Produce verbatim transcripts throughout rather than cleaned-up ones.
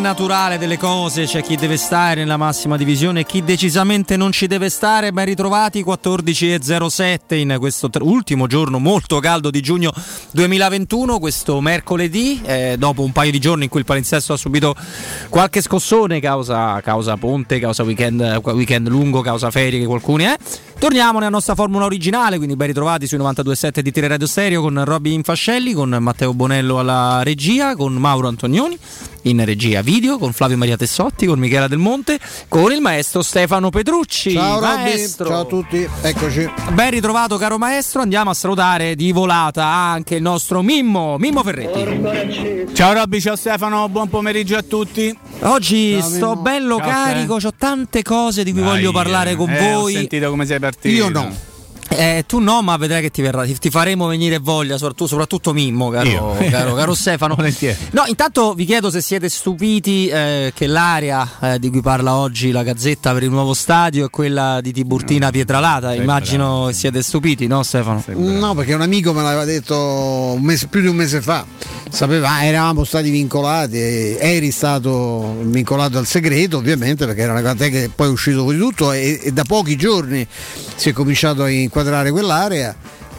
naturale delle cose, c'è chi deve stare nella massima divisione e chi decisamente non ci deve stare. Ben ritrovati, quattordici e zero sette in questo tr- ultimo giorno molto caldo di giugno duemilaventuno, questo mercoledì, eh, dopo un paio di giorni in cui il palinsesto ha subito qualche scossone causa, causa ponte, causa weekend, weekend lungo, causa ferie che qualcuno è. Torniamo nella nostra formula originale, quindi ben ritrovati sui novantadue virgola sette di Tele Radio Stereo con Robby Infascelli, con Matteo Bonello alla regia, con Mauro Antonioni in regia video, con Flavio Maria Tessotti, con Michela Del Monte, con il maestro Stefano Petrucci. Ciao maestro. Robby, ciao a tutti, eccoci. Ben ritrovato caro maestro, andiamo a salutare di volata anche il nostro Mimmo, Mimmo Ferretti. Ciao Robby, ciao Stefano, buon pomeriggio a tutti. Oggi ciao, sto Mimmo. bello Ciao, carico, ho tante cose di cui Dai, voglio parlare con eh, voi. Ho sentito come sei partito. Io no. Eh, tu no, ma vedrai che ti verrà, ti, ti faremo venire voglia, soprattutto, soprattutto Mimmo, caro, caro, caro Stefano. No, intanto vi chiedo se siete stupiti eh, che l'area eh, di cui parla oggi la Gazzetta per il nuovo stadio è quella di Tiburtina no, Pietralata. Immagino bravo. Che siete stupiti, no Stefano? No, perché un amico me l'aveva detto un mese, più di un mese fa. Sapeva, eravamo stati vincolati, eri stato vincolato al segreto ovviamente perché era una cosa che poi è uscito fuori tutto e, e da pochi giorni si è cominciato a inquadrare quell'area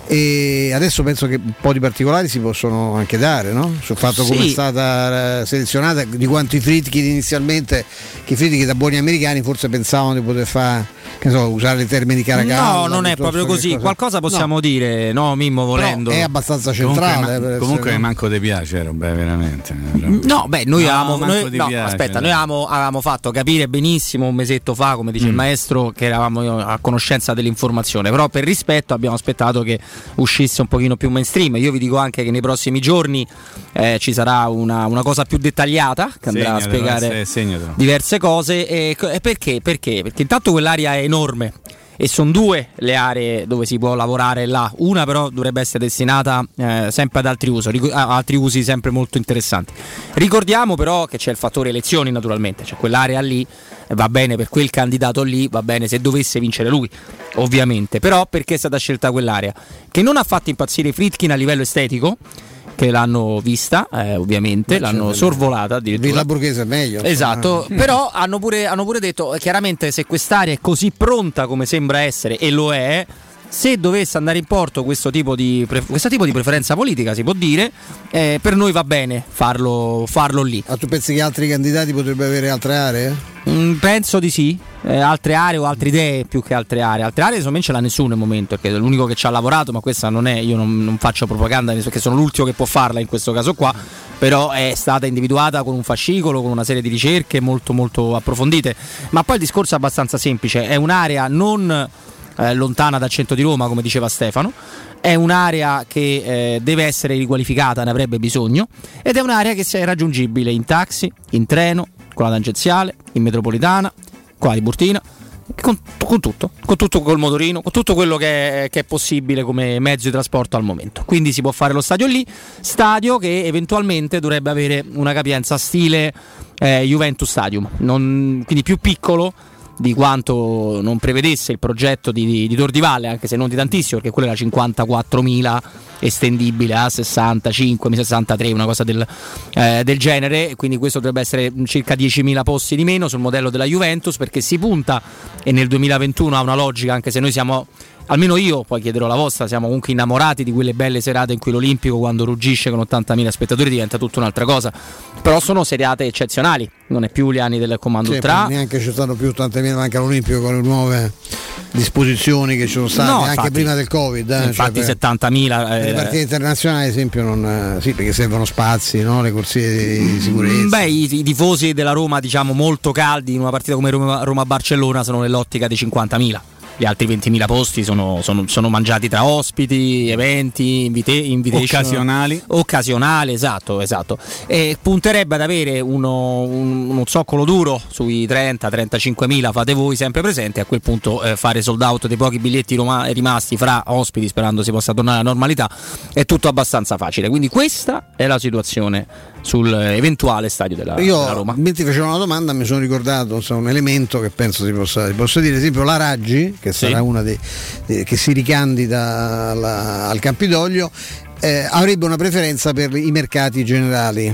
e adesso penso che un po' di particolari si possono anche dare, no? Sul fatto come sì. È stata selezionata, di quanto i Friedkin inizialmente, che i Friedkin da buoni americani forse pensavano di poter fare, che so, usare i termini Caracalla. No, non è proprio così. Cosa. Qualcosa possiamo no. dire, no, Mimmo, volendo. Però è abbastanza centrale. Comunque, ma, comunque essere, manco ti piace, beh, veramente. No, beh, noi no, avevamo. Noi, no, piace, aspetta, no. noi avevamo, avevamo fatto capire benissimo un mesetto fa, come dice mm. il maestro, che eravamo a conoscenza dell'informazione. Però per rispetto abbiamo aspettato che uscisse un pochino più mainstream. Io vi dico anche che nei prossimi giorni eh, ci sarà una, una cosa più dettagliata che andrà segnatelo, a spiegare segnatelo. diverse cose. E, e perché? Perché? Perché intanto quell'area è enorme. E sono due le aree dove si può lavorare là, una però dovrebbe essere destinata eh, sempre ad altri usi, altri usi sempre molto interessanti. Ricordiamo però che c'è il fattore elezioni naturalmente, cioè quell'area lì va bene per quel candidato lì, va bene se dovesse vincere lui, ovviamente, però perché è stata scelta quell'area? Che non ha fatto impazzire i Friedkin a livello estetico, che l'hanno vista eh, ovviamente, ma l'hanno sorvolata addirittura. Villa Borghese è meglio. Esatto, eh. però hanno pure, hanno pure detto chiaramente se quest'area è così pronta come sembra essere, e lo è, se dovesse andare in porto questo tipo di, pre- questo tipo di preferenza politica, si può dire, eh, per noi va bene farlo, farlo lì. Ma tu pensi che altri candidati potrebbero avere altre aree? Mm, penso di sì, eh, altre aree o altre idee più che altre aree. Altre aree secondo me ce l'ha nessuno al momento, perché è l'unico che ci ha lavorato, ma questa non è, io non, non faccio propaganda perché sono l'ultimo che può farla in questo caso qua, però è stata individuata con un fascicolo, con una serie di ricerche molto molto approfondite. Ma poi il discorso è abbastanza semplice, è un'area non eh, lontana dal centro di Roma, come diceva Stefano, è un'area che eh, deve essere riqualificata, ne avrebbe bisogno, ed è un'area che è raggiungibile in taxi, in treno, con la tangenziale, in metropolitana, qua di Burtina, con, con tutto, con tutto col motorino, con tutto quello che è, che è possibile come mezzo di trasporto al momento. Quindi si può fare lo stadio lì, stadio che eventualmente dovrebbe avere una capienza stile eh, Juventus Stadium, non, quindi più piccolo di quanto non prevedesse il progetto di, di, di Tor di Valle, anche se non di tantissimo, perché quello era cinquantaquattromila estendibile a sessantacinque, sessantatré, una cosa del, eh, del genere, quindi questo dovrebbe essere circa diecimila posti di meno sul modello della Juventus, perché si punta, e nel duemilaventuno ha una logica, anche se noi siamo, almeno io, poi chiederò la vostra, siamo comunque innamorati di quelle belle serate in cui l'Olimpico, quando ruggisce con ottantamila spettatori, diventa tutta un'altra cosa, però sono serate eccezionali, non è più gli anni del comando sì, ultra, neanche ci stanno più ottantamila anche all'Olimpico con le nuove disposizioni che ci sono state, no, anche infatti, prima del Covid, eh, infatti cioè settantamila eh, le partite internazionali ad esempio non, eh, sì, perché servono spazi, no? Le corsie di sicurezza. Beh, i, i tifosi della Roma, diciamo molto caldi in una partita come Roma, Roma-Barcellona sono nell'ottica dei cinquantamila. Gli altri ventimila posti sono, sono, sono mangiati tra ospiti, eventi, invite, invitation occasionali. Occasionali, esatto, esatto. E punterebbe ad avere uno, un, uno zoccolo duro sui trenta trentacinquemila, fate voi sempre presenti, a quel punto eh, fare sold out dei pochi biglietti roma- rimasti fra ospiti, sperando si possa tornare alla normalità, è tutto abbastanza facile. Quindi questa è la situazione sul eventuale stadio della, Io, della Roma. Mentre facevo una domanda mi sono ricordato insomma, un elemento che penso si possa, si possa dire, ad esempio la Raggi, che sì. sarà una dei, eh, che si ricandida alla, al Campidoglio, eh, avrebbe una preferenza per i mercati generali.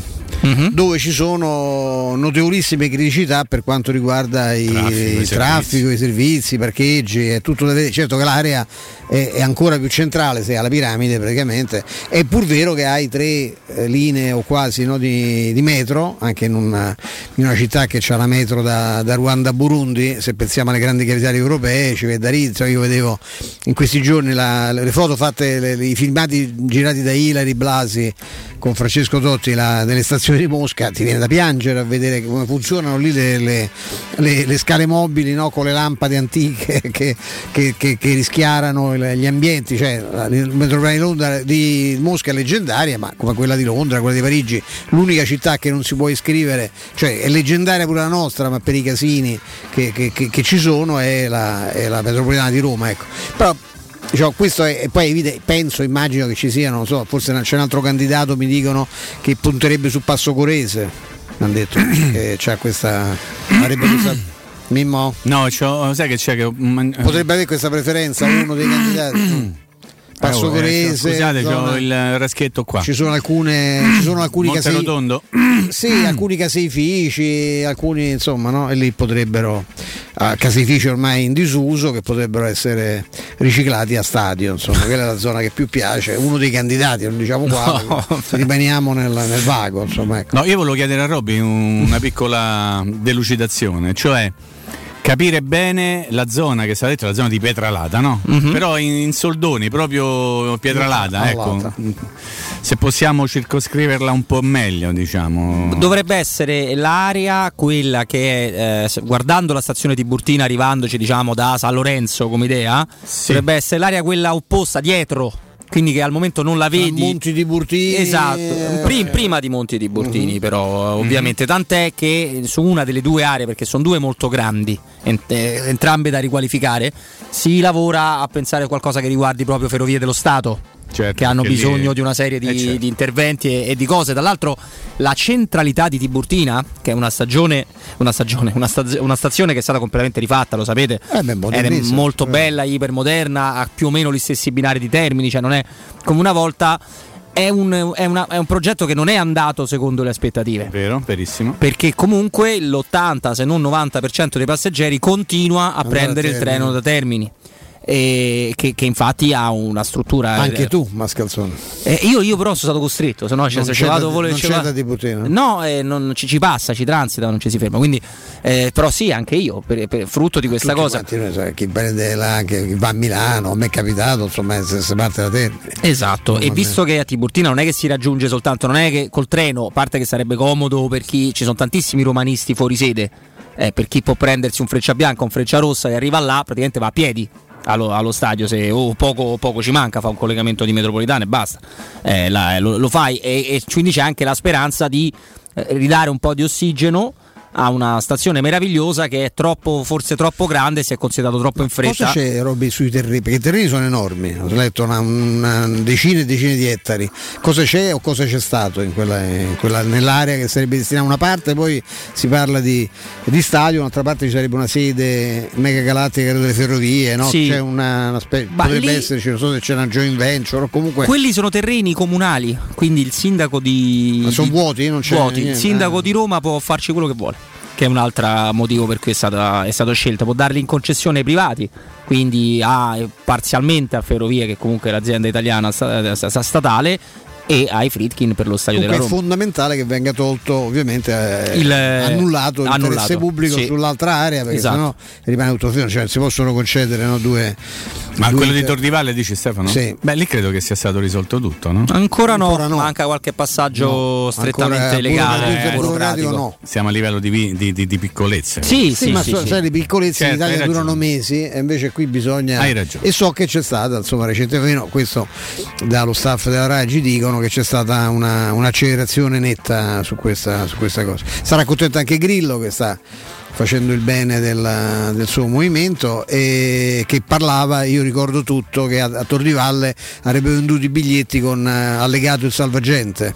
uh-huh. dove ci sono notevolissime criticità per quanto riguarda i, traffico, il traffico, i servizi, i parcheggi, è tutto da vedere. Certo che l'area è, è ancora più centrale, sei alla piramide praticamente, è pur vero che hai tre eh, linee o quasi, no, di, di metro, anche in una, in una città che ha la metro da, da Ruanda a Burundi. Se pensiamo alle grandi capitali europee, ci vede da Rizzo. Io vedevo in questi giorni la, le foto fatte, le, i filmati girati da Ilari Blasi con Francesco Totti la, nelle stazioni di Mosca, ti viene da piangere a vedere come funzionano lì le, le, le, le scale mobili, no, con le lampade antiche che, che, che, che rischiarano gli ambienti. Cioè, il metropolitana di Londra, di Mosca è leggendaria, ma come quella di Londra, quella di Parigi, l'unica città che non si può iscrivere, cioè è leggendaria pure la nostra, ma per i casini che, che, che, che ci sono è la, è la metropolitana di Roma, ecco. Però diciamo, questo è, e poi evidente, penso, immagino che ci siano, non so, forse c'è un altro candidato, mi dicono, che punterebbe su Passo Corese, mi hanno detto che c'ha questa, avrebbe questa Mimmo? No, sai che c'è che potrebbe avere questa preferenza uno dei candidati. Passo Corese, eh, scusate, c'ho il raschetto qua. Ci sono alcune, ci sono alcuni Monte case, Rotondo. Sì, alcuni caseifici, alcuni insomma, no? E lì potrebbero uh, caseifici ormai in disuso che potrebbero essere riciclati a stadio, insomma, quella è la zona che più piace, uno dei candidati, non diciamo qua, no. Rimaniamo nel, nel vago, insomma, ecco. No, io volevo chiedere a Robby una piccola delucidazione, cioè capire bene la zona che si è detto, la zona di Pietralata, no? Mm-hmm. Però in, in soldoni, proprio Pietralata, ecco. Se possiamo circoscriverla un po' meglio, diciamo. Dovrebbe essere l'area quella che è, eh, guardando la stazione di Burtina, arrivandoci, diciamo, da San Lorenzo come idea, sì. Dovrebbe essere l'area quella opposta, dietro. Quindi che al momento non la vedi. Monti di Burtini. Esatto, Prim, prima di Monti di Burtini, uh-huh. Però ovviamente, uh-huh. Tant'è che su una delle due aree, perché sono due molto grandi, ent- entrambe da riqualificare, si lavora a pensare a qualcosa che riguardi proprio Ferrovie dello Stato. Certo, che hanno bisogno lì... di una serie di, eh certo. di interventi e, e di cose. Tra l'altro la centralità di Tiburtina, che è una stagione, una stagione, una, staz- una stazione che è stata completamente rifatta, lo sapete, eh beh, ed è molto bella, ipermoderna, ha più o meno gli stessi binari di Termini, cioè non è come una volta. È un, è, una, è un progetto che non è andato secondo le aspettative. Vero, verissimo. Perché comunque l'ottanta se non novanta per cento dei passeggeri continua a Andare prendere a il treno da Termini. E che, che infatti ha una struttura anche eh, tu Mascalzone eh, io, io però sono stato costretto, se no se c'è vado non c'è da Tiburtina. No, eh, non ci, ci passa, ci transita, non ci si ferma, quindi eh, però sì, anche io per, per, frutto di questa tutti cosa quanti, sai, chi prende là, chi va a Milano, a me è capitato insomma se, se parte da Termini. Esatto, non e visto me. Che a Tiburtina non è che si raggiunge soltanto, non è che col treno, a parte che sarebbe comodo per chi, ci sono tantissimi romanisti fuori sede, eh, per chi può prendersi un Freccia Bianca, un Freccia Rossa e arriva là, praticamente va a piedi Allo, allo stadio, se oh, poco, poco ci manca, fa un collegamento di metropolitana e basta, eh, là, eh, lo, lo fai e, e quindi c'è anche la speranza di eh, ridare un po' di ossigeno a una stazione meravigliosa che è troppo, forse troppo grande, si è considerato troppo in fretta. Cosa c'è, Robby, sui terreni? Perché i terreni sono enormi, ho letto una, una decine e decine di ettari. Cosa c'è o cosa c'è stato in quella, in quella, nell'area che sarebbe destinata a una parte, poi si parla di, di stadio, un'altra parte ci sarebbe una sede mega galattica delle ferrovie, no? Sì. C'è una, una spe- potrebbe lì, esserci, non so se c'è una joint venture o comunque. Quelli sono terreni comunali, quindi il sindaco di. Ma sono di, vuoti? Non c'è vuoti. Niente. Il sindaco di Roma può farci quello che vuole, che è un altro motivo per cui è stata, è stato scelto, può darli in concessione ai privati, quindi a, parzialmente a Ferrovie, che comunque è l'azienda italiana statale, e ai Friedkin per lo stadio Comunque della Roma. È fondamentale che venga tolto, ovviamente, eh, il, annullato l'interesse annullato, pubblico sì. Sull'altra area, perché esatto. Sennò rimane tutto fermo, cioè si possono concedere, no, due. Ma due quello inter- di Tordivalle dice Stefano? Sì. Beh, lì credo che sia stato risolto tutto, no? Ancora no, Ancora no. Manca qualche passaggio no. Strettamente Ancora, legale, eh, burocratico no. Siamo a livello di, di, di, di piccolezze. Sì, sì, sì, ma sì, so, sì. sai, le piccolezze certo, in Italia durano mesi e invece qui bisogna. Hai ragione. E so che c'è stata, insomma, recentemente, no, questo dallo staff della RAI ci dicono che c'è stata una, un'accelerazione netta su questa, su questa cosa. Sarà contento anche Grillo, che sta facendo il bene del, del suo movimento, e che parlava, io ricordo tutto, che a, a Tor di Valle avrebbe venduto i biglietti con uh, allegato il salvagente,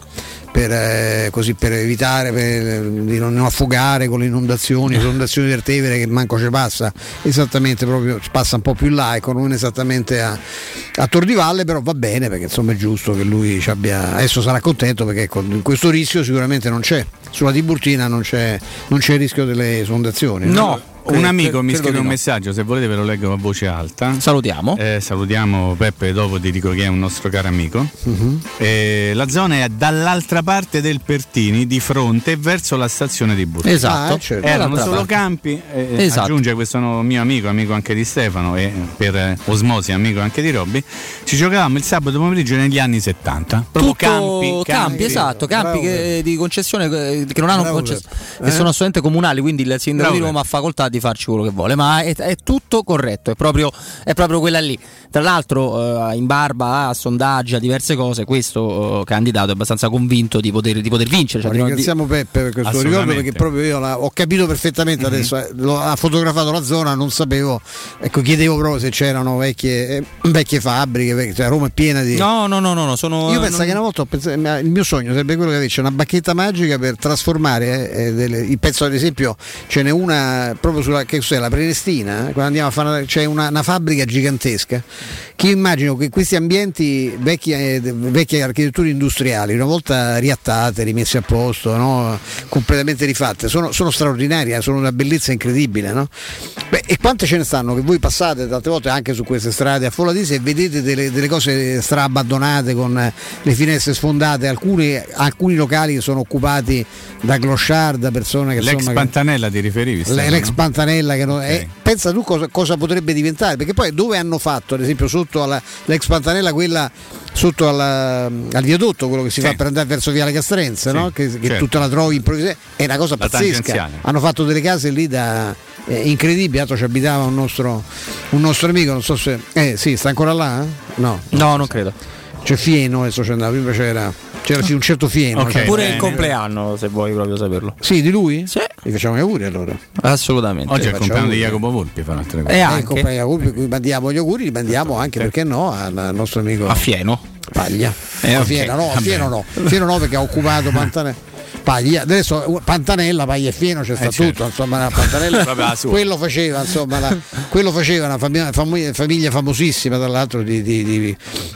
per, eh, così, per evitare per, di non affogare con le inondazioni, le inondazioni del Tevere che manco ci passa, esattamente proprio passa un po' più in là, ecco, non esattamente a, a Tor di Valle, però va bene perché insomma è giusto che lui ci abbia, adesso sarà contento perché ecco, questo rischio sicuramente non c'è, sulla Tiburtina non c'è, non c'è il rischio delle esondazioni. No, no? Un amico mi scrive un no. messaggio, se volete ve lo leggo a voce alta. Salutiamo. Eh, salutiamo Peppe, dopo ti dico che è un nostro caro amico. Uh-huh. Eh, la zona è dall'altra parte del Pertini, di fronte verso la stazione di Burtina. Esatto. Ah, certo. Erano solo parte. campi, eh, Esatto. aggiunge questo mio amico, amico anche di Stefano e per eh, osmosi amico anche di Robby. Ci giocavamo il sabato pomeriggio negli anni settanta. Proprio Tutto campi, campi, campi. esatto, campi che, di concessione eh, che non hanno Bravo, concess- eh? che sono assolutamente comunali, quindi il sindaco Bravo, di Roma ha facoltà di farci quello che vuole, ma è, è tutto corretto, è proprio, è proprio quella lì. Tra l'altro eh, in barba a sondaggi, a diverse cose, questo eh, candidato è abbastanza convinto di poter, di poter vincere. Cioè, ringraziamo di... Peppe per questo ricordo, perché proprio io la, ho capito perfettamente mm-hmm. adesso, eh, lo, ha fotografato la zona, non sapevo, ecco, chiedevo proprio se c'erano vecchie, eh, vecchie fabbriche, vecchie, cioè Roma è piena di... No, no, no, no, no sono... Io penso non... che una volta ho pensato, il mio sogno sarebbe quello che avesse una bacchetta magica per trasformare eh, delle, il pezzo, ad esempio ce n'è una proprio sulla, che cos'è, la Prenestina, eh, quando andiamo a fare una, c'è una, una fabbrica gigantesca che io immagino che questi ambienti vecchi, eh, vecchie architetture industriali una volta riattate, rimesse a posto, no? Completamente rifatte, sono, sono straordinarie, sono una bellezza incredibile, no? Beh, e quante ce ne stanno che voi passate tante volte anche su queste strade affollatissime e vedete delle, delle cose stra-abbandonate con le finestre sfondate, alcuni, alcuni locali che sono occupati da clochard, da persone che l'ex insomma, Pantanella che, ti riferivi? Stefano, l'ex no? Pantanella che non, okay. eh, pensa tu cosa, cosa potrebbe diventare, perché poi dove hanno fatto ad esempio sotto alla, l'ex Pantanella, quella sotto alla, al viadotto, quello che si sì. fa per andare verso Viale Castrense, sì, no? che, che certo. tutta la trovi improvvisamente, è una cosa la pazzesca, hanno fatto delle case lì da eh, incredibili, altro ci abitava un nostro, un nostro amico, non so se eh sì, sta ancora là? Eh? No, no, non credo. C'è Fieno, adesso c'è andato, prima c'era c'era sì, un certo Fieno, okay, cioè. Pure il compleanno, se vuoi proprio saperlo. Sì, di lui? Sì. Gli facciamo gli auguri allora. Assolutamente. Oggi è il compleanno di Jacopo Volpi, fa un'altra cosa. E anche gli auguri, cui mandiamo gli auguri, li mandiamo anche, perché no, al nostro amico a Fieno. Paglia. Eh, a okay. Fieno no, a Fieno no. Fieno no perché ha occupato Pantanella. Paglia, adesso Pantanella, Paglia e Fieno c'è sta eh, tutto, certo. insomma, la Pantanella quello faceva, insomma, la, quello faceva una famiglia, famiglia, famiglia famosissima, tra l'altro di, di, di,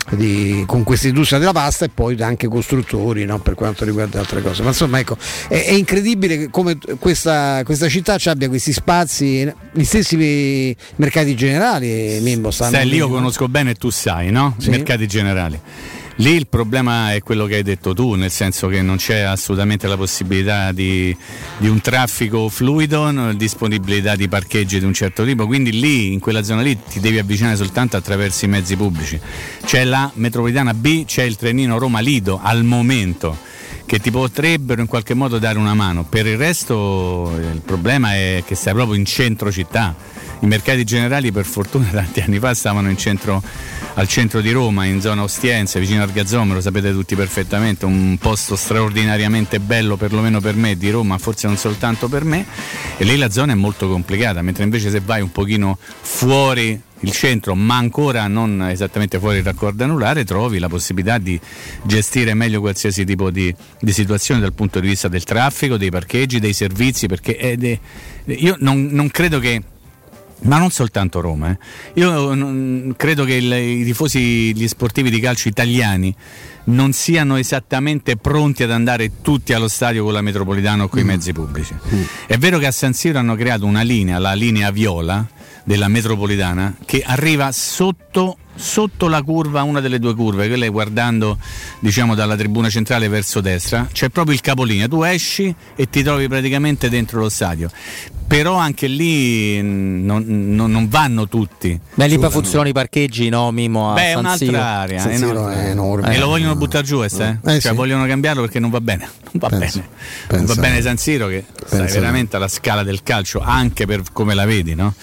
di, con questa industria della pasta, e poi anche costruttori, no? Per quanto riguarda altre cose. Ma insomma, ecco, è, è incredibile come questa, questa città abbia questi spazi, gli stessi mercati generali. Mimmo, Stai lì, io conosco bene e tu sai, no? Sì. Mercati generali. Lì il problema è quello che hai detto tu, nel senso che non c'è assolutamente la possibilità di, di un traffico fluido, no, disponibilità di parcheggi di un certo tipo, quindi lì, in quella zona lì, ti devi avvicinare soltanto attraverso i mezzi pubblici. C'è la metropolitana B, c'è il trenino Roma Lido al momento, che ti potrebbero in qualche modo dare una mano. Per il resto il problema è che stai proprio in centro città. I mercati generali, per fortuna, tanti anni fa stavano in centro, al centro di Roma, in zona Ostiense, vicino al Gazzomero, sapete tutti perfettamente, un posto straordinariamente bello, perlomeno per me, di Roma, forse non soltanto per me, e lì la zona è molto complicata, mentre invece se vai un pochino fuori il centro, ma ancora non esattamente fuori il raccordo anulare, trovi la possibilità di gestire meglio qualsiasi tipo di, di situazione dal punto di vista del traffico, dei parcheggi, dei servizi, perché è de, io non, non credo che, ma non soltanto Roma, eh. io non, credo che il, i tifosi, gli sportivi di calcio italiani non siano esattamente pronti ad andare tutti allo stadio con la metropolitana o con i mezzi pubblici. Mm. È vero che a San Siro hanno creato una linea, la linea viola della metropolitana, che arriva sotto sotto la curva, una delle due curve, quelle guardando diciamo dalla tribuna centrale verso destra, c'è proprio il capolinea, tu esci e ti trovi praticamente dentro lo stadio, però anche lì non, non, non vanno tutti. Beh, lì poi funzionano i parcheggi, no Mimo? A Beh, è San un'altra Siro. area, San Siro è enorme. E lo vogliono buttare giù, eh? Eh, cioè sì. vogliono cambiarlo perché non va bene, non va penso, bene, penso, non va bene San Siro, che sai veramente alla scala del calcio, anche per come la vedi, no?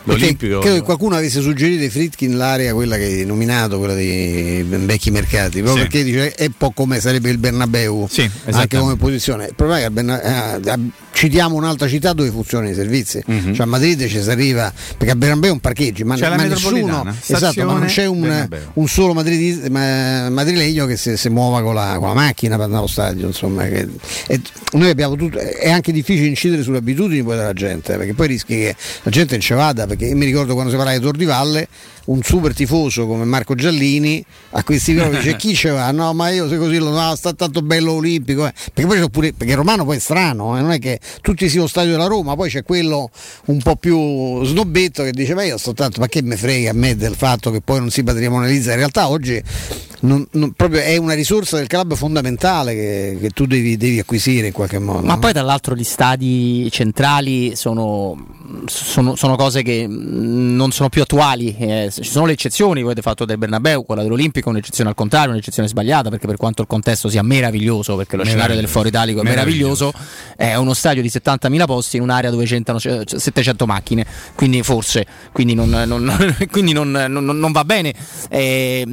l'Olimpico. Credo che qualcuno avesse suggerito ai Friedkin l'area, quella che hai nominato, quella dei vecchi mercati, proprio sì. Perché dice è un po' come sarebbe il Bernabeu, sì, anche come posizione. Il problema è che Berna- eh, citiamo un'altra città dove funzionano i servizi, mm-hmm. Cioè a Madrid ci si arriva, perché a Bernabeu è un parcheggio, ma, c'è ma nessuno, esatto, ma non c'è un, un solo madrid, ma, madrilegno che si, si muova con la, con la macchina per andare allo stadio, insomma. Che, e noi abbiamo tutto, è anche difficile incidere sulle abitudini poi della gente, perché poi rischi che la gente non ci vada, perché io mi ricordo quando si parlava di Tor di Valle, un super tifoso come Marco Giallini a questi propri dice chi ce va? No, ma io se così lo no, sta tanto bello olimpico, eh. Perché poi c'è pure, perché il romano poi è strano, eh. Non è che tutti siano stadio della Roma, poi c'è quello un po' più snobetto che dice ma io sto tanto, ma che me frega a me del fatto che poi non si patrimonializza. In realtà oggi non, non, proprio è una risorsa del club fondamentale che, che tu devi, devi acquisire in qualche modo. Ma no? Poi tra l'altro gli stadi centrali sono, sono, sono cose che non sono più attuali, eh, ci sono le eccezioni, voi avete fatto del Bernabeu, quella dell'Olimpico è un'eccezione al contrario, un'eccezione sbagliata, perché per quanto il contesto sia meraviglioso, perché lo scenario del Foro Italico è meraviglioso, meraviglioso, è uno stadio di settantamila posti in un'area dove c'entrano settecento macchine, quindi forse quindi non, non, quindi non, non, non va bene. Eh,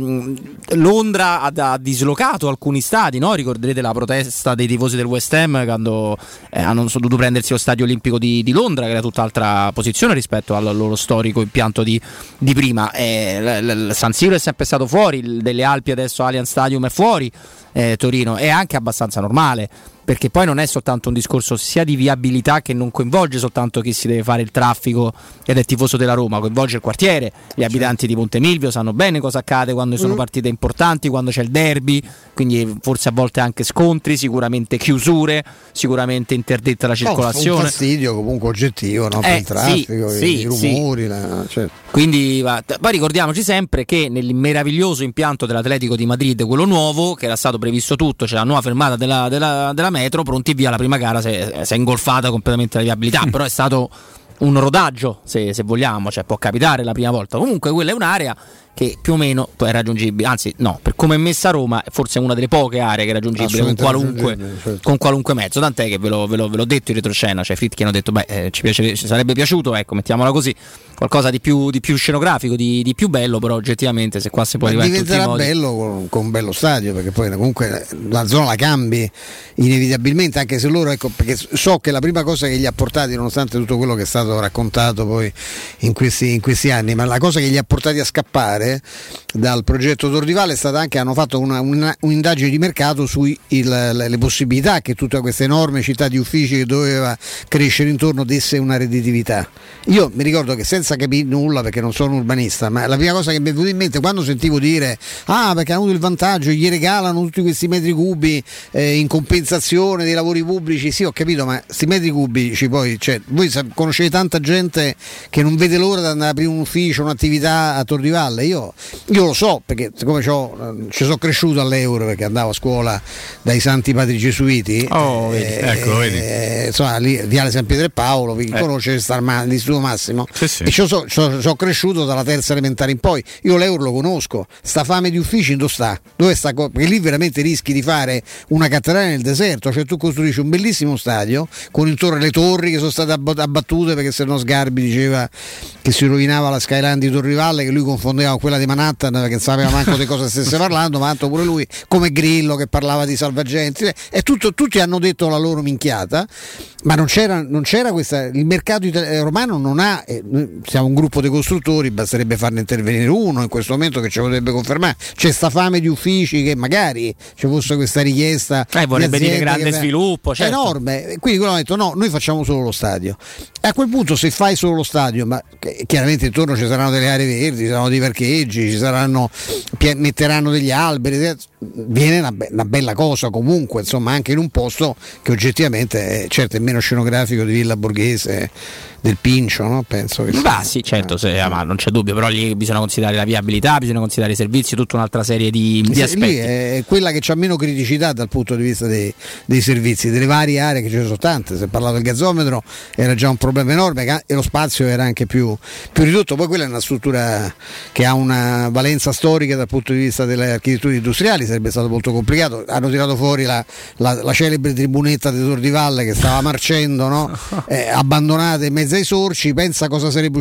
Londra ha, ha dislocato alcuni stadi, no? Ricorderete la protesta dei tifosi del West Ham quando eh, hanno dovuto prendersi lo stadio olimpico di, di Londra, che era tutt'altra posizione rispetto al loro storico impianto di, di prima. Eh, l- l- San Siro è sempre stato fuori, il delle Alpi adesso Allianz Stadium è fuori, eh, Torino è anche abbastanza normale, perché poi non è soltanto un discorso sia di viabilità che non coinvolge soltanto chi si deve fare il traffico ed è tifoso della Roma, coinvolge il quartiere, gli abitanti di Ponte Milvio sanno bene cosa accade quando ci sono partite importanti, quando c'è il derby, quindi forse a volte anche scontri, sicuramente chiusure, sicuramente interdetta la circolazione. Oh, un fastidio comunque oggettivo, no? Per eh, il traffico, sì, i rumori, sì. La, certo. Quindi va, poi ricordiamoci sempre che nel meraviglioso impianto dell'Atletico di Madrid, quello nuovo, che era stato previsto tutto, c'è la nuova fermata della, della, della metro, pronti via, la prima gara si è, si è ingolfata completamente la viabilità, però è stato un rodaggio, se, se vogliamo, cioè può capitare la prima volta. Comunque quella è un'area che più o meno è raggiungibile, anzi no, per come è messa Roma è forse una delle poche aree che è raggiungibile con qualunque, certo. con qualunque mezzo, tant'è che ve, lo, ve, lo, ve l'ho detto in retroscena, cioè Friedkin hanno detto beh eh, ci, piace, ci sarebbe piaciuto, ecco, mettiamola così, qualcosa di più, di più scenografico, di, di più bello, però oggettivamente se qua si può arrivare in tutti i modi. Diventerà bello con, con un bello stadio, perché poi comunque la zona la cambi inevitabilmente, anche se loro, ecco, perché so che la prima cosa che gli ha portati, nonostante tutto quello che è stato raccontato poi in questi, in questi anni, ma la cosa che gli ha portati a scappare dal progetto Tor di Valle è stata anche, hanno fatto una, una, un'indagine di mercato sui il, le, le possibilità che tutta questa enorme città di uffici che doveva crescere intorno desse una redditività. Io mi ricordo che senza capire nulla, perché non sono un urbanista, ma la prima cosa che mi è venuta in mente quando sentivo dire ah perché hanno avuto il vantaggio, gli regalano tutti questi metri cubi eh, in compensazione dei lavori pubblici, sì ho capito, ma questi metri cubici poi, cioè, voi conoscete tanta gente che non vede l'ora di andare a aprire un ufficio, un'attività a Tor di Valle, io, io lo so perché siccome ci sono cresciuto all'Euro, perché andavo a scuola dai Santi Padri Gesuiti, oh, vedi, eh, ecco, vedi. Eh, insomma lì Viale San Pietro e Paolo, chi eh. conosce l'Istituto Massimo, sì, sì. E ci sono so cresciuto dalla terza elementare in poi, io l'Euro lo conosco, sta fame di uffici dove sta? Dove sta? Perché lì veramente rischi di fare una cattedrale nel deserto, cioè tu costruisci un bellissimo stadio con intorno le torri che sono state abbattute perché se no Sgarbi diceva che si rovinava la Skyline di Torrivalle, che lui confondeva con quella di Manhattan perché non sapeva manco di cosa stesse parlando, ma tanto pure lui, come Grillo che parlava di salvagenti, e tutto, tutti hanno detto la loro minchiata, ma non c'era, non c'era questa, il mercato italiano, romano non ha, eh, noi siamo un gruppo di costruttori, basterebbe farne intervenire uno in questo momento che ci potrebbe confermare, c'è sta fame di uffici che magari ci fosse questa richiesta, eh, vorrebbe di dire grande che, sviluppo, certo. Enorme, quindi quello ha detto no, noi facciamo solo lo stadio, e a quel punto se fai solo lo stadio, ma chiaramente intorno ci saranno delle aree verdi, ci saranno dei parcheggi, ci saranno, metteranno degli alberi, viene una, be- una bella cosa comunque, insomma, anche in un posto che oggettivamente è, certo è meno scenografico di Villa Borghese, del Pincio, no? Penso che bah sì, certo, se, ma non c'è dubbio, però lì bisogna considerare la viabilità, bisogna considerare i servizi, tutta un'altra serie di, di aspetti. Lì è quella che c'ha meno criticità dal punto di vista dei, dei servizi, delle varie aree, che ci sono tante, si è parlato del gazzometro, era già un problema enorme e lo spazio era anche più, più ridotto, poi quella è una struttura che ha una valenza storica dal punto di vista delle architetture industriali, sarebbe stato molto complicato, hanno tirato fuori la, la, la celebre tribunetta di Tor di Valle che stava marcendo, no? eh, abbandonata in mezzo ai sorci, pensa cosa sarebbe uscito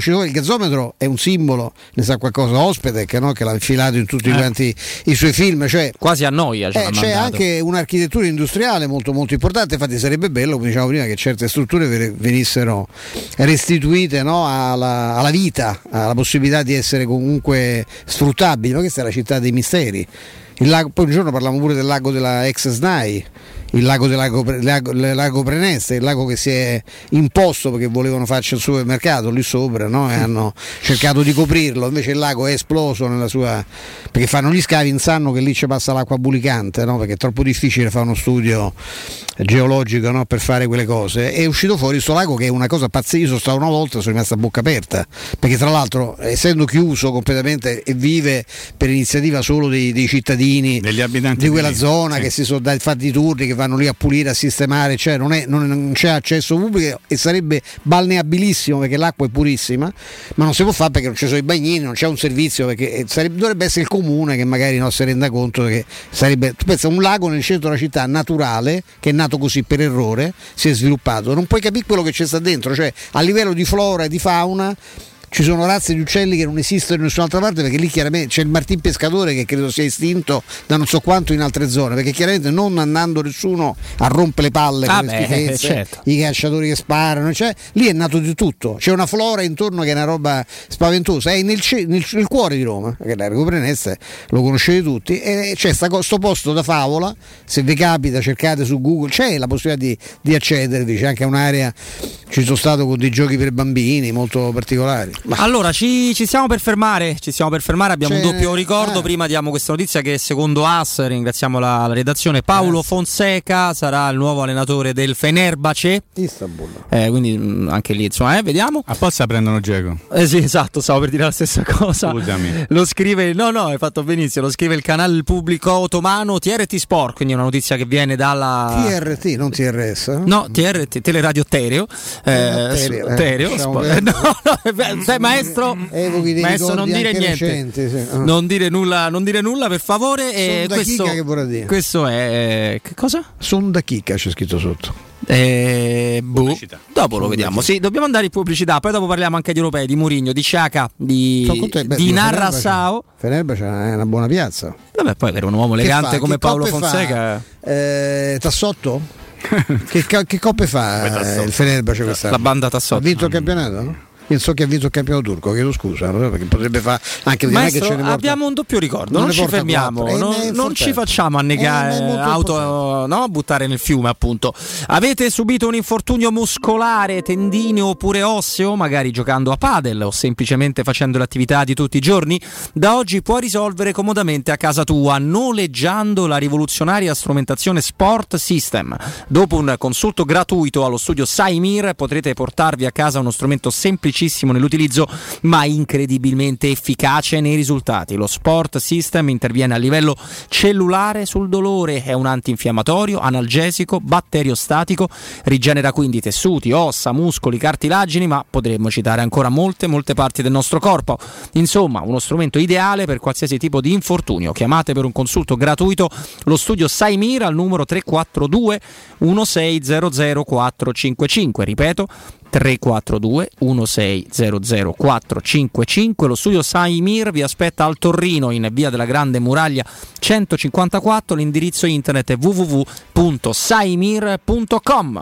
uscito il gazzometro è un simbolo, ne sa qualcosa Ospedec, no? Che l'ha infilato in tutti eh. quanti i suoi film, cioè quasi a noia eh, c'è anche un'architettura industriale molto molto importante. Infatti sarebbe bello, come diciamo prima, che certe strutture venissero restituite, no? alla, alla vita, alla possibilità di essere comunque sfruttabili. Ma questa è la città dei misteri. Il lago, poi un giorno parlavamo pure del lago della ex S N A I, il lago del lago, lago, lago Preneste, il lago che si è imposto perché volevano farci il supermercato lì sopra, no? E hanno cercato di coprirlo, invece il lago è esploso nella sua, perché fanno gli scavi, sanno che lì ci passa l'acqua bulicante, no? Perché è troppo difficile fare uno studio geologico, no? Per fare quelle cose. È uscito fuori questo lago che è una cosa pazzesca. Io sono stato una volta, sono rimasto a bocca aperta, perché tra l'altro essendo chiuso completamente e vive per iniziativa solo dei, dei cittadini, degli abitanti di quella di zona, sì. Che si sono dati fatti i turni, che vanno lì a pulire, a sistemare, cioè non, è, non, non c'è accesso pubblico e sarebbe balneabilissimo perché l'acqua è purissima, ma non si può fare perché non ci sono i bagnini, non c'è un servizio, perché sarebbe, dovrebbe essere il comune che magari non si renda conto che sarebbe, tu pensa, un lago nel centro della città naturale che è nato così per errore, si è sviluppato, non puoi capire quello che c'è sta dentro, cioè a livello di flora e di fauna ci sono razze di uccelli che non esistono in nessun'altra parte, perché lì chiaramente c'è il martin pescatore che credo sia estinto da non so quanto in altre zone, perché chiaramente non andando nessuno a rompere le palle ah con le beh, schifezze, certo. I cacciatori che sparano, cioè, lì è nato di tutto, c'è una flora intorno che è una roba spaventosa, è nel, nel, nel cuore di Roma, che l'Arco Preneste lo conoscete tutti, e c'è questo posto da favola, se vi capita cercate su Google, c'è la possibilità di, di accedere, c'è anche un'area, ci sono stato con dei giochi per bambini molto particolari. Ma allora ci, ci stiamo per fermare, ci stiamo per fermare, abbiamo C'è, un doppio ricordo, eh. prima diamo questa notizia che secondo A S, ringraziamo la, la redazione, Paulo Fonseca sarà il nuovo allenatore del Fenerbahce, Istanbul. Eh, quindi mh, anche lì insomma, eh, vediamo. Apposta prendono Dzeko. Eh sì, esatto, stavo per dire la stessa cosa. Scusami. Lo scrive, no no, hai fatto benissimo, lo scrive il canale pubblico ottomano T R T Sport, quindi è una notizia che viene dalla T R T, non T R S. Eh? No, T R T, Teleradio Tereo. Eh, Tereo, eh, Tereo, diciamo Sport. No, no, beh, maestro, maestro non dire niente, recenti, sì. uh. non dire nulla, non dire nulla per favore. E questo, chicca che vorrà dire? Questo è che cosa? Sonda chicca c'è scritto sotto. Eh, boh. Dopo Sonda lo vediamo. chicca. Sì, dobbiamo andare in pubblicità. Poi dopo parliamo anche di europei, di Mourinho, di Sciacca, di, Beh, di Narrassao. Fenerbahce è una buona piazza. Vabbè, poi per un uomo elegante fa? come Che Paolo coppe Fonseca. Fa? Eh, Tassotto? che, che coppe fa eh, il Fenerbahce quest'anno? La banda Tassotto. Ha vinto il campionato? No? Io so che ha vinto il campionato turco, chiedo scusa, perché potrebbe fare anche Maestro, che ce ne porta, abbiamo un doppio ricordo, non, non ci fermiamo, quattro, non, è, è non ci facciamo annegare è, auto, no, buttare nel fiume appunto. Avete subito un infortunio muscolare, tendineo oppure osseo, magari giocando a padel o semplicemente facendo l'attività di tutti i giorni? Da oggi puoi risolvere comodamente a casa tua noleggiando la rivoluzionaria strumentazione Sport System. Dopo un consulto gratuito allo studio Saimir potrete portarvi a casa uno strumento semplice nell'utilizzo ma incredibilmente efficace nei risultati. Lo Sport System interviene a livello cellulare sul dolore, è un antinfiammatorio, analgesico, batteriostatico, rigenera quindi tessuti, ossa, muscoli, cartilagini, ma potremmo citare ancora molte molte parti del nostro corpo. Insomma, uno strumento ideale per qualsiasi tipo di infortunio. Chiamate per un consulto gratuito lo studio Saimir al numero tre quattro due uno sei zero zero quattro cinque cinque, ripeto tre quattro due uno sei zero zero quattro cinque cinque. Lo studio Saimir vi aspetta al Torrino in via della Grande Muraglia centocinquantaquattro, l'indirizzo internet è w w w punto saimir punto com.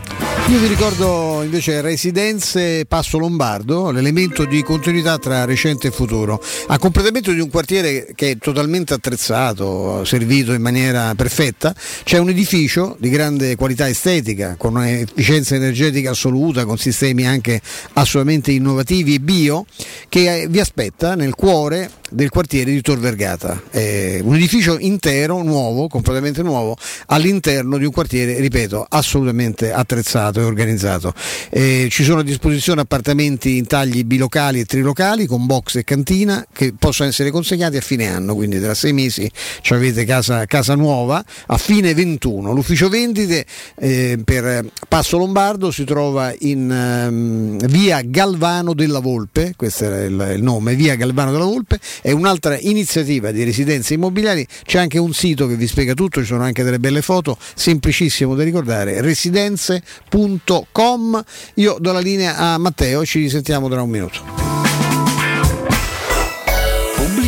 Io vi ricordo invece Residenze Passo Lombardo, l'elemento di continuità tra recente e futuro, a completamento di un quartiere che è totalmente attrezzato, servito in maniera perfetta. C'è un edificio di grande qualità estetica, con un'efficienza energetica assoluta, con sistemi anche assolutamente innovativi e bio, che vi aspetta nel cuore del quartiere di Tor Vergata. È un edificio intero, nuovo, completamente nuovo, all'interno di un quartiere, ripeto, assolutamente attrezzato e organizzato. Eh, ci sono a disposizione appartamenti in tagli bilocali e trilocali con box e cantina che possono essere consegnati a fine anno, quindi tra sei mesi ci avete casa, casa nuova. A fine ventuno l'ufficio vendite eh, per Passo Lombardo si trova in um, via Galvano della Volpe, questo era il, il nome, via Galvano della Volpe. È un'altra iniziativa di residenze immobiliari, c'è anche un sito che vi spiega tutto, ci sono anche delle belle foto, semplicissimo da ricordare, residenze punto com. Io do la linea a Matteo e ci risentiamo tra un minuto.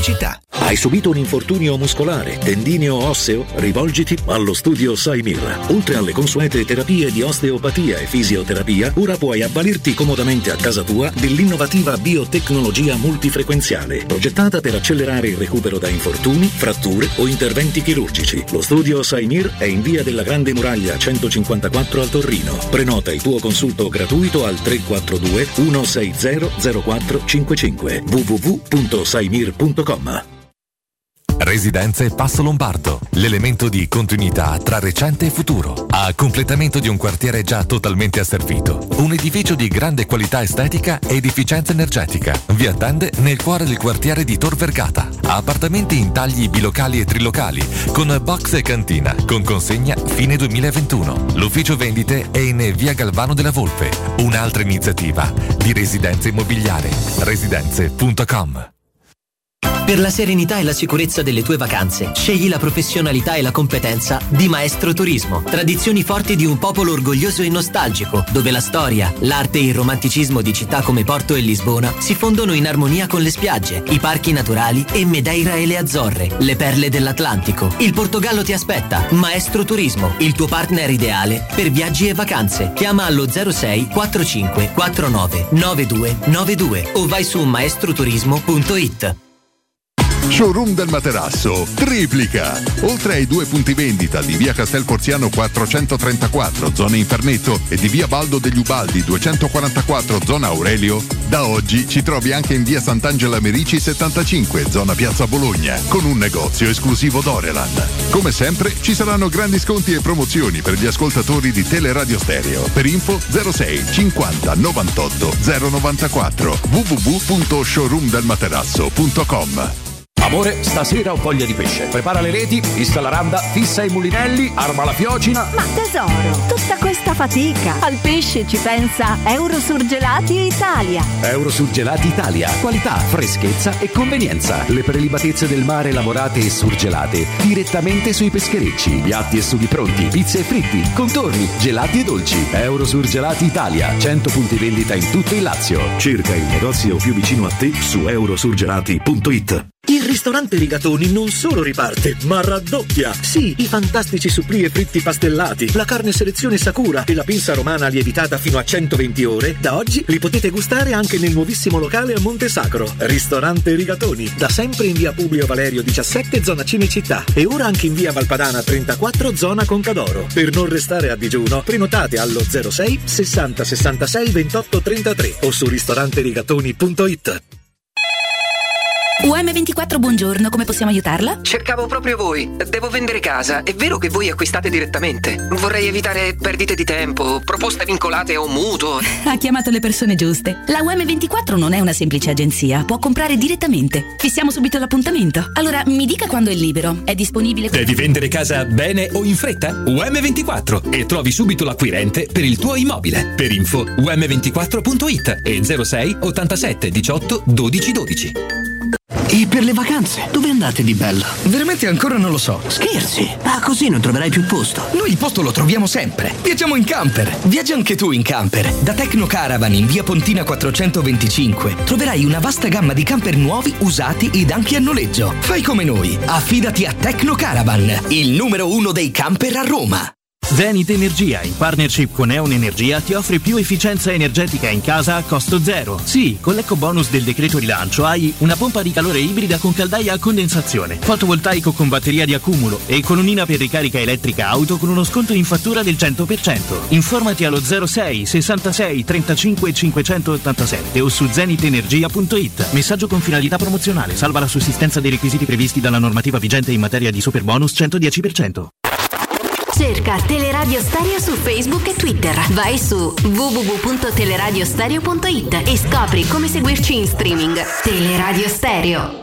città. Hai subito un infortunio muscolare, tendineo o osseo? Rivolgiti allo studio Saimir. Oltre alle consuete terapie di osteopatia e fisioterapia, ora puoi avvalerti comodamente a casa tua dell'innovativa biotecnologia multifrequenziale, progettata per accelerare il recupero da infortuni, fratture o interventi chirurgici. Lo studio Saimir è in via della Grande Muraglia centocinquantaquattro al Torrino. Prenota il tuo consulto gratuito al tre quattro due uno sei zero zero quattro cinque cinque w w w punto saimir punto com. Residenze Passo Lombardo, l'elemento di continuità tra recente e futuro. A completamento di un quartiere già totalmente asservito. Un edificio di grande qualità estetica ed efficienza energetica. Vi attende nel cuore del quartiere di Tor Vergata. Appartamenti in tagli bilocali e trilocali, con box e cantina, con consegna fine duemilaventuno. L'ufficio vendite è in via Galvano della Volpe. Un'altra iniziativa di Residenze Immobiliare. Residenze punto com. Per la serenità e la sicurezza delle tue vacanze, scegli la professionalità e la competenza di Maestro Turismo. Tradizioni forti di un popolo orgoglioso e nostalgico, dove la storia, l'arte e il romanticismo di città come Porto e Lisbona si fondono in armonia con le spiagge, i parchi naturali e Medeira e le Azzorre, le perle dell'Atlantico. Il Portogallo ti aspetta. Maestro Turismo, il tuo partner ideale per viaggi e vacanze. Chiama allo zero sei quattro cinque quattro nove nove due nove due o vai su maestroturismo punto it. Showroom del Materasso triplica. Oltre ai due punti vendita di via Castel Porziano quattrocentotrentaquattro, zona Infernetto, e di via Baldo degli Ubaldi duecentoquarantaquattro, zona Aurelio, da oggi ci trovi anche in via Sant'Angela Merici settantacinque, zona Piazza Bologna, con un negozio esclusivo Dorelan. Come sempre ci saranno grandi sconti e promozioni per gli ascoltatori di Teleradio Stereo. Per info zero sei cinquanta novantotto zero novantaquattro w w w punto showroom del materasso punto com. Amore, stasera ho voglia di pesce. Prepara le reti, fissa la randa, fissa i mulinelli, arma la fiocina. Ma tesoro, tutta questa fatica. Al pesce ci pensa Eurosurgelati Italia. Eurosurgelati Italia. Qualità, freschezza e convenienza. Le prelibatezze del mare lavorate e surgelate direttamente sui pescherecci. Piatti e sughi pronti, pizze e fritti, contorni, gelati e dolci. Eurosurgelati Italia. cento punti vendita in tutto il Lazio. Cerca il negozio più vicino a te su eurosurgelati punto it. Il ristorante Rigatoni non solo riparte, ma raddoppia. Sì, i fantastici supplì e fritti pastellati, la carne selezione Sakura e la pinza romana lievitata fino a centoventi ore, da oggi li potete gustare anche nel nuovissimo locale a Monte Sacro. Ristorante Rigatoni, da sempre in via Publio Valerio diciassette, zona Cinecittà, e ora anche in via Valpadana trentaquattro, zona Concadoro. Per non restare a digiuno, prenotate allo zero sei sessanta sessantasei ventotto trentatré o su ristorante rigatoni punto it. U M ventiquattro, buongiorno, come possiamo aiutarla? Cercavo proprio voi. Devo vendere casa. È vero che voi acquistate direttamente? Vorrei evitare perdite di tempo, proposte vincolate o mutuo. Ha chiamato le persone giuste. La U M ventiquattro non è una semplice agenzia, può comprare direttamente. Fissiamo subito l'appuntamento. Allora, mi dica quando è libero. È disponibile? Devi vendere casa bene o in fretta? U M ventiquattro e trovi subito l'acquirente per il tuo immobile. Per info u m ventiquattro punto it e zero sei ottantasette diciotto dodici dodici. E per le vacanze, dove andate di bello? Veramente ancora non lo so. Scherzi? Ma così non troverai più posto. Noi il posto lo troviamo sempre. Viaggiamo in camper. Viaggia anche tu in camper. Da Tecno Caravan in via Pontina quattrocentoventicinque troverai una vasta gamma di camper nuovi, usati ed anche a noleggio. Fai come noi. Affidati a Tecno Caravan, il numero uno dei camper a Roma. Zenith Energia, in partnership con Eon Energia, ti offre più efficienza energetica in casa a costo zero. Sì, con l'eco bonus del decreto rilancio hai una pompa di calore ibrida con caldaia a condensazione, fotovoltaico con batteria di accumulo e colonnina per ricarica elettrica auto con uno sconto in fattura del cento per cento. Informati allo zero sei sessantasei trentacinque cinquecentottantasette o su zenith energia punto it. Messaggio con finalità promozionale, salva la sussistenza dei requisiti previsti dalla normativa vigente in materia di superbonus centodieci per cento. Cerca Teleradio Stereo su Facebook e Twitter. Vai su w w w punto teleradiostereo punto it e scopri come seguirci in streaming. Teleradio Stereo.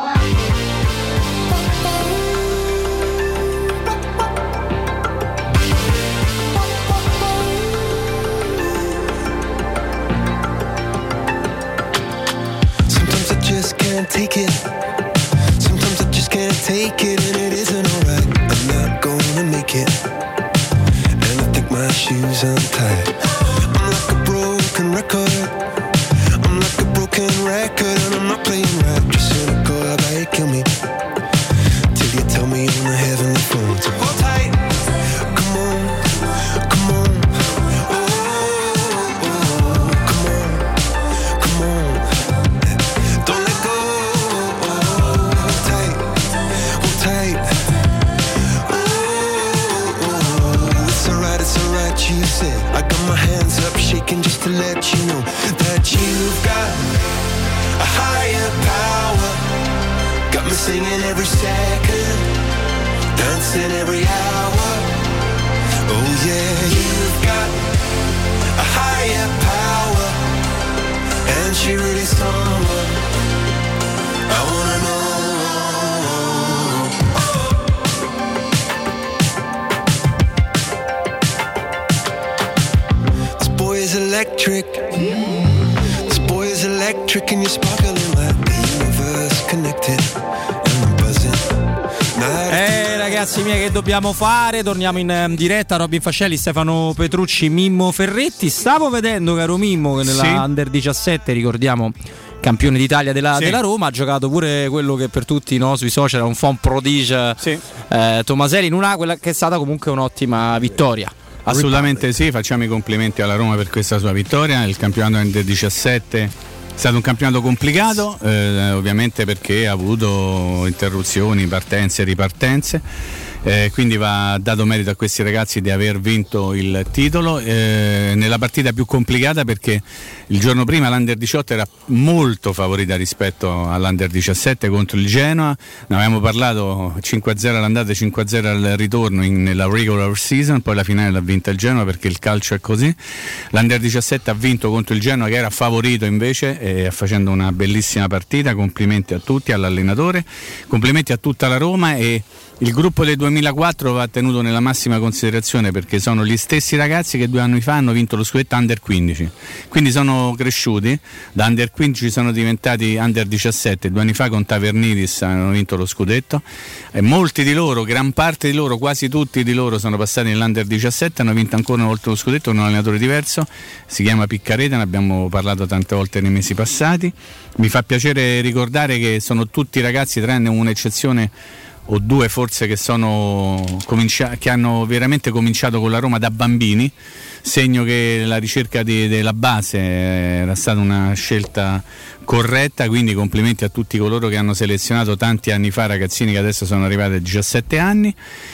Sometimes I just can't take it. Sometimes I just can't take it and it isn't alright. I'm not gonna make it. And I think my shoes untied. I'm like a broken record. I'm like a broken record and I'm not playing right. Just cynical, I like kill me till you tell me on the heavenly phone to hold tight. Come on, come on. Oh, oh, oh, come on, come on. Don't let go. Oh, hold tight, hold tight. Oh, oh, oh, it's alright, it's alright, you said. I got my hands up shaking just to let you know that you've got a higher power. Got me singing every second, dancing every hour. Oh yeah, you've got a higher power, and she really someone I wanna know. This boy is electric. This boy is electric, and you're sparkling like the universe connected. Eh ragazzi miei, che dobbiamo fare? Torniamo in diretta. Robin Fascelli, Stefano Petrucci, Mimmo Ferretti. Stavo vedendo, caro Mimmo, che nella sì. Under diciassette, ricordiamo, campione d'Italia della, sì. della Roma, ha giocato pure quello che per tutti, no, sui social era un fan prodige, sì. eh, Tomaselli, in una quella che è stata comunque un'ottima vittoria. Assolutamente sì, facciamo i complimenti alla Roma per questa sua vittoria. Il campionato Under diciassette è stato un campionato complicato, eh, ovviamente perché ha avuto interruzioni, partenze e ripartenze. Eh, quindi va dato merito a questi ragazzi di aver vinto il titolo eh, nella partita più complicata, perché il giorno prima l'Under diciotto era molto favorita rispetto all'Under diciassette contro il Genoa. Ne avevamo parlato, cinque a zero all'andata e cinque a zero al ritorno in, nella regular season, poi la finale l'ha vinta il Genoa perché il calcio è così. L'Under diciassette ha vinto contro il Genoa che era favorito invece, eh, facendo una bellissima partita. Complimenti a tutti, all'allenatore, complimenti a tutta la Roma, e il gruppo del duemilaquattro va tenuto nella massima considerazione perché sono gli stessi ragazzi che due anni fa hanno vinto lo scudetto Under quindici, quindi sono cresciuti, da Under quindici sono diventati Under diciassette, due anni fa con Tavernidis hanno vinto lo scudetto, e molti di loro, gran parte di loro, quasi tutti di loro sono passati nell'Under diciassette, hanno vinto ancora una volta lo scudetto con un allenatore diverso, si chiama Piccareta, ne abbiamo parlato tante volte nei mesi passati. Mi fa piacere ricordare che sono tutti ragazzi, tranne un'eccezione o due forse, che sono comincia- che hanno veramente cominciato con la Roma da bambini, segno che la ricerca di, della base era stata una scelta corretta, quindi complimenti a tutti coloro che hanno selezionato tanti anni fa ragazzini che adesso sono arrivati a diciassette anni,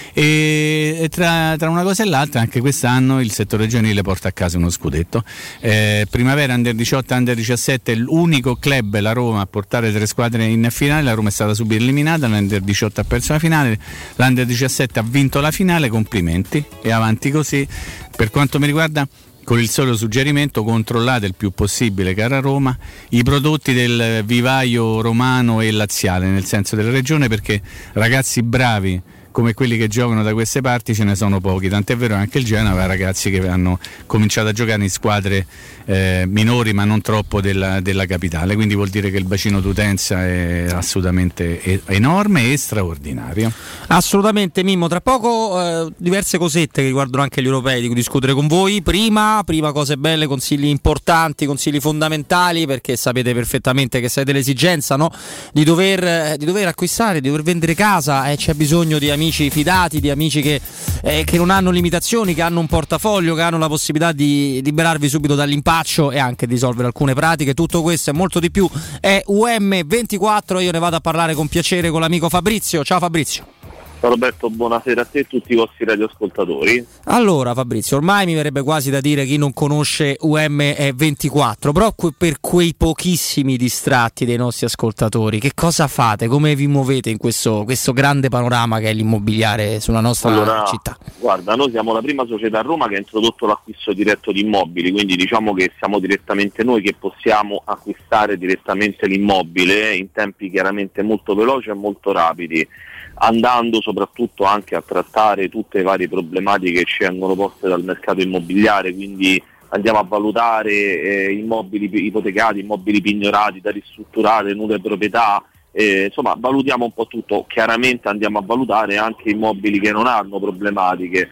e, e tra, tra una cosa e l'altra anche quest'anno il settore giovanile porta a casa uno scudetto. eh, Primavera, Under diciotto, Under diciassette, l'unico club, la Roma, a portare tre squadre in finale. La Roma è stata subito eliminata, l'Under diciotto ha perso la finale, l'Under diciassette ha vinto la finale, complimenti e avanti così. Per quanto mi riguarda, con il solo suggerimento, controllate il più possibile, cara Roma, i prodotti del vivaio romano e laziale, nel senso della regione, perché ragazzi bravi come quelli che giocano da queste parti ce ne sono pochi, tant'è vero che anche il Genoa aveva ragazzi che hanno cominciato a giocare in squadre eh, minori ma non troppo della, della capitale, quindi vuol dire che il bacino d'utenza è assolutamente è enorme e straordinario. Assolutamente Mimmo, tra poco eh, diverse cosette che riguardano anche gli europei di cui discutere con voi. Prima, prima cose belle, consigli importanti, consigli fondamentali, perché sapete perfettamente che siete l'esigenza, no? di, dover, di dover acquistare, di dover vendere casa, e eh, c'è bisogno di amici fidati, di amici che, eh, che non hanno limitazioni, che hanno un portafoglio, che hanno la possibilità di liberarvi subito dall'impaccio e anche di risolvere alcune pratiche. Tutto questo e molto di più è U M ventiquattro. Io ne vado a parlare con piacere con l'amico Fabrizio. Ciao Fabrizio. Ciao Roberto, buonasera a te e a tutti i vostri radioascoltatori. Allora Fabrizio, ormai mi verrebbe quasi da dire chi non conosce U M ventiquattro, però per quei pochissimi distratti dei nostri ascoltatori, che cosa fate? Come vi muovete in questo, questo grande panorama che è l'immobiliare sulla nostra allora, città? Guarda, noi siamo la prima società a Roma che ha introdotto l'acquisto diretto di immobili, quindi diciamo che siamo direttamente noi che possiamo acquistare direttamente l'immobile in tempi chiaramente molto veloci e molto rapidi, andando soprattutto anche a trattare tutte le varie problematiche che ci vengono poste dal mercato immobiliare, quindi andiamo a valutare eh, immobili ipotecati, immobili pignorati da ristrutturare, nuove proprietà, eh, insomma valutiamo un po' tutto. Chiaramente andiamo a valutare anche immobili che non hanno problematiche,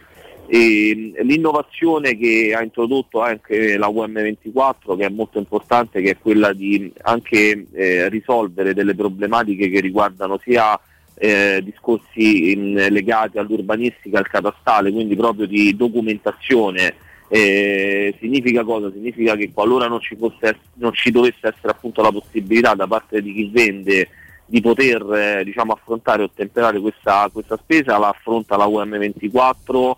E l'innovazione che ha introdotto anche la U M ventiquattro, che è molto importante, che è quella di anche eh, risolvere delle problematiche che riguardano sia eh, discorsi in, legati all'urbanistica, al catastale, quindi proprio di documentazione. Eh, significa cosa? Significa che qualora non ci fosse, non ci dovesse essere appunto la possibilità da parte di chi vende di poter eh, diciamo affrontare o ottemperare questa, questa spesa, la affronta la U M ventiquattro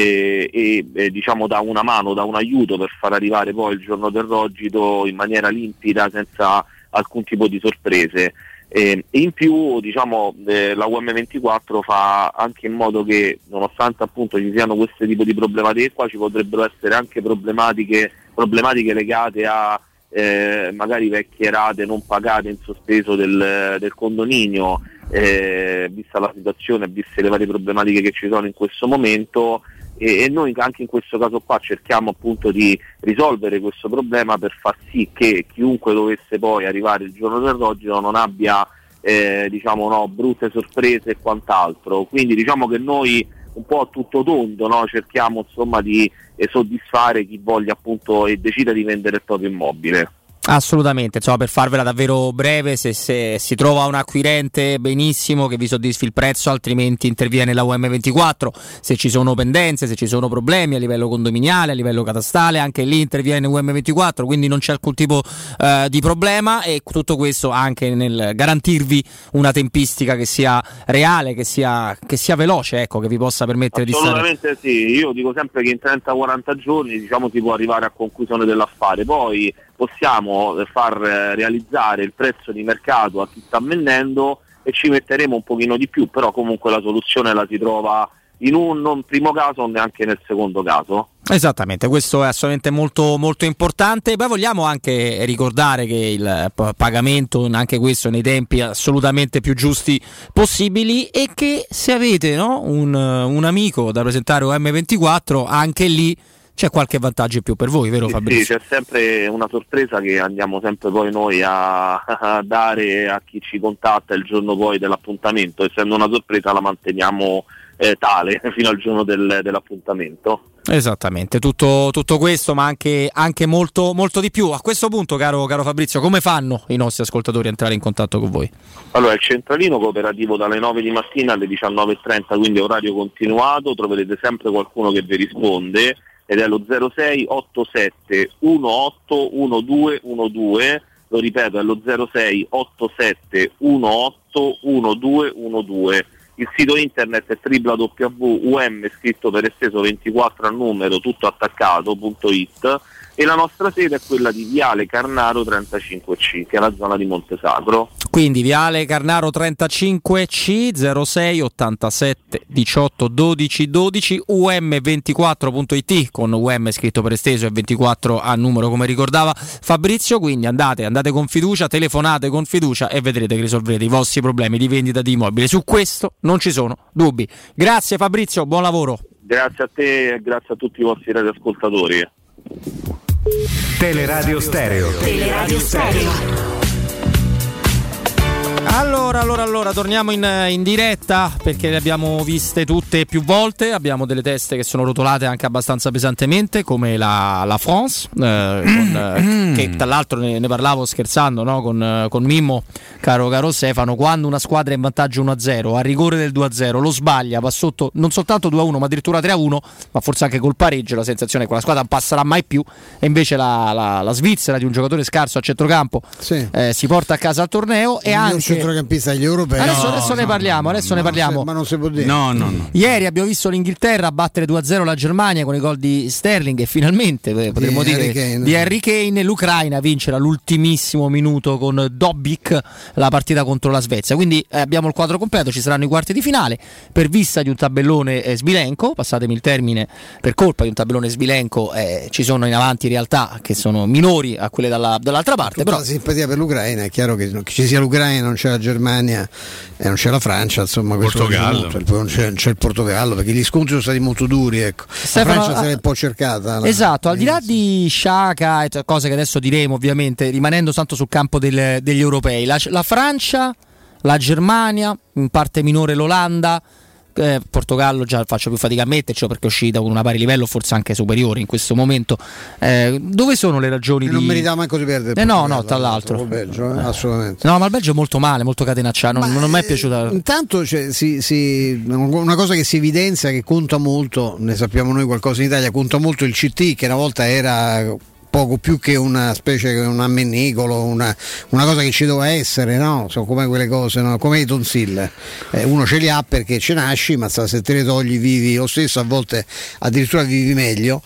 e, e, e diciamo dà una mano, dà un aiuto per far arrivare poi il giorno del rogito in maniera limpida, senza alcun tipo di sorprese. E in più diciamo eh, la U M ventiquattro fa anche in modo che, nonostante appunto ci siano questo tipo di problematiche qua, ci potrebbero essere anche problematiche, problematiche legate a eh, magari vecchie rate non pagate in sospeso del, del condominio, eh, vista la situazione, viste le varie problematiche che ci sono in questo momento. E, e noi anche in questo caso qua cerchiamo appunto di risolvere questo problema per far sì che chiunque dovesse poi arrivare il giorno del rogito non abbia eh, diciamo no, brutte sorprese e quant'altro. Quindi diciamo che noi un po' a tutto tondo, no, cerchiamo insomma di eh, soddisfare chi voglia appunto e decida di vendere il proprio immobile. Assolutamente, insomma, per farvela davvero breve, se, se si trova un acquirente, benissimo, che vi soddisfi il prezzo, altrimenti interviene la U M ventiquattro. Se ci sono pendenze, se ci sono problemi a livello condominiale, a livello catastale, anche lì interviene U M ventiquattro, quindi non c'è alcun tipo eh, di problema, e tutto questo anche nel garantirvi una tempistica che sia reale, che sia, che sia veloce, ecco, che vi possa permettere di stare. Assolutamente sì, io dico sempre che in trenta quaranta giorni diciamo si può arrivare a conclusione dell'affare, poi possiamo far realizzare il prezzo di mercato a chi sta vendendo e ci metteremo un pochino di più, però comunque la soluzione la si trova in un non primo caso o neanche nel secondo caso. Esattamente, questo è assolutamente molto molto importante. Poi vogliamo anche ricordare che il pagamento, anche questo nei tempi assolutamente più giusti possibili, e che se avete no, un, un amico da presentare U M ventiquattro, anche lì c'è qualche vantaggio in più per voi, vero Fabrizio? Sì, c'è sempre una sorpresa che andiamo sempre poi noi a, a dare a chi ci contatta il giorno poi dell'appuntamento. Essendo una sorpresa la manteniamo eh, tale fino al giorno del, dell'appuntamento. Esattamente, tutto, tutto questo, ma anche, anche molto, molto di più. A questo punto, caro, caro Fabrizio, come fanno i nostri ascoltatori a entrare in contatto con voi? Allora, il centralino cooperativo dalle nove di mattina alle diciannove e trenta, quindi orario continuato, troverete sempre qualcuno che vi risponde, ed è lo zero sei otto sette uno otto uno due uno due, lo ripeto, è lo zero sei otto sette uno otto uno due uno due. Il sito internet è w w w punto u m scritto per esteso ventiquattro a numero tutto attaccato punto it, e la nostra sede è quella di Viale Carnaro trentacinque C, che è la zona di Montesacro. Quindi Viale Carnaro trentacinque C, zero sei ottantasette diciotto dodici dodici, u m ventiquattro punto it, con U M scritto per esteso e ventiquattro a numero come ricordava Fabrizio. Quindi andate, andate con fiducia, telefonate con fiducia e vedrete che risolverete i vostri problemi di vendita di immobili. Su questo non ci sono dubbi. Grazie Fabrizio, buon lavoro. Grazie a te e grazie a tutti i vostri radioascoltatori. Teleradio Stereo. Teleradio Stereo. Allora, allora, allora, torniamo in, in diretta, perché le abbiamo viste tutte più volte. Abbiamo delle teste che sono rotolate anche abbastanza pesantemente, come la, la France, eh, con, eh, che tra l'altro ne, ne parlavo scherzando, no? con, con Mimmo, caro, caro Stefano. Quando una squadra è in vantaggio uno a zero, a rigore del due a zero, lo sbaglia, va sotto non soltanto due a uno, ma addirittura tre a uno, ma forse anche col pareggio, la sensazione è che quella squadra non passerà mai più, e invece la, la, la Svizzera, di un giocatore scarso a centrocampo, sì. eh, si porta a casa al torneo. E anche centrocampista agli europei. Adesso, no, adesso no, ne parliamo, adesso no, ne parliamo. Ma non si può dire. No, no, no. Ieri abbiamo visto l'Inghilterra battere due a zero la Germania con i gol di Sterling, e finalmente potremmo di dire Harry Kane. di Harry Kane. L'Ucraina vince all'ultimissimo minuto con Dobbik la partita contro la Svezia. Quindi eh, abbiamo il quadro completo, ci saranno i quarti di finale per vista di un tabellone eh, sbilenco, passatemi il termine, per colpa di un tabellone sbilenco eh, ci sono in avanti realtà che sono minori a quelle dalla, dall'altra parte. Tutta però la simpatia per l'Ucraina, è chiaro che, che ci sia l'Ucraina, non c'è la Germania e non c'è la Francia, insomma, questo Portogallo. Non c'è, c'è il Portogallo, perché gli scontri sono stati molto duri, ecco. Stefano, la Francia si è un po' cercata. La, esatto, al di là di Sciacca e cose che adesso diremo, ovviamente, rimanendo tanto sul campo del, degli europei, la, la Francia, la Germania, in parte minore l'Olanda, eh, Portogallo già faccio più fatica a mettercelo perché è uscita con una pari livello, forse anche superiore in questo momento. Eh, dove sono le ragioni e di... non meritava manco di perdere eh no no tra l'altro il Belgio, eh, assolutamente no, ma il Belgio è molto male, molto catenacciato, non, non è mai piaciuta. Intanto cioè, si, si, una cosa che si evidenzia, che conta molto, ne sappiamo noi qualcosa in Italia, conta molto il C T, che una volta era poco più che una specie, un ammennicolo, una, una cosa che ci doveva essere, no? Sono come quelle cose, no? Come i tonsille, eh, uno ce li ha perché ce nasci, ma se te le togli vivi lo stesso, a volte addirittura vivi meglio.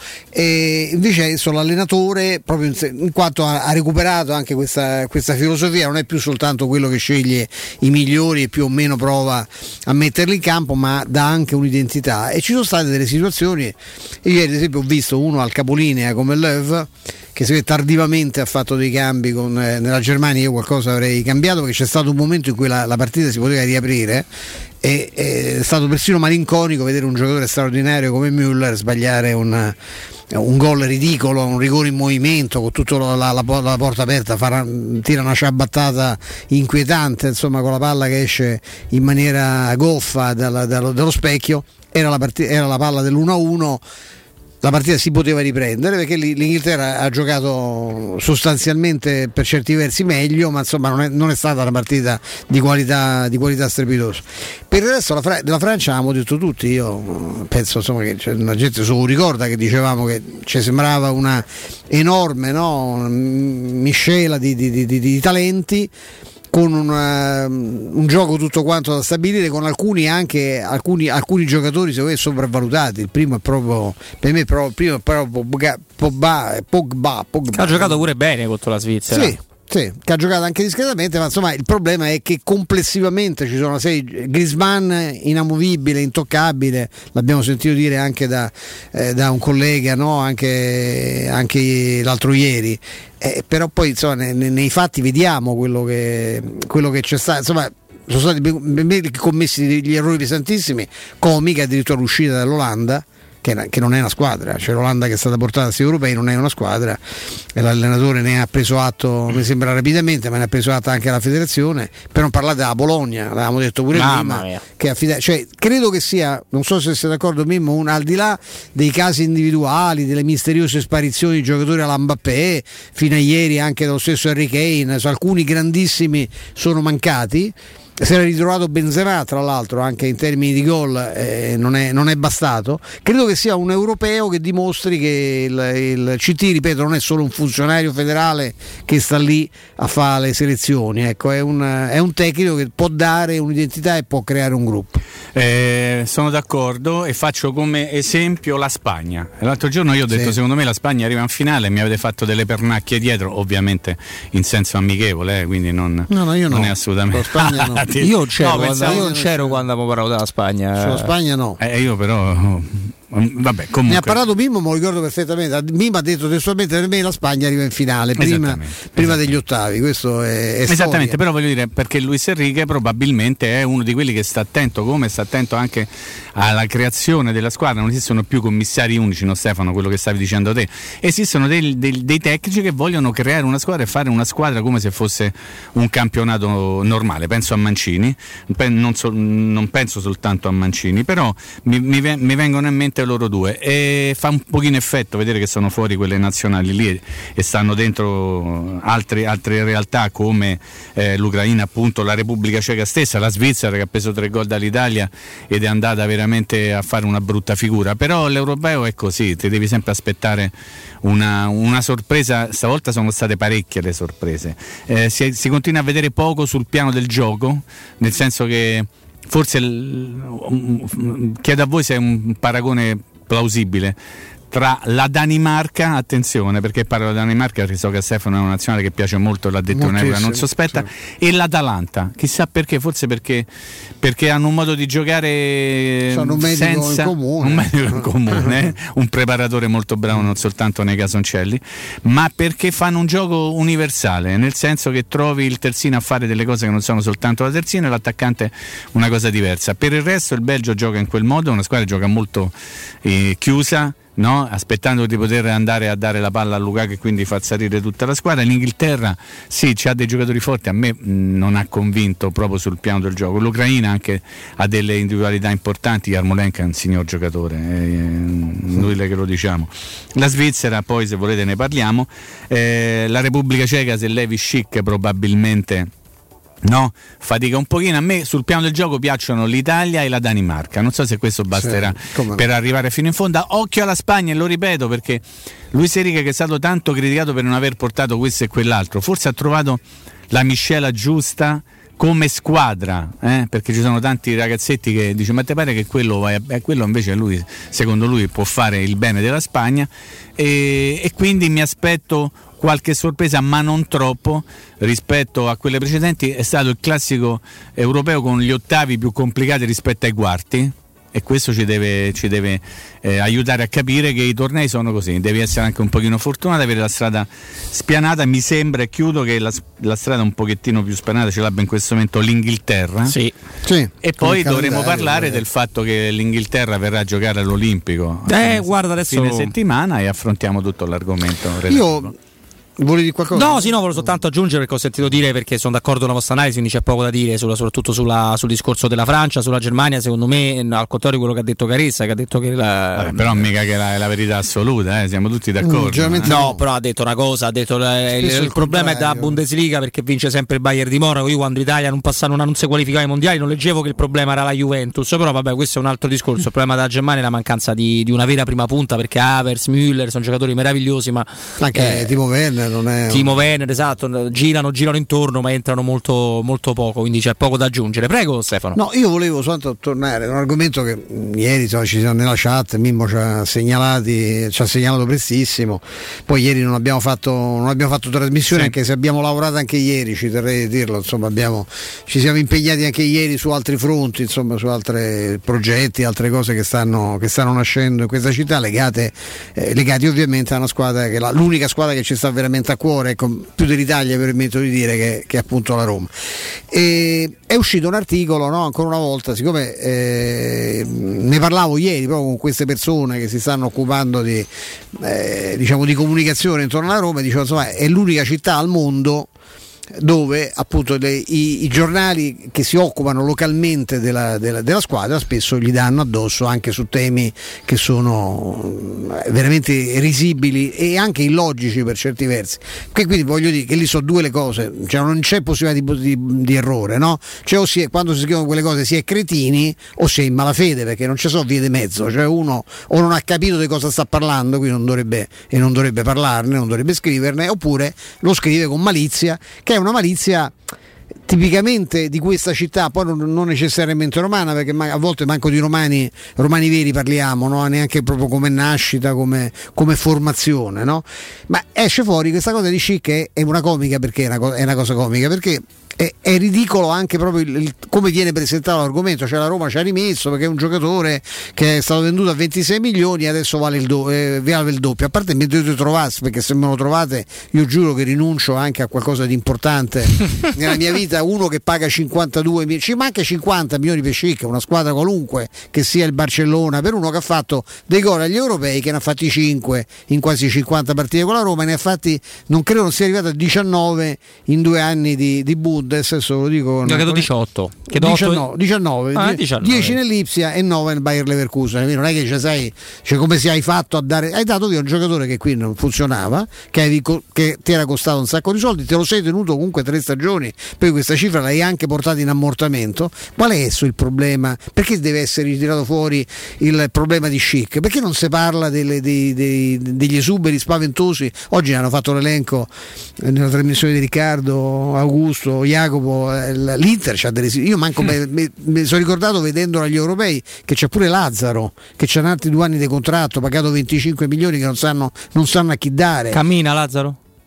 E invece adesso l'allenatore, proprio in, in quanto ha, ha recuperato anche questa, questa filosofia, non è più soltanto quello che sceglie i migliori e più o meno prova a metterli in campo, ma dà anche un'identità. E ci sono state delle situazioni, io ieri ad esempio ho visto uno al capolinea come Löw, che si vede tardivamente ha fatto dei cambi con, eh, nella Germania. Io qualcosa avrei cambiato, perché c'è stato un momento in cui la, la partita si poteva riaprire e e è stato persino malinconico vedere un giocatore straordinario come Müller sbagliare un, un gol ridicolo, un rigore in movimento con tutta la, la, la, la porta aperta, farà, tira una ciabattata inquietante, insomma, con la palla che esce in maniera goffa dalla, dallo, dallo specchio. Era la, part- era la palla dell'uno a uno. La partita si poteva riprendere perché l'Inghilterra ha giocato sostanzialmente per certi versi meglio, ma insomma non è, non è stata una partita di qualità, di qualità strepitosa. Per il resto la Fra- della Francia abbiamo detto tutti, io penso insomma che cioè, la gente solo ricorda che dicevamo che ci sembrava una enorme, no, miscela di, di, di, di, di talenti, con una, un gioco tutto quanto da stabilire, con alcuni anche alcuni, alcuni giocatori secondo me sopravvalutati. Il primo è proprio per me proprio, primo è proprio Pogba, Pogba, Pogba, Pogba. Ha giocato pure bene contro la Svizzera. Sì. Sì, che ha giocato anche discretamente, ma insomma il problema è che complessivamente ci sono una serie. Griezmann inamovibile, intoccabile, l'abbiamo sentito dire anche da, eh, da un collega, no? anche, anche l'altro ieri, eh, però poi insomma nei, nei fatti vediamo quello che, quello che c'è stato, insomma sono stati commessi degli errori pesantissimi, comica addirittura l'uscita dall'Olanda, che, che non è una squadra, cioè l'Olanda che è stata portata a questi europei non è una squadra, e l'allenatore ne ha preso atto, mi sembra rapidamente, ma ne ha preso atto anche la federazione, per non parlare della Bologna, l'avevamo detto pure Mamma prima, mia. che affida- cioè, credo che sia, non so se siete d'accordo Mimmo, un, al di là dei casi individuali, delle misteriose sparizioni di giocatori alla Mbappé, fino a ieri anche dello stesso Harry Kane, so, alcuni grandissimi sono mancati. Si era ritrovato Benzema, tra l'altro, anche in termini di gol, eh, non, è, non è bastato. Credo che sia un europeo che dimostri che il, il C T, ripeto, non è solo un funzionario federale che sta lì a fare le selezioni, ecco, è un, è un tecnico che può dare un'identità e può creare un gruppo. Eh, sono d'accordo e faccio come esempio la Spagna. L'altro giorno io ho detto, sì, secondo me la Spagna arriva in finale, mi avete fatto delle pernacchie dietro, ovviamente in senso amichevole, eh, quindi non, no, no, io non no. è assolutamente Spagna no. Io c'ero, no, quando, pensavo, io non c'ero quando abbiamo parlato della Spagna. Sulla Spagna no. Eh, io però vabbè, comunque. Ne ha parlato Mimmo, me lo ricordo perfettamente. Mimmo ha detto testualmente: per me la Spagna arriva in finale prima, prima degli ottavi. Questo è, è esattamente, storia. però voglio dire, perché Luis Enrique probabilmente è uno di quelli che sta attento, come sta attento anche alla creazione della squadra. Non esistono più commissari unici, no Stefano, quello che stavi dicendo te. Esistono dei, dei, dei tecnici che vogliono creare una squadra e fare una squadra come se fosse un campionato normale. Penso a Mancini, non, so, non penso soltanto a Mancini, però mi, mi, mi vengono in mente loro due e fa un pochino effetto vedere che sono fuori quelle nazionali lì e stanno dentro altre, altre realtà come eh, l'Ucraina, appunto, la Repubblica Ceca stessa, la Svizzera che ha preso tre gol dall'Italia ed è andata veramente a fare una brutta figura. Però l'europeo è così, ti devi sempre aspettare una, una sorpresa. Stavolta sono state parecchie le sorprese, eh, si, si continua a vedere poco sul piano del gioco, nel senso che forse il, chiedo a voi se è un paragone plausibile tra la Danimarca, attenzione perché parlo della Danimarca perché so che Stefano è una nazionale che piace molto, l'ha detto un'epoca non sospetta, sì, e l'Atalanta, chissà perché, forse perché, perché hanno un modo di giocare sono un medico senza in comune, un medico in comune un preparatore molto bravo non soltanto nei casoncelli, ma perché fanno un gioco universale, nel senso che trovi il terzino a fare delle cose che non sono soltanto la terzino e l'attaccante una cosa diversa. Per il resto il Belgio gioca in quel modo, una squadra che gioca molto eh, chiusa, no? Aspettando di poter andare a dare la palla a Lukaku e quindi far salire tutta la squadra. L'Inghilterra sì, c'ha dei giocatori forti, a me mh, non ha convinto proprio sul piano del gioco. L'Ucraina anche ha delle individualità importanti, Yarmolenko è un signor giocatore, è inutile che lo diciamo. La Svizzera poi, se volete ne parliamo, eh, la Repubblica Ceca, se levi Schick probabilmente no, fatica un pochino. A me sul piano del gioco piacciono l'Italia e la Danimarca, non so se questo basterà sì, per no. arrivare fino in fondo. Occhio alla Spagna, e lo ripeto perché Luis Enrique, che è stato tanto criticato per non aver portato questo e quell'altro, forse ha trovato la miscela giusta come squadra, eh? Perché ci sono tanti ragazzetti che dice ma te pare che quello, è, quello invece lui, secondo lui può fare il bene della Spagna, e, e quindi mi aspetto qualche sorpresa, ma non troppo rispetto a quelle precedenti. È stato il classico europeo con gli ottavi più complicati rispetto ai quarti, e questo ci deve, ci deve eh, aiutare a capire che i tornei sono così, devi essere anche un pochino fortunato, avere la strada spianata. Mi sembra, e chiudo, che la, la strada un pochettino più spianata ce l'abbia in questo momento l'Inghilterra, sì. Sì, e poi dovremo parlare eh. del fatto che l'Inghilterra verrà a giocare all'Olimpico eh, guarda, adesso fine settimana, e affrontiamo tutto l'argomento relativo. Io volevi dire qualcosa? No, sì, no, volevo soltanto aggiungere, perché ho sentito dire, perché sono d'accordo con la vostra analisi, quindi c'è poco da dire, sulla, soprattutto sulla, sul discorso della Francia, sulla Germania. Secondo me, al contrario di quello che ha detto Caressa, che ha detto che la, Vabbè, però mica che la, è la verità assoluta, eh, siamo tutti d'accordo. Mm, eh. No, però ha detto una cosa, ha detto eh, il, il, il problema è da Bundesliga, perché vince sempre il Bayern di Monaco. Io quando l'Italia non passava, non, non si qualificava ai mondiali, non leggevo che il problema era la Juventus, però vabbè, questo è un altro discorso. Il problema della Germania è la mancanza di, di una vera prima punta, perché Havertz, Müller sono giocatori meravigliosi, ma anche eh, Timo Werner non è Timo Werner, esatto, girano, girano intorno, ma entrano molto, molto poco, quindi c'è poco da aggiungere. Prego Stefano. No, io volevo soltanto tornare a un argomento che ieri insomma, ci siamo nella chat, Mimmo ci ha segnalati, ci ha segnalato prestissimo. Poi ieri non abbiamo fatto, non abbiamo fatto trasmissione, sì. Anche se abbiamo lavorato anche ieri, ci terrei a dirlo, insomma, abbiamo, ci siamo impegnati anche ieri su altri fronti, insomma, su altri progetti, altre cose che stanno, che stanno nascendo in questa città, legate, eh, legati ovviamente a una squadra che è la, l'unica squadra che ci sta veramente a cuore, ecco, più dell'Italia, permetto di dire, che, che è appunto la Roma. E è uscito un articolo, no, ancora una volta, siccome eh, ne parlavo ieri proprio con queste persone che si stanno occupando di, eh, diciamo, di comunicazione intorno alla Roma, dicevo, insomma, è l'unica città al mondo dove appunto le, i, i giornali che si occupano localmente della, della, della squadra spesso gli danno addosso anche su temi che sono veramente risibili e anche illogici per certi versi. Quindi voglio dire che lì sono due le cose, cioè non c'è possibilità di, di, di errore, no? Cioè o si è, quando si scrivono quelle cose si è cretini o si è in malafede, perché non ci sono vie di mezzo, cioè uno o non ha capito di cosa sta parlando, quindi non dovrebbe, e non dovrebbe parlarne, non dovrebbe scriverne, oppure lo scrive con malizia, che è una malizia tipicamente di questa città, poi non, non necessariamente romana, perché a volte manco di romani, romani veri parliamo, no? Neanche proprio come nascita, come, come formazione, no? Ma esce fuori questa cosa di Schick, è, è una comica, perché è una, co- è una cosa comica, perché è, è ridicolo anche proprio il, il, come viene presentato l'argomento, cioè la Roma ci ha rimesso perché è un giocatore che è stato venduto a ventisei milioni e adesso vale il, do, eh, vale il doppio. A parte mi dovete trovare, perché se me lo trovate io giuro che rinuncio anche a qualcosa di importante nella mia vita. Uno che paga cinquantadue milioni, ci manca cinquanta milioni per Schick, una squadra qualunque che sia il Barcellona, per uno che ha fatto dei gol agli europei, che ne ha fatti cinque in quasi cinquanta partite con la Roma, e ne ha fatti, non credo non sia arrivato a diciannove in due anni di, di Bundes, adesso lo dico, io credo diciotto, che diciannove, diciannove, ah, diciannove, dieci nell'Ipsia e nove nel Bayer Leverkusen. Non è che ci sai, cioè, come si hai fatto a dare, hai dato via un giocatore che qui non funzionava, che, avevi, che ti era costato un sacco di soldi, te lo sei tenuto comunque tre stagioni, poi questa cifra l'hai anche portata in ammortamento. Qual è esso il problema? Perché deve essere ritirato fuori il problema di Schick? Perché non si parla delle, dei, dei, degli esuberi spaventosi? Oggi hanno fatto l'elenco nella trasmissione di Riccardo, Augusto, Jacopo, l'Inter c'ha delle, io manco me, me, mi sono ricordato vedendolo agli europei che c'è pure Lazzaro che c'ha altri due anni di contratto, pagato venticinque milioni, che non sanno, non sanno a chi dare. Cammina Lazzaro?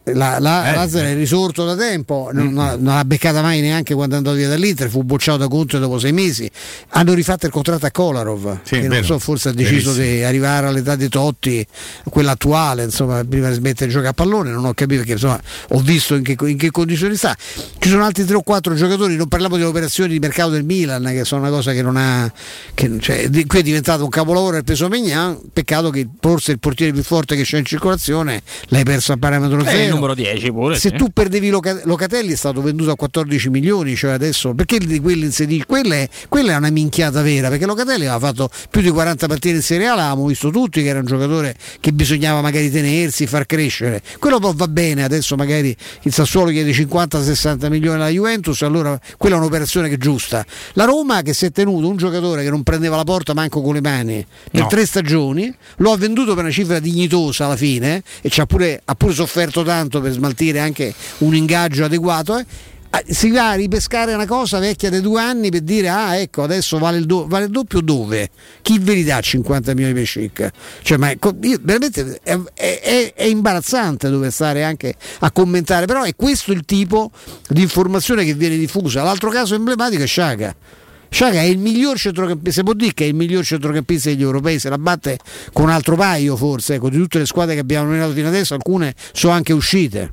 La, la, Eh, Lazaro è risorto da tempo, non, Mm. non l'ha beccata mai neanche quando è andato via dall'Inter, fu bocciato da Conte dopo sei mesi. Hanno rifatto il contratto a Kolarov, Sì, che non vero. so, forse ha deciso Verissimo. di arrivare all'età di Totti, quella attuale, insomma, prima di smettere di giocare a pallone. Non ho capito perché, insomma, ho visto in che, in che condizioni sta. Ci sono altri tre o quattro giocatori, non parliamo delle operazioni di mercato del Milan, che sono una cosa che non ha, che, cioè, di- qui è diventato un capolavoro il peso Maignan. Peccato che forse il portiere più forte che c'è in circolazione l'hai perso a parametro Eh, zero. il numero dieci pure. Se sì. tu perdevi Loca- Locatelli è stato venduto a quattordici milioni, cioè adesso perché di quelli inseriti? Quella è, quella è una minchiata vera, perché Locatelli aveva fatto più di quaranta partite in Serie A, l'avevamo visto tutti che era un giocatore che bisognava magari tenersi, far crescere. Quello poi va bene, adesso magari il Sassuolo chiede cinquanta sessanta milioni alla Juventus, allora quella è un'operazione che è giusta. La Roma che si è tenuto un giocatore che non prendeva la porta manco con le mani per No. tre stagioni, lo ha venduto per una cifra dignitosa alla fine e ci ha pure, ha pure sofferto tanto per smaltire anche un ingaggio adeguato. eh. Ah, si va a ripescare una cosa vecchia dei due anni per dire ah ecco adesso vale il, do- vale il doppio, dove? Chi ve li dà cinquanta milioni per Schick? Cioè, ma è, co- io, veramente è, è- è- è imbarazzante dover stare anche a commentare, però è questo il tipo di informazione che viene diffusa. L'altro caso emblematico è Sciaga. Sciaga è il miglior centrocampista, si può dire che è il miglior centrocampista degli europei, se la batte con un altro paio forse, ecco, di tutte le squadre che abbiamo nominato fino adesso, alcune sono anche uscite,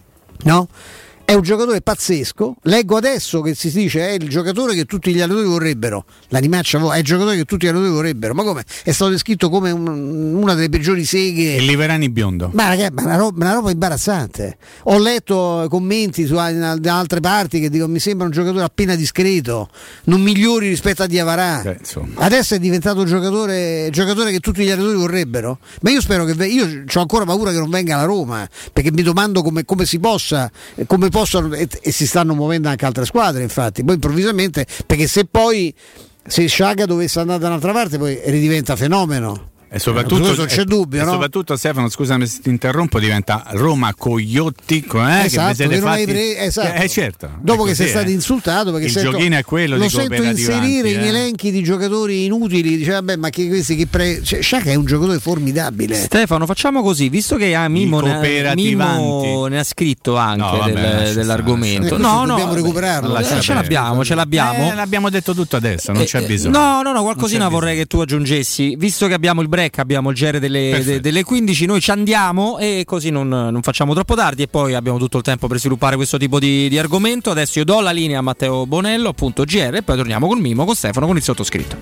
no? È un giocatore pazzesco. Leggo adesso che si dice è il giocatore che tutti gli allenatori vorrebbero. L'animaccia vo- è il giocatore che tutti gli allenatori vorrebbero. Ma come? È stato descritto come un- una delle peggiori seghe. Il Liverani biondo. Ma ragazzi, ma una roba, una roba imbarazzante. Ho letto commenti su, da altre parti che dicono mi sembra un giocatore appena discreto, non migliori rispetto a Diavarà. Beh, insomma. Adesso è diventato un giocatore, giocatore che tutti gli allenatori vorrebbero. Ma io spero che ve- io ho ancora paura che non venga alla Roma, perché mi domando come, come si possa, come possono, e, e si stanno muovendo anche altre squadre, infatti. Poi improvvisamente, perché se poi se Sciaga dovesse andare da un'altra parte, poi ridiventa fenomeno. E soprattutto, Questo non c'è e- dubbio, e no? soprattutto Stefano, scusami se ti interrompo, diventa Roma Cogliotti, eh, Esatto, che vi siete che non hai fatti... pre- esatto. Eh, certo. Dopo è che sei così, stato eh. insultato, perché il sento- giochino è quello lo di sento cooperativanti, inserire in eh. elenchi di giocatori inutili, dice vabbè ma che questi che pre... cioè, Sciaga è un giocatore formidabile. Stefano, facciamo così, visto che ah, Mimo, I ne, cooperativanti. Mimo ne ha scritto anche No, vabbè, del- lascia dell'argomento. stare. No, no, Dobbiamo vabbè, recuperarlo. eh, Lascia ce perdere. l'abbiamo, ce l'abbiamo. Eh, l'abbiamo detto tutto adesso, non Eh, c'è eh, bisogno. No, no, no, Non qualcosina c'è vorrei che tu aggiungessi. Visto che abbiamo il break, abbiamo il G R delle, Perfetto. de- delle quindici, noi ci andiamo e così non, non facciamo troppo tardi e poi abbiamo tutto il tempo per sviluppare questo tipo di, di argomento. Adesso io do la linea a Matteo Bonello, appunto G R, e poi torniamo con Mimo, con Stefano, con il sottoscritto.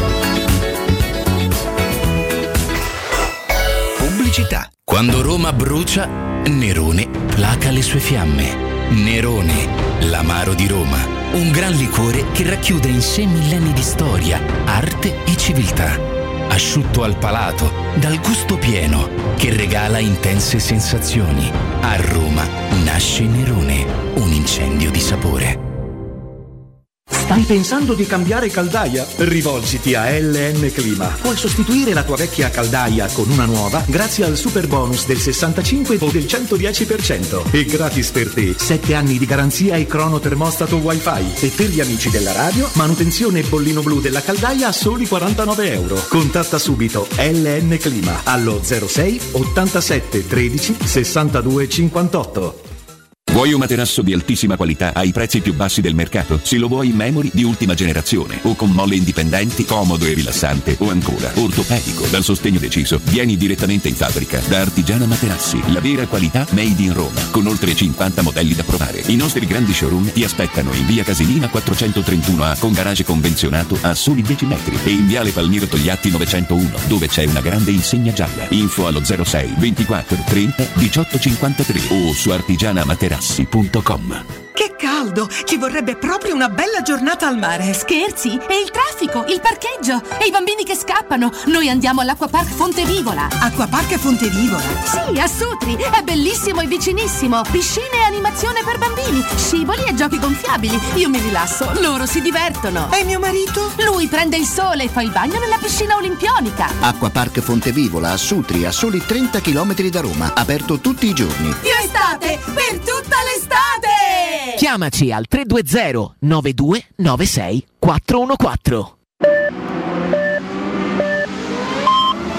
Pubblicità. Quando Roma brucia, Nerone placa le sue fiamme. Nerone, l'amaro di Roma. Un gran liquore che racchiude in sé millenni di storia, arte e civiltà. Asciutto al palato, dal gusto pieno, che regala intense sensazioni. A Roma nasce Nerone, un incendio di sapore. Stai pensando di cambiare caldaia? Rivolgiti a L N Clima. Puoi sostituire la tua vecchia caldaia con una nuova grazie al super bonus del sessantacinque o del centodieci per cento. E gratis per te sette anni di garanzia e crono termostato wifi. E per gli amici della radio, manutenzione e bollino blu della caldaia a soli quarantanove euro. Contatta subito L N Clima allo zero sei ottantasette tredici sessantadue cinquantotto. Vuoi un materasso di altissima qualità ai prezzi più bassi del mercato? Se lo vuoi in memory di ultima generazione o con molle indipendenti, comodo e rilassante, o ancora ortopedico dal sostegno deciso, vieni direttamente in fabbrica da Artigiana Materassi, la vera qualità made in Roma, con oltre cinquanta modelli da provare. I nostri grandi showroom ti aspettano in via Casilina quattrocentotrentuno A con garage convenzionato a soli dieci metri e in viale Palmiro Togliatti novecentouno dove c'è una grande insegna gialla. Info allo zero sei ventiquattro trenta diciotto cinquantatré o su artigiana materassi punto com. Che caldo! Ci vorrebbe proprio una bella giornata al mare. Scherzi? E il traffico, il parcheggio, e i bambini che scappano. Noi andiamo all'Acquapark Fontevivola. Acquapark Fontevivola? Sì, a Sutri. È bellissimo e vicinissimo. Piscine e animazione per bambini, scivoli e giochi gonfiabili. Io mi rilasso, loro si divertono. E mio marito? Lui prende il sole e fa il bagno nella piscina olimpionica. Acquapark Fontevivola a Sutri, a soli trenta chilometri da Roma, aperto tutti i giorni. Più estate per tutta l'estate! Chiamaci al tre due zero nove due nove sei quattro uno quattro.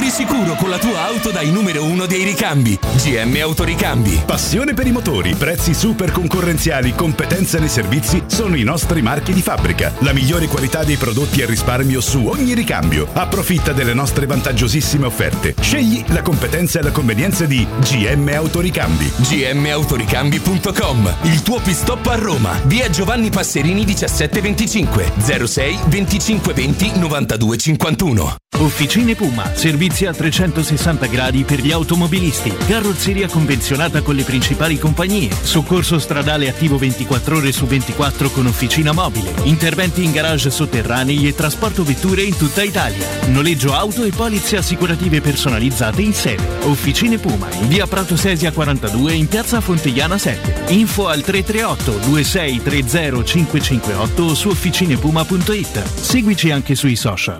Corri sicuro con la tua auto dai numero uno dei ricambi. G M Autoricambi. Passione per i motori, prezzi super concorrenziali, competenza nei servizi sono i nostri marchi di fabbrica. La migliore qualità dei prodotti e risparmio su ogni ricambio. Approfitta delle nostre vantaggiosissime offerte. Scegli la competenza e la convenienza di G M Autoricambi. G M Autoricambi punto com. Il tuo pit stop a Roma. Via Giovanni Passerini diciassette venticinque zero sei venticinque venti novantadue cinquantuno. Officine Puma, servizi a trecentosessanta gradi per gli automobilisti, carrozzeria convenzionata con le principali compagnie, soccorso stradale attivo ventiquattro ore su ventiquattro con officina mobile, interventi in garage sotterranei e trasporto vetture in tutta Italia, noleggio auto e polizze assicurative personalizzate in sede. Officine Puma, in via Prato Sesia quarantadue in piazza Fontegliana sette. Info al tre tre otto due sei tre zero cinque cinque otto o su officinepuma punto it. Seguici anche sui social.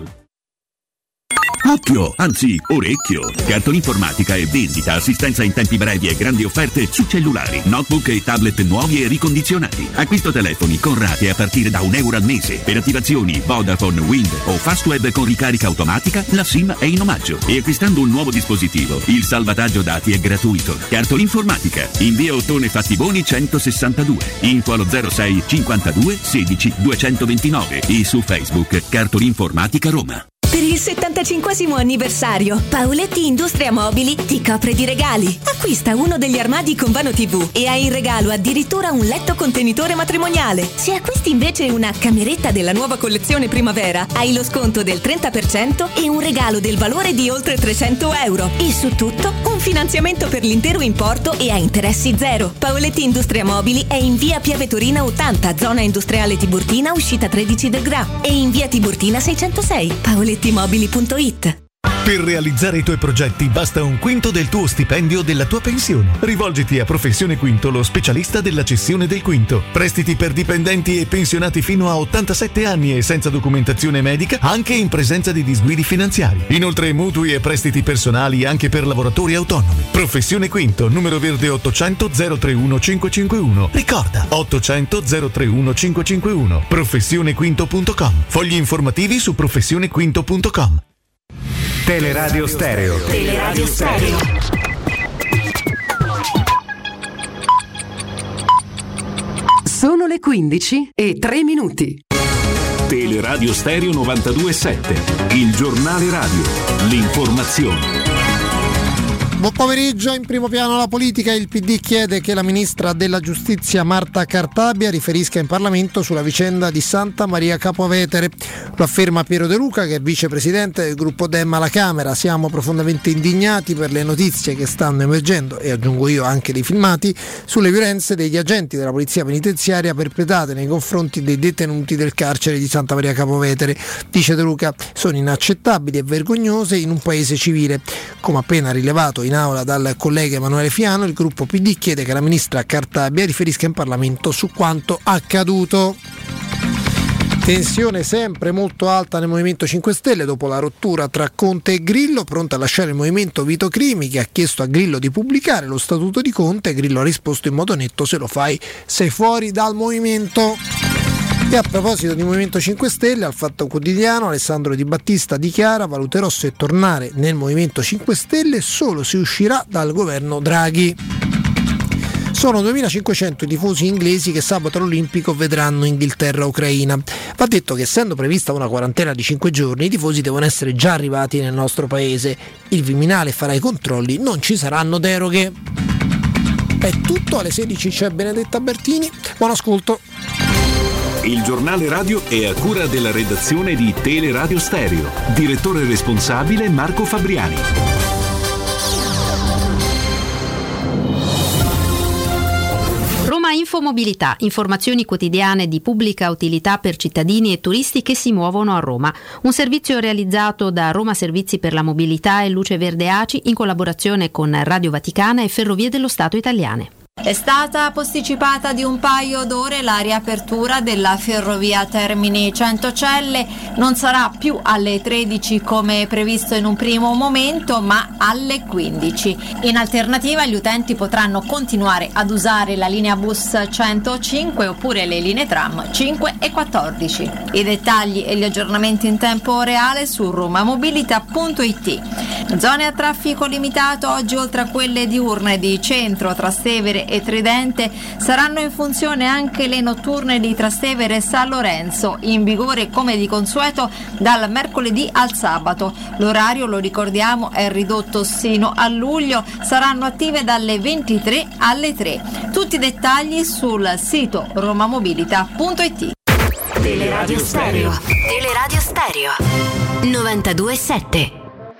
Occhio, anzi orecchio. Cartolinformatica e vendita, assistenza in tempi brevi e grandi offerte su cellulari, notebook e tablet nuovi e ricondizionati. Acquisto telefoni con rate a partire da un euro al mese. Per attivazioni Vodafone, Wind o Fastweb con ricarica automatica, la SIM è in omaggio. E acquistando un nuovo dispositivo, il salvataggio dati è gratuito. Cartolinformatica, in via Ottone Fattiboni centosessantadue. Info allo zero sei cinquantadue sedici duecentoventinove e su Facebook Cartolinformatica Roma. Per il settantacinquesimo anniversario, Paoletti Industria Mobili ti copre di regali. Acquista uno degli armadi con vano tivù e hai in regalo addirittura un letto contenitore matrimoniale. Se acquisti invece una cameretta della nuova collezione primavera, hai lo sconto del trenta per cento e un regalo del valore di oltre trecento euro. E su tutto, un finanziamento per l'intero importo e a interessi zero. Paoletti Industria Mobili è in via Piave Torina ottanta, zona industriale Tiburtina, uscita tredici del Gra, e in via Tiburtina seicentosei. Paoletti mobili punto it. Per realizzare i tuoi progetti basta un quinto del tuo stipendio o della tua pensione. Rivolgiti a Professione Quinto, lo specialista della cessione del quinto. Prestiti per dipendenti e pensionati fino a ottantasette anni e senza documentazione medica, anche in presenza di disguidi finanziari. Inoltre mutui e prestiti personali anche per lavoratori autonomi. Professione Quinto, numero verde ottocento zero trentuno cinquecentocinquantuno. Ricorda, ottocento zero trentuno cinquecentocinquantuno. professione quinto punto com. Fogli informativi su professione quinto punto com. Teleradio Stereo. Teleradio Stereo. Sono le quindici e tre minuti. Teleradio Stereo novantadue sette. Il giornale radio. L'informazione. Buon pomeriggio, in primo piano la politica. Il P D chiede che la ministra della Giustizia Marta Cartabia riferisca in Parlamento sulla vicenda di Santa Maria Capua Vetere. Lo afferma Piero De Luca, che è vicepresidente del gruppo Dem alla Camera. Siamo profondamente indignati per le notizie che stanno emergendo, e aggiungo io anche dei filmati, sulle violenze degli agenti della polizia penitenziaria perpetrate nei confronti dei detenuti del carcere di Santa Maria Capua Vetere. Dice De Luca, sono inaccettabili e vergognose in un paese civile. Come appena rilevato in aula dal collega Emanuele Fiano, il gruppo P D chiede che la ministra Cartabia riferisca in Parlamento su quanto accaduto. Tensione sempre molto alta nel Movimento cinque Stelle dopo la rottura tra Conte e Grillo. Pronta a lasciare il movimento Vito Crimi, che ha chiesto a Grillo di pubblicare lo statuto di Conte. Grillo ha risposto in modo netto: se lo fai sei fuori dal movimento. E a proposito di Movimento cinque Stelle, al Fatto Quotidiano Alessandro Di Battista dichiara: valuterò se tornare nel Movimento cinque Stelle solo se uscirà dal governo Draghi. Sono duemilacinquecento i tifosi inglesi che sabato all'Olimpico vedranno Inghilterra-Ucraina. Va detto che, essendo prevista una quarantena di cinque giorni, i tifosi devono essere già arrivati nel nostro paese. Il Viminale farà i controlli, non ci saranno deroghe. È tutto, alle sedici c'è Benedetta Bertini. Buon ascolto. Il giornale radio è a cura della redazione di Teleradio Stereo. Direttore responsabile Marco Fabriani. Roma Infomobilità, informazioni quotidiane di pubblica utilità per cittadini e turisti che si muovono a Roma. Un servizio realizzato da Roma Servizi per la Mobilità e Luce Verde A C I in collaborazione con Radio Vaticana e Ferrovie dello Stato Italiane. È stata posticipata di un paio d'ore la riapertura della ferrovia Termini Centocelle, non sarà più alle tredici come previsto in un primo momento, ma alle quindici. In alternativa gli utenti potranno continuare ad usare la linea bus centocinque oppure le linee tram cinque e quattordici. I dettagli e gli aggiornamenti in tempo reale su romamobilita punto it. Zone a traffico limitato oggi, oltre a quelle diurne di Centro, Trastevere e Tridente, saranno in funzione anche le notturne di Trastevere e San Lorenzo, in vigore come di consueto dal mercoledì al sabato. L'orario, lo ricordiamo, è ridotto sino a luglio, saranno attive dalle ventitré alle tre. Tutti i dettagli sul sito romamobilita punto it. Teleradio Stereo. Teleradio Stereo novantadue sette.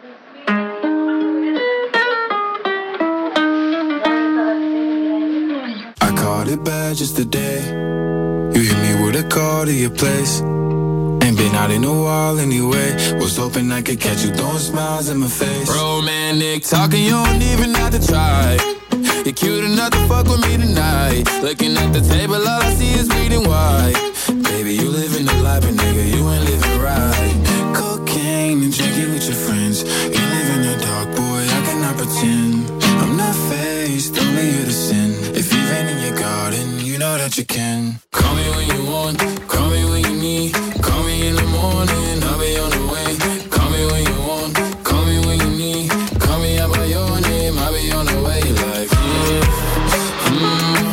Caught it bad just today. You hit me with a call to your place. Ain't been out in a while anyway. Was hoping I could catch you throwing smiles in my face. Romantic talking, you don't even have to try. You're cute enough to fuck with me tonight. Looking at the table, all I see is bleeding white. Baby, you living the life, but nigga, you ain't living right. Cocaine and drinking with your friends. You live in the dark, boy, I cannot pretend. I'm not faced, only you to sin. If you've been in your garden, you know that you can. Call me when you want, call me when you need. Call me in the morning, I'll be on the way. Call me when you want, call me when you need. Call me out by your name, I'll be on the way. Like, mm, mm, mm,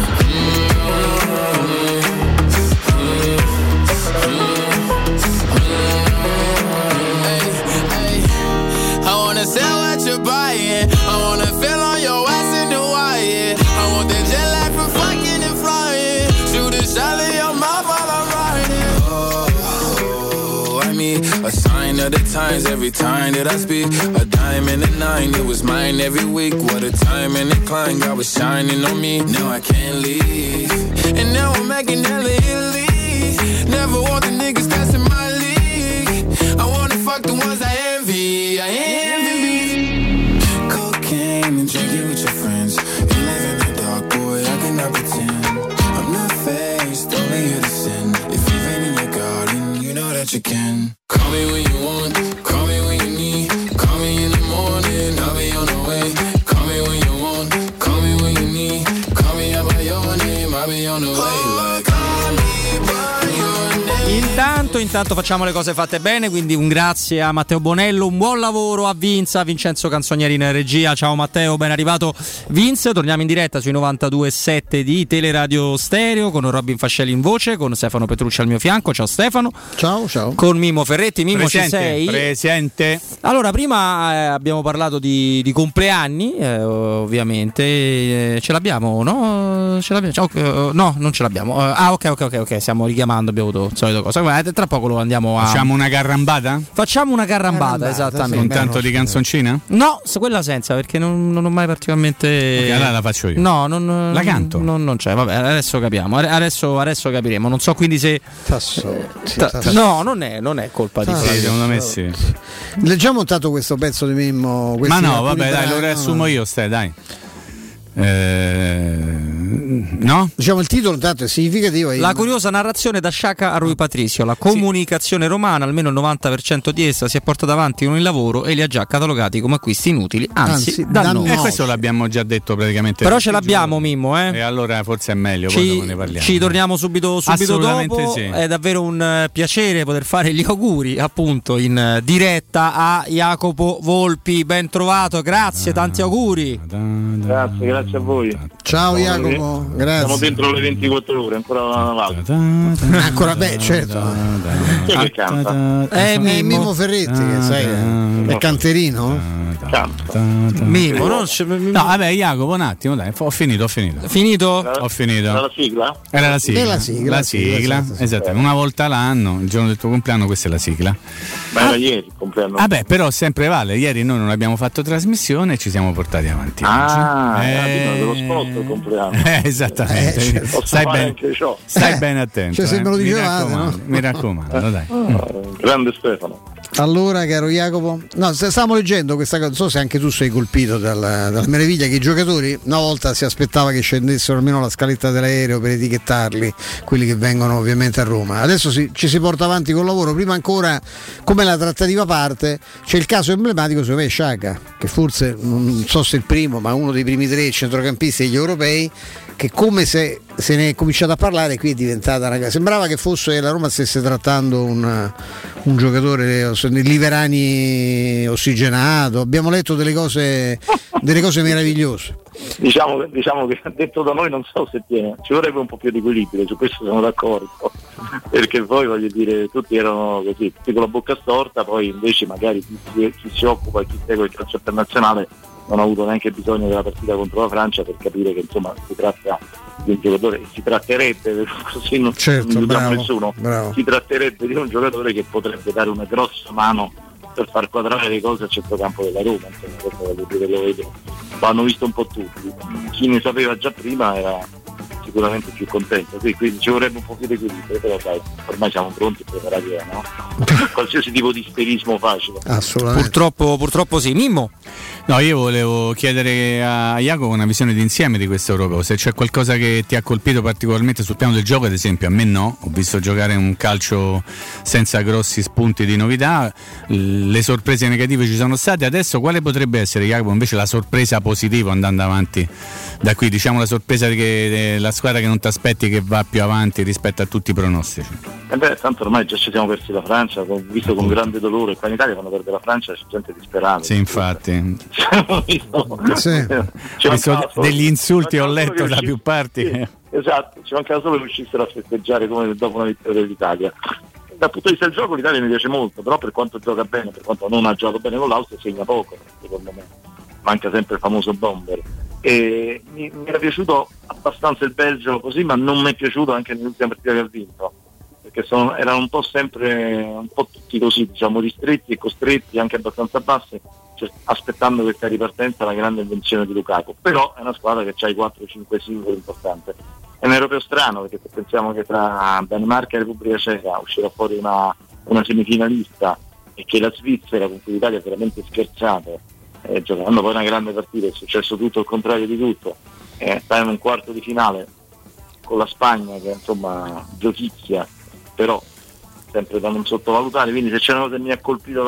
mm, hey, hey. I wanna sell what you're buying. I wanna feel on your ass in the wire. I want that jet lag from fucking and flying. Shoot a shot in your mouth while I'm riding. Oh, I mean, a sign of the times every time that I speak. A dime and a nine, it was mine every week. What a time and a climb, God was shining on me. Now I can't leave, and now I'm making hella Italy. Never want the niggas that's in my league. I wanna fuck the ones I envy, I envy. Cocaine and drinking with your friends. You live in the dark, boy, I cannot pretend. I'm not faced, only you to sin. If you've been in your garden, you know that you can. Call me when you want, call me when you need. Call me in the morning, I'll be on the way. Call me when you want, call me when you need. Call me out by your name, I'll be on the way. Like, call me by your name. Intanto, intanto facciamo le cose fatte bene, quindi un grazie a Matteo Bonello, un buon lavoro a Vince, a Vincenzo Canzonieri in regia. Ciao Matteo, ben arrivato Vince. Torniamo in diretta sui novantadue sette di Teleradio Stereo con Robin Fascelli in voce, con Stefano Petrucci al mio fianco. Ciao Stefano. Ciao, ciao. Con Mimo Ferretti. Mimo, presente, ci sei? Presente. Allora, prima eh, abbiamo parlato di, di compleanni, eh, ovviamente. Eh, ce l'abbiamo, no? Ce l'abbiamo? Cioè, okay, no, non ce l'abbiamo. Uh, ah, ok, ok, ok, ok. Stiamo richiamando, abbiamo avuto il solito cosa. Guardate, tra poco lo andiamo a. Facciamo una carrambata? Facciamo una carrambata, carrambata esattamente. Con tanto di canzoncina? No, quella senza, perché non, non ho mai particolarmente. Ok, allora la faccio io. No, non la canto. Non, non c'è, vabbè, adesso capiamo. Adesso, adesso capiremo. Non so quindi se. Tassotti, Ta- tassotti. No, non è, non è colpa di Fabio. Sì, secondo me sì. Leggiamo intanto questo pezzo di Mimmo. Ma no, vabbè, dai, lo riassumo io, stai, dai. Eh, no? Diciamo il titolo intanto è significativo. La curiosa narrazione da Sciacca a Rui Patricio. La comunicazione sì. romana, almeno il novanta per cento di essa si è portata avanti con il lavoro e li ha già catalogati come acquisti inutili, anzi, anzi dannosi. E questo l'abbiamo già detto praticamente. Però ce l'abbiamo giorni. Mimmo, eh? E allora forse è meglio, ci, poi ne parliamo. Ci torniamo subito, subito dopo. Sì. È davvero un piacere poter fare gli auguri appunto in diretta a Jacopo Volpi. Ben trovato, grazie, tanti auguri. Grazie, grazie a voi. Ciao siamo Jacopo, lì. Grazie. Siamo dentro le ventiquattro ore, ancora avanti. Ancora beh, certo. Chi è che canta? È Mimmo, Mimmo Ferretti, che sai, è canterino? Canta. Mimmo, no, no, vabbè, Jacopo, un attimo, dai, ho finito, ho finito. Finito? Era, ho finito. Era la sigla? Era la sigla. È la sigla. La sigla, sigla esatto, esatto. Una volta l'anno, il giorno del tuo compleanno, questa è la sigla. Ma era ah. ieri il compleanno. Vabbè, però sempre vale. Ieri noi non abbiamo fatto trasmissione e ci siamo portati avanti. Ah, eh... dello spot il compleanno. Eh, esattamente. Eh, certo. Stai, ben, stai eh. bene attento. Cioè, se eh. me lo mi dicevate, raccomando, no? mi raccomando, dai. Oh, grande Stefano. Allora, caro Jacopo, no, stavamo leggendo questa cosa, non so se anche tu sei colpito dalla, dalla meraviglia che i giocatori una volta si aspettava che scendessero almeno la scaletta dell'aereo per etichettarli, quelli che vengono ovviamente a Roma. Adesso si, ci si porta avanti col lavoro, prima ancora come la trattativa parte, c'è il caso emblematico secondo me Sciacca, che forse non so se il primo, ma uno dei primi tre centrocampisti degli europei, che come se se ne è cominciato a parlare, qui è diventata una... sembrava che fosse la Roma stesse trattando un, un giocatore di Liverani ossigenato. Abbiamo letto delle cose delle cose meravigliose. Diciamo, diciamo che detto da noi non so se tiene, ci vorrebbe un po' più di equilibrio, su questo sono d'accordo, perché poi voglio dire tutti erano così, tutti con la bocca storta, poi invece magari chi si, chi si occupa e chi segue il calcio internazionale non ha avuto neanche bisogno della partita contro la Francia per capire che insomma si tratta di un giocatore, si tratterebbe, così non, certo, non bravo, nessuno, bravo. si tratterebbe di un giocatore che potrebbe dare una grossa mano per far quadrare le cose al centrocampo della Roma, insomma, questo voglio dire, lo vedo, l'hanno visto un po' tutti, chi ne sapeva già prima era sicuramente più contento, sì, quindi ci vorrebbe un po' più di equilibrio, però sai, ormai siamo pronti e preparati a no? qualsiasi tipo di isterismo facile. Assolutamente. Purtroppo, purtroppo sì. Mimmo? No, io volevo chiedere a Jacopo una visione d'insieme di questo europeo, se c'è qualcosa che ti ha colpito particolarmente sul piano del gioco, ad esempio a me no, ho visto giocare un calcio senza grossi spunti di novità, le sorprese negative ci sono state, adesso quale potrebbe essere, Jacopo, invece la sorpresa positiva andando avanti da qui, diciamo la sorpresa che la squadra che non ti aspetti che va più avanti rispetto a tutti i pronostici? Eh beh, tanto ormai già ci siamo persi la Francia, visto con grande dolore, qua in Italia quando perde la Francia c'è gente disperata. Sì, infatti. visto, sì. visto degli insulti ho letto da più parti. Sì, esatto, ci mancava solo che uscissero a festeggiare come dopo una vittoria dell'Italia. Dal punto di vista del gioco l'Italia mi piace molto, però per quanto gioca bene, per quanto non ha giocato bene con l'Austria, segna poco, secondo me. Manca sempre il famoso bomber. E mi, mi era piaciuto abbastanza il Belgio così, ma non mi è piaciuto anche nell'ultima partita che ha vinto, perché sono, erano un po' sempre un po' tutti così, diciamo, ristretti e costretti, anche abbastanza bassi, cioè, aspettando questa ripartenza, la grande invenzione di Lukaku. Però è una squadra che ha i quattro cinque singoli importanti. È un europeo strano, perché se pensiamo che tra Danimarca e Repubblica Ceca uscirà fuori una, una semifinalista e che la Svizzera, con cui l'Italia ha veramente scherzato, eh, giocando poi una grande partita, è successo tutto il contrario di tutto, eh, sta in un quarto di finale con la Spagna che insomma giochicchia, però sempre da non sottovalutare, quindi se c'è una cosa che mi ha colpito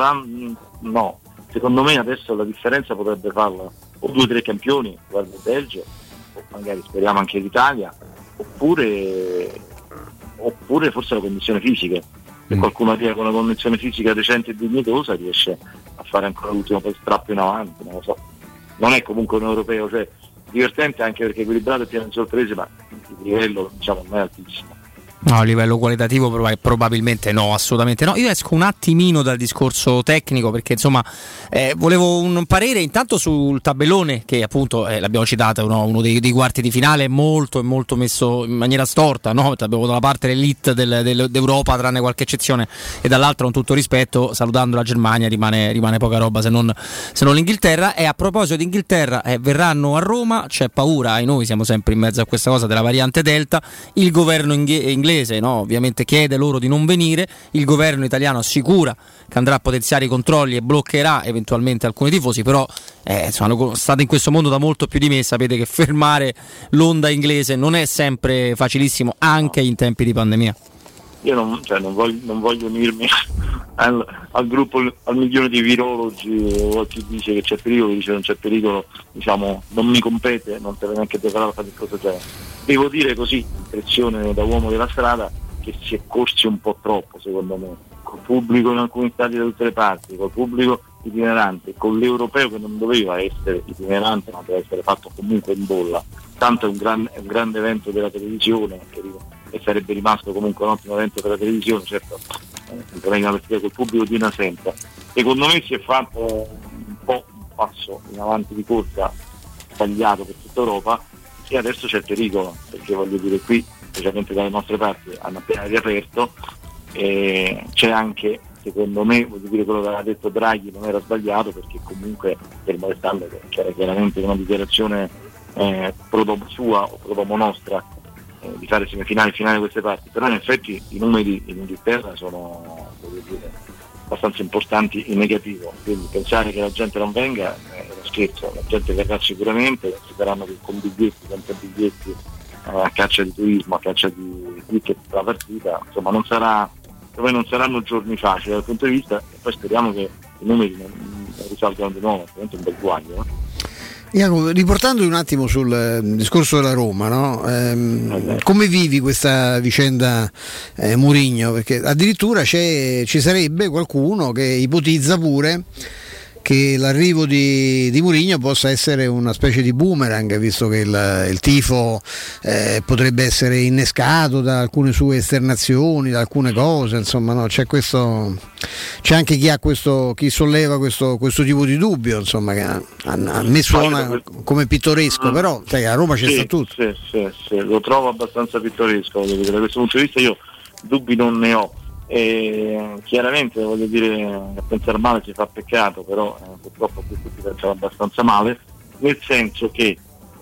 no, secondo me adesso la differenza potrebbe farla o due o tre campioni, guarda il Belgio, o magari speriamo anche l'Italia, oppure oppure forse la condizione fisica, se qualcuno arriva con una condizione fisica decente e dignitosa riesce a fare ancora l'ultimo strappo in avanti, non lo so. Non è comunque un europeo, cioè divertente anche perché equilibrato e pieno di sorprese, ma il livello diciamo non è altissimo. No, a livello qualitativo probabilmente no, assolutamente no. Io esco un attimino dal discorso tecnico perché insomma eh, volevo un parere intanto sul tabellone che appunto eh, l'abbiamo citato, no? Uno dei, dei quarti di finale molto molto messo in maniera storta, no? Abbiamo da una parte l'elite del, del, d'Europa tranne qualche eccezione e dall'altra con tutto rispetto salutando la Germania rimane, rimane poca roba se non, se non l'Inghilterra. E a proposito di Inghilterra eh, verranno a Roma, c'è paura e noi siamo sempre in mezzo a questa cosa della variante Delta, il governo inglese No, ovviamente chiede loro di non venire, il governo italiano assicura che andrà a potenziare i controlli e bloccherà eventualmente alcuni tifosi, però eh, insomma, state in questo mondo da molto più di me, sapete che fermare l'onda inglese non è sempre facilissimo anche in tempi di pandemia. Io non, cioè, non, voglio, non voglio unirmi al, al gruppo, al milione di virologi o a chi dice che c'è pericolo, dice non c'è pericolo, diciamo non mi compete, non te neanche preparare a fare cosa genere. Devo dire così, impressione da uomo della strada, che si è corsi un po' troppo secondo me, col pubblico in alcuni stati da tutte le parti, col pubblico itinerante, con l'europeo che non doveva essere itinerante ma deve essere fatto comunque in bolla, tanto è un, gran, è un grande evento della televisione che, e sarebbe rimasto comunque un ottimo evento per la televisione, certo eh, una partita col pubblico di una senza. Secondo me si è fatto un po' un passo in avanti di corsa sbagliato per tutta Europa e adesso c'è il pericolo, perché voglio dire qui, specialmente dalle nostre parti, hanno appena riaperto e c'è anche, secondo me, voglio dire quello che aveva detto Draghi non era sbagliato, perché comunque per molestarlo c'era chiaramente una dichiarazione eh, pro domo sua o pro domo nostra eh, di fare semifinali finali di queste parti, però in effetti i numeri in Inghilterra sono, voglio dire, abbastanza importanti in negativo, quindi pensare che la gente non venga è uno scherzo, la gente verrà sicuramente, ci saranno con biglietti, senza biglietti, eh, a caccia di turismo, a caccia di ticket per la partita, insomma non sarà, poi non saranno giorni facili dal punto di vista, e poi speriamo che i numeri non, non risalgano di nuovo, altrimenti è un bel guaio. Eh? Jacopo, riportando un attimo sul eh, discorso della Roma, no? ehm, come vivi questa vicenda eh, Mourinho? Perché addirittura c'è, ci sarebbe qualcuno che ipotizza pure che l'arrivo di, di Mourinho possa essere una specie di boomerang, visto che il, il tifo eh, potrebbe essere innescato da alcune sue esternazioni, da alcune cose, insomma, no? C'è questo, c'è anche chi ha questo, chi solleva questo, questo tipo di dubbio, insomma, che a, a me suona come pittoresco, però sai, a Roma c'è sì, sta tutto. Sì, sì, sì, lo trovo abbastanza pittoresco, voglio dire, da questo punto di vista io dubbi non ne ho. E chiaramente voglio dire, a pensare male si fa peccato, però eh, purtroppo tutti pensano abbastanza male, nel senso che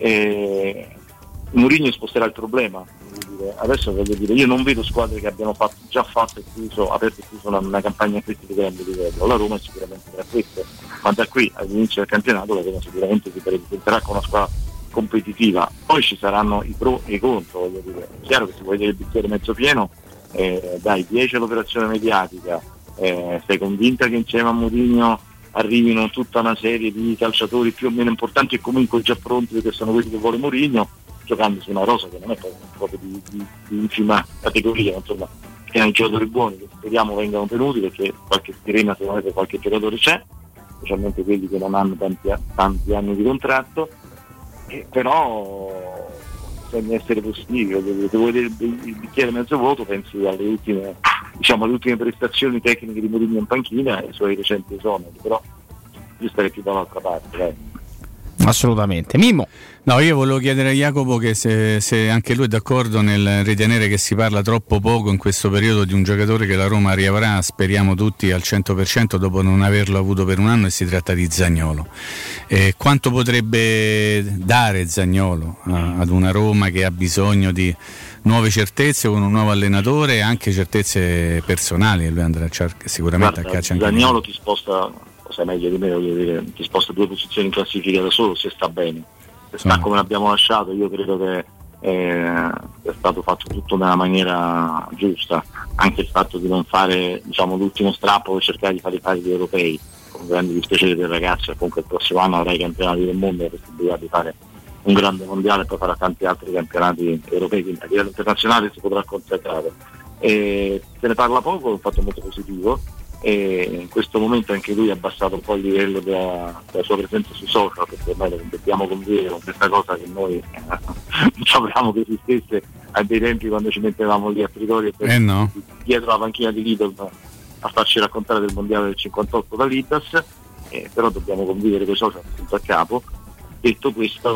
eh, Mourinho sposterà il problema. Voglio dire, adesso voglio dire, io non vedo squadre che abbiano fatto, già fatto e chiuso, aperto e chiuso una, una campagna acquisti di grande livello. La Roma è sicuramente tra queste, ma da qui all'inizio del campionato la Roma sicuramente si presenterà con una squadra competitiva, poi ci saranno i pro e i contro, voglio dire, è chiaro che se vuoi vedere il bicchiere mezzo pieno, Eh, dai dieci all'operazione mediatica, eh, sei convinta che insieme a Mourinho arrivino tutta una serie di calciatori più o meno importanti e comunque già pronti, perché sono quelli che vuole Mourinho, giocando su una rosa che non è proprio di, di, di infima categoria, insomma, che hanno giocatori buoni che speriamo vengano tenuti, perché qualche sirena secondo me qualche giocatore c'è, specialmente quelli che non hanno tanti, tanti anni di contratto, eh, però bisogna essere positivi, se vuoi vedere il bicchiere mezzo vuoto pensi alle ultime, diciamo, alle ultime prestazioni tecniche di Mourinho in panchina e ai suoi recenti esoneri, però io starei più dall'altra parte, dai. Assolutamente. Mimmo. No, io volevo chiedere a Jacopo che se, se anche lui è d'accordo nel ritenere che si parla troppo poco in questo periodo di un giocatore che la Roma riavrà, speriamo tutti, al cento per cento dopo non averlo avuto per un anno, e si tratta di Zaniolo. Eh, quanto potrebbe dare Zaniolo a, ad una Roma che ha bisogno di nuove certezze con un nuovo allenatore e anche certezze personali, e lui andrà a cer- sicuramente Guarda, a caccia anche Zaniolo ti sposta, lo sai meglio di me, voglio dire, ti sposta due posizioni in classifica da solo se sta bene. Se sta come l'abbiamo lasciato, io credo che eh, è stato fatto tutto nella maniera giusta, anche il fatto di non fare, diciamo, l'ultimo strappo per cercare di fare i pari europei, con grande dispiacere del ragazzo, e comunque il prossimo anno avrà i campionati del mondo e la possibilità di fare un grande mondiale e poi farà tanti altri campionati europei, quindi a livello internazionale si potrà consacrare. E se ne parla poco, è un fatto molto positivo, e in questo momento anche lui ha abbassato un po' il livello della, della sua presenza sui social, perché ormai lo dobbiamo convivere con questa cosa che noi eh, non sapevamo che esistesse a dei tempi, quando ci mettevamo lì a Trigoria eh no. dietro la panchina di Lidl a farci raccontare del mondiale del cinquantotto da Lidas, eh, però dobbiamo convivere con i social punto a capo. Detto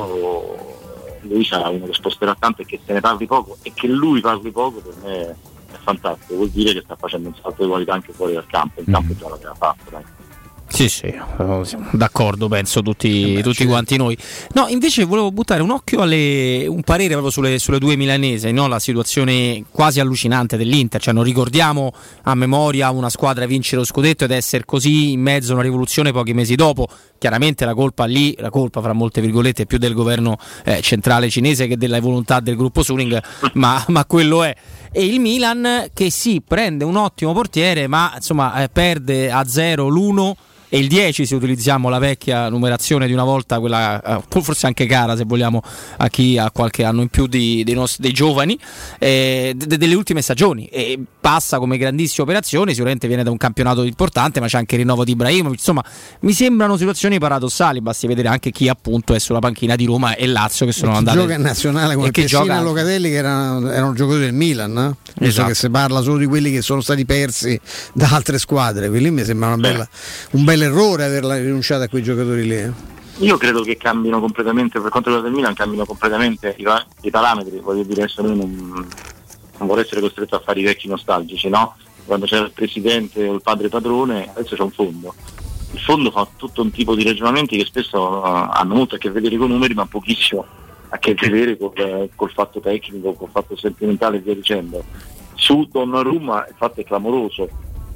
questo, lui sarà uno che sposterà tanto, e che se ne parli poco e che lui parli poco per me è fantastico, vuol dire che sta facendo un salto di qualità anche fuori dal campo, in campo già l'aveva fatto, dai. Sì, sì, siamo d'accordo, penso tutti, eh beh, tutti quanti noi. No, invece volevo buttare un occhio alle un parere proprio sulle, sulle due milanesi, no? La situazione quasi allucinante dell'Inter, cioè non ricordiamo a memoria una squadra vincere lo scudetto ed essere così in mezzo a una rivoluzione pochi mesi dopo. Chiaramente la colpa lì, la colpa fra molte virgolette, è più del governo eh, centrale cinese che della volontà del gruppo Suning, ma, ma quello è. E il Milan che sì, prende un ottimo portiere, ma insomma eh, perde a zero l'uno e il dieci, se utilizziamo la vecchia numerazione di una volta, quella forse anche cara se vogliamo a chi ha qualche anno in più di, dei, nostri, dei giovani, eh, de, delle ultime stagioni, e passa come grandissime operazioni. Sicuramente viene da un campionato importante, ma c'è anche il rinnovo di Ibrahimovic. Insomma, mi sembrano situazioni paradossali, basti vedere anche chi appunto è sulla panchina di Roma e Lazio, che sono andate, gioca in nazionale come Pessina e Locatelli, che erano, erano giocatori del Milan, no? Visto esatto. Che si parla solo di quelli che sono stati persi da altre squadre, quindi mi sembra una bella, un bel errore averla rinunciata a quei giocatori lì. Eh. Io credo che cambino completamente, per quanto riguarda il Milan, cambino completamente i, i parametri, voglio dire, adesso noi non, non vorrei essere costretto a fare i vecchi nostalgici, no? Quando c'era il presidente o il padre padrone, adesso c'è un fondo. Il fondo fa tutto un tipo di ragionamenti che spesso uh, hanno molto a che vedere con i numeri, ma pochissimo a che vedere col, eh, col fatto tecnico, col fatto sentimentale e via dicendo. Su Donnarumma il fatto è clamoroso,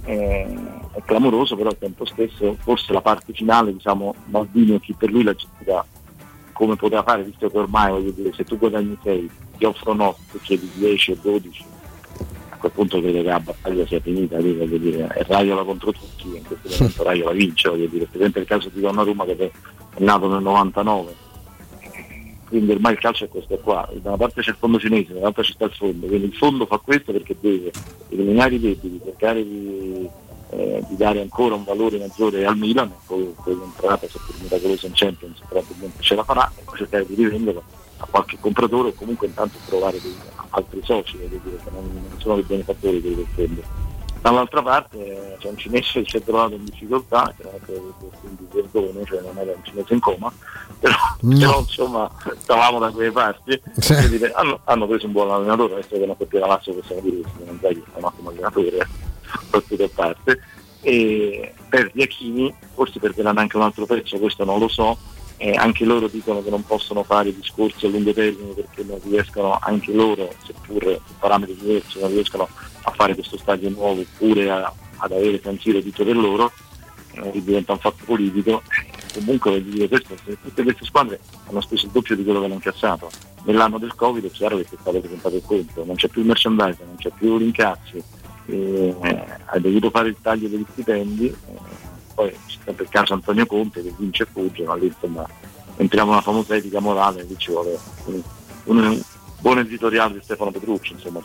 è, è clamoroso, però al tempo stesso forse la parte finale, diciamo, Maldini e chi per lui la gestita come poteva fare, visto che ormai, voglio dire, se tu guadagni sei, ti offrono otto, tu chiedi dieci o dodici, a quel punto credo che la battaglia sia finita, lì, voglio dire, è Raiola contro tutti, in questo momento Raiola vince, voglio dire, per esempio il caso di Donnarumma che è nato nel novantanove, quindi ormai il calcio è questo qua, da una parte c'è il fondo cinese, dall'altra c'è il fondo, quindi il fondo fa questo perché deve eliminare i debiti, cercare di, eh, di dare ancora un valore maggiore al Milan, poi l'entrata, se per miracoloso in Champions probabilmente ce la farà, e poi cercare di rivenderlo a qualche compratore o comunque intanto trovare dei, altri soci, voglio dire, che non, non sono dei benefattori di quel fondo. Dall'altra parte eh, c'è un cinese che si è trovato in difficoltà, che non è che quindi perdone, cioè non era un cinese in coma, però, no. però insomma stavamo da quelle parti, sì. dire, hanno, hanno preso un buon allenatore, adesso che non per la Lazio possiamo dire che non sai che è un ottimo allenatore, tutte a parte, e perdi Achini, forse perderanno anche un altro pezzo, questo non lo so, e anche loro dicono che non possono fare discorsi a lungo termine perché non riescono, anche loro, seppur su parametri diversi, non riescono a fare questo stadio nuovo oppure a, ad avere San Siro tutto per loro, eh, diventa un fatto politico. Comunque voglio dire questo, tutte queste squadre hanno speso il doppio di quello che hanno incassato. Nell'anno del Covid è chiaro che è stato presentato il conto, non c'è più il merchandise, non c'è più rincassi, eh, hai dovuto fare il taglio degli stipendi, eh, poi c'è sempre il caso Antonio Conte che vince e fugge, ma lì insomma entriamo in una famosa etica morale, lì ci vuole un, un buon editoriale di Stefano Petrucci, insomma,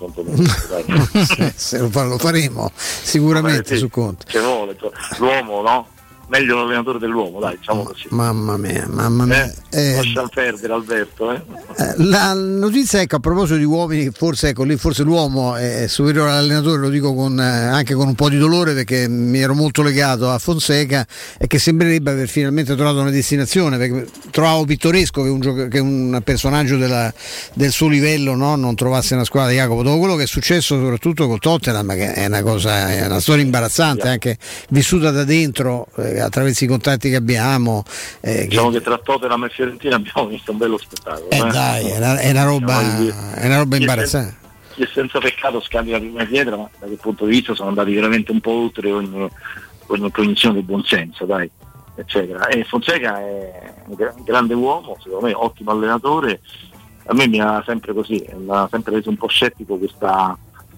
se, se lo, fa, lo faremo sicuramente, eh, sì, su Conte. Che vuole, cioè, l'uomo, no? Meglio l'allenatore dell'uomo, dai, diciamo così. Mamma mia, mamma mia. Eh, eh, lascia perdere Alberto, eh. eh, la notizia, ecco, a proposito di uomini, forse ecco lì forse l'uomo è superiore all'allenatore, lo dico con, eh, anche con un po' di dolore perché mi ero molto legato a Fonseca, e che sembrerebbe aver finalmente trovato una destinazione, perché trovavo pittoresco che un, gioc- che un personaggio della, del suo livello, no, non trovasse una squadra di Jacopo, dopo quello che è successo soprattutto col Tottenham, che è una cosa, è una storia imbarazzante, anche vissuta da dentro, eh, attraverso i contatti che abbiamo, eh, diciamo che... che tra Tottenham e Fiorentina abbiamo visto un bello spettacolo, eh, eh? Dai, è una, è una roba è una roba imbarazzante. Chi è senza peccato scambia la prima pietra, ma da quel punto di vista sono andati veramente un po' oltre ogni, ogni cognizione del buonsenso, dai, eccetera. E Fonseca è un grande uomo, secondo me ottimo allenatore. A me mi ha sempre così, mi ha sempre reso un po' scettico questa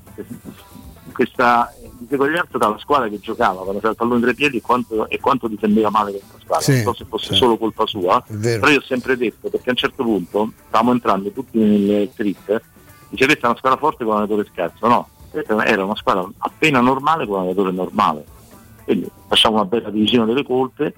questa diseguaglianza dalla squadra che giocava quando c'era il pallone tra i piedi e quanto, e quanto difendeva male questa squadra, sì, non so se fosse sì. solo colpa sua, però io ho sempre detto, perché a un certo punto stavamo entrando tutti nelle trip, dice questa è una squadra forte con un allenatore scarso, no, era una squadra appena normale con un allenatore normale, quindi facciamo una bella divisione delle colpe,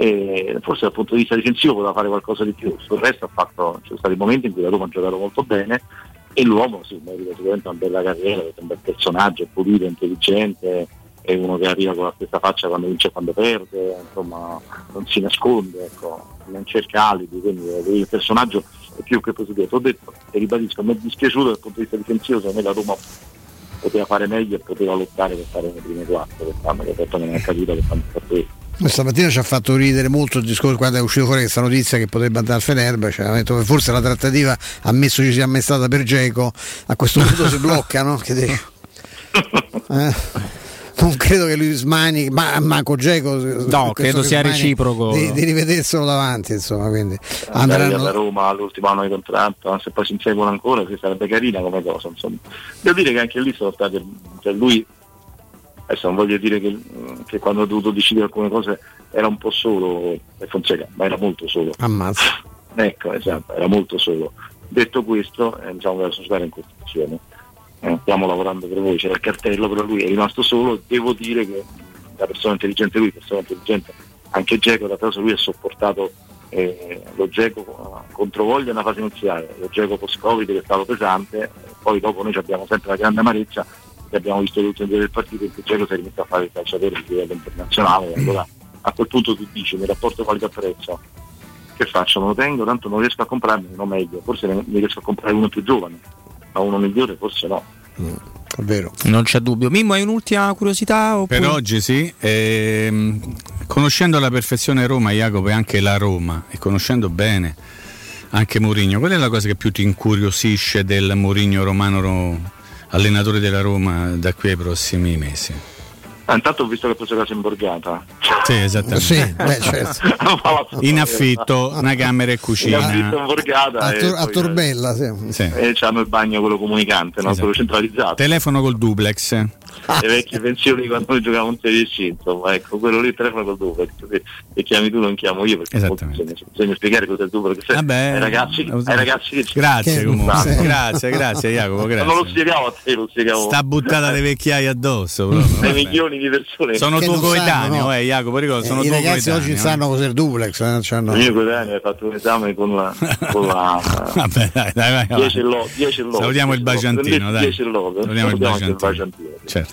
e forse dal punto di vista difensivo poteva fare qualcosa di più, sul resto ha fatto, ci sono stati momenti in cui la Roma ha giocato molto bene, e l'uomo sì, merita sicuramente una bella carriera, è un bel personaggio, è pulito, è intelligente, è uno che arriva con la stessa faccia quando vince e quando perde, insomma non si nasconde, ecco, non cerca alibi, quindi il personaggio è più che positivo. Ho detto, e ribadisco, mi è dispiaciuto dal punto di vista difensivo, secondo me la Roma poteva fare meglio e poteva lottare per fare le prime quattro quest'anno, che detto non è capito che fanno per questo. Stamattina ci ha fatto ridere molto il discorso quando è uscito fuori questa notizia che potrebbe andare al Fenerbahce, cioè, ha detto che forse la trattativa, ammesso ci sia mai stata per Dzeko, a questo punto si blocca, no? Che dico? Eh? Non credo che lui smani, ma manco Dzeko, no, credo sia reciproco di, di rivederselo davanti, insomma, quindi andranno a Roma all'ultimo anno di contratto, se poi si inseguono ancora si sarebbe carina come cosa, insomma. Devo dire che anche lì sono state, cioè lui, adesso non voglio dire che, che quando ha dovuto decidere alcune cose era un po' solo Fonseca, ma era molto solo. Ammazza. Ecco, esatto, era molto solo. Detto questo, eh, diciamo che la società era in costruzione. Eh, stiamo lavorando per voi, c'era il cartello, però lui è rimasto solo. Devo dire che da persona intelligente lui, persona intelligente anche Dzeko, da caso lui ha sopportato eh, lo Dzeko contro voglia nella fase iniziale, lo Dzeko post-Covid che è stato pesante, eh, poi dopo noi abbiamo sempre la grande amarezza che abbiamo visto le ultime due del partito in cui Dzeko si è rimesso a fare il calciatore di livello internazionale, e allora a quel punto tu dici nel rapporto qualità-prezzo che faccio? Me lo tengo, tanto non riesco a comprarmi, no meglio, forse ne riesco a comprare uno più giovane, ma uno migliore forse no. Mm, è vero. Non c'è dubbio. Mimmo, hai un'ultima curiosità? Oppure? Per oggi sì, ehm, conoscendo alla perfezione Roma, Jacopo, e anche la Roma, e conoscendo bene anche Mourinho, qual è la cosa che più ti incuriosisce del Mourinho romano, allenatore della Roma, da qui ai prossimi mesi? Ah, intanto ho visto che ha preso casa in borgata. Sì, esattamente. Sì, beh, certo. In affitto, una camera e cucina. In affitto in borgata. A, tor- e a poi, Torbella, sì. Sì. E c'hanno il bagno quello comunicante, no? Esatto. Quello centralizzato. Telefono col duplex. Le vecchie pensioni quando noi giocavamo in Serie C, insomma, ecco, quello lì il telefono col duplex. Se, se chiami tu non chiamo io, perché Esattamente. bisogna, bisogna spiegare cos'è il duplex. Vabbè, ai ragazzi, ai ragazzi che grazie che comunque. sì. Grazie, grazie Jacopo, grazie. Non lo spiegavo a te, lo spiegavo. Sta buttata delle vecchiaie addosso proprio. Ai milioni di persone. Sono Che tuo non coetaneo, sanno, no? eh, Jacopo, ricordo, sono Eh, I tuo ragazzi coetaneo, oggi eh. sanno cos'è il duplex, eh? C'hanno... Il mio coetaneo ha fatto un esame con la, con la Vabbè, dai, dai, vai, dieci lo, dieci lo, salutiamo il Bagiantino, dai. dieci lo, Salutiamo il salutiamo anche Bagiantino. Certo.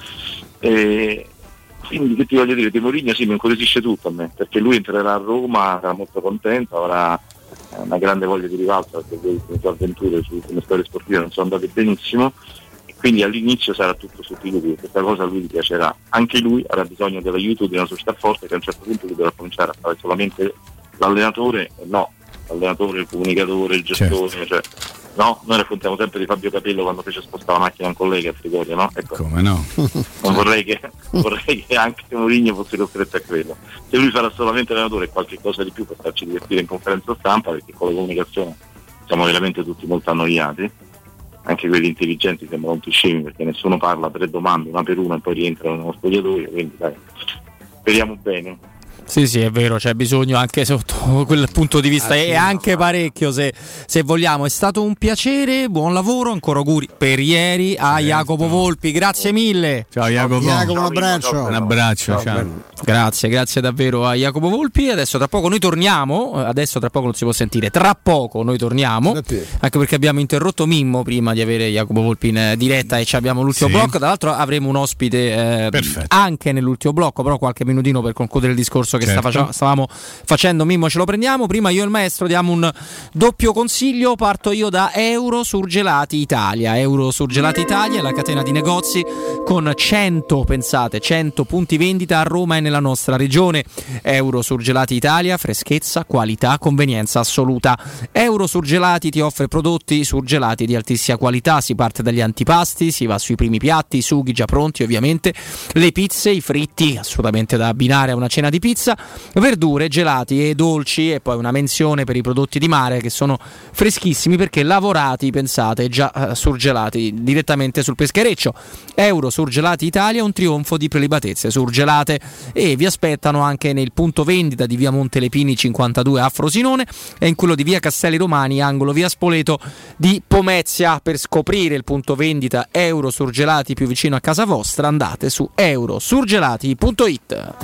E quindi che ti voglio dire, di Mourinho sì, mi incuriosisce tutto a me, perché lui entrerà a Roma, sarà molto contento, avrà una grande voglia di rivalsa, perché le sue avventure sulle storie sportive non sono andate benissimo, e quindi all'inizio sarà tutto su di lui, questa cosa a lui gli piacerà. Anche lui avrà bisogno dell'aiuto di una società forte che a un certo punto lui dovrà cominciare a fare solamente l'allenatore, no, l'allenatore, il comunicatore, il gestore, certo. Cioè, no? Noi raccontiamo sempre di Fabio Capello quando fece spostare la macchina a un collega a Trigoria, no? Ecco. Come no? Non vorrei che, vorrei che anche Mourinho fosse costretto a quello. Se lui farà solamente allenatore e qualche cosa di più per farci divertire in conferenza stampa, perché con la comunicazione siamo veramente tutti molto annoiati, anche quelli intelligenti sembrano tutti scemi perché nessuno parla, tre domande, una per una e poi rientrano nello spogliatoio, quindi dai, speriamo bene. Sì, sì, è vero, c'è bisogno anche sotto quel punto di vista, ah, e sì, anche no, parecchio se, se vogliamo. È stato un piacere, buon lavoro, ancora auguri per ieri a certo. Jacopo Volpi, grazie mille. Ciao Jacopo. Jacopo, un abbraccio. Un abbraccio, ciao. ciao. Grazie, grazie davvero a Jacopo Volpi. Adesso tra poco noi torniamo, adesso tra poco non si può sentire, tra poco noi torniamo, anche perché abbiamo interrotto Mimmo prima di avere Jacopo Volpi in diretta e ci abbiamo l'ultimo sì. blocco, tra l'altro avremo un ospite eh, anche nell'ultimo blocco, però qualche minutino per concludere il discorso che certo. sta, stavamo facendo. Mimmo, ce lo prendiamo. Prima io e il maestro diamo un doppio consiglio. Parto io da Eurosurgelati Italia. Eurosurgelati Italia è la catena di negozi con cento, pensate, cento punti vendita a Roma e nella nostra regione. Eurosurgelati Italia, freschezza, qualità, convenienza assoluta. Eurosurgelati ti offre prodotti surgelati di altissima qualità. Si parte dagli antipasti, si va sui primi piatti, i sughi già pronti ovviamente, le pizze, i fritti, assolutamente da abbinare a una cena di pizza, verdure, gelati e dolci, e poi una menzione per i prodotti di mare che sono freschissimi perché lavorati, pensate, già uh, surgelati direttamente sul peschereccio. Euro Surgelati Italia, un trionfo di prelibatezze surgelate, e vi aspettano anche nel punto vendita di via Montelepini cinquantadue a Frosinone e in quello di via Castelli Romani, angolo via Spoleto di Pomezia. Per scoprire il punto vendita Euro Surgelati più vicino a casa vostra andate su eurosurgelati punto it.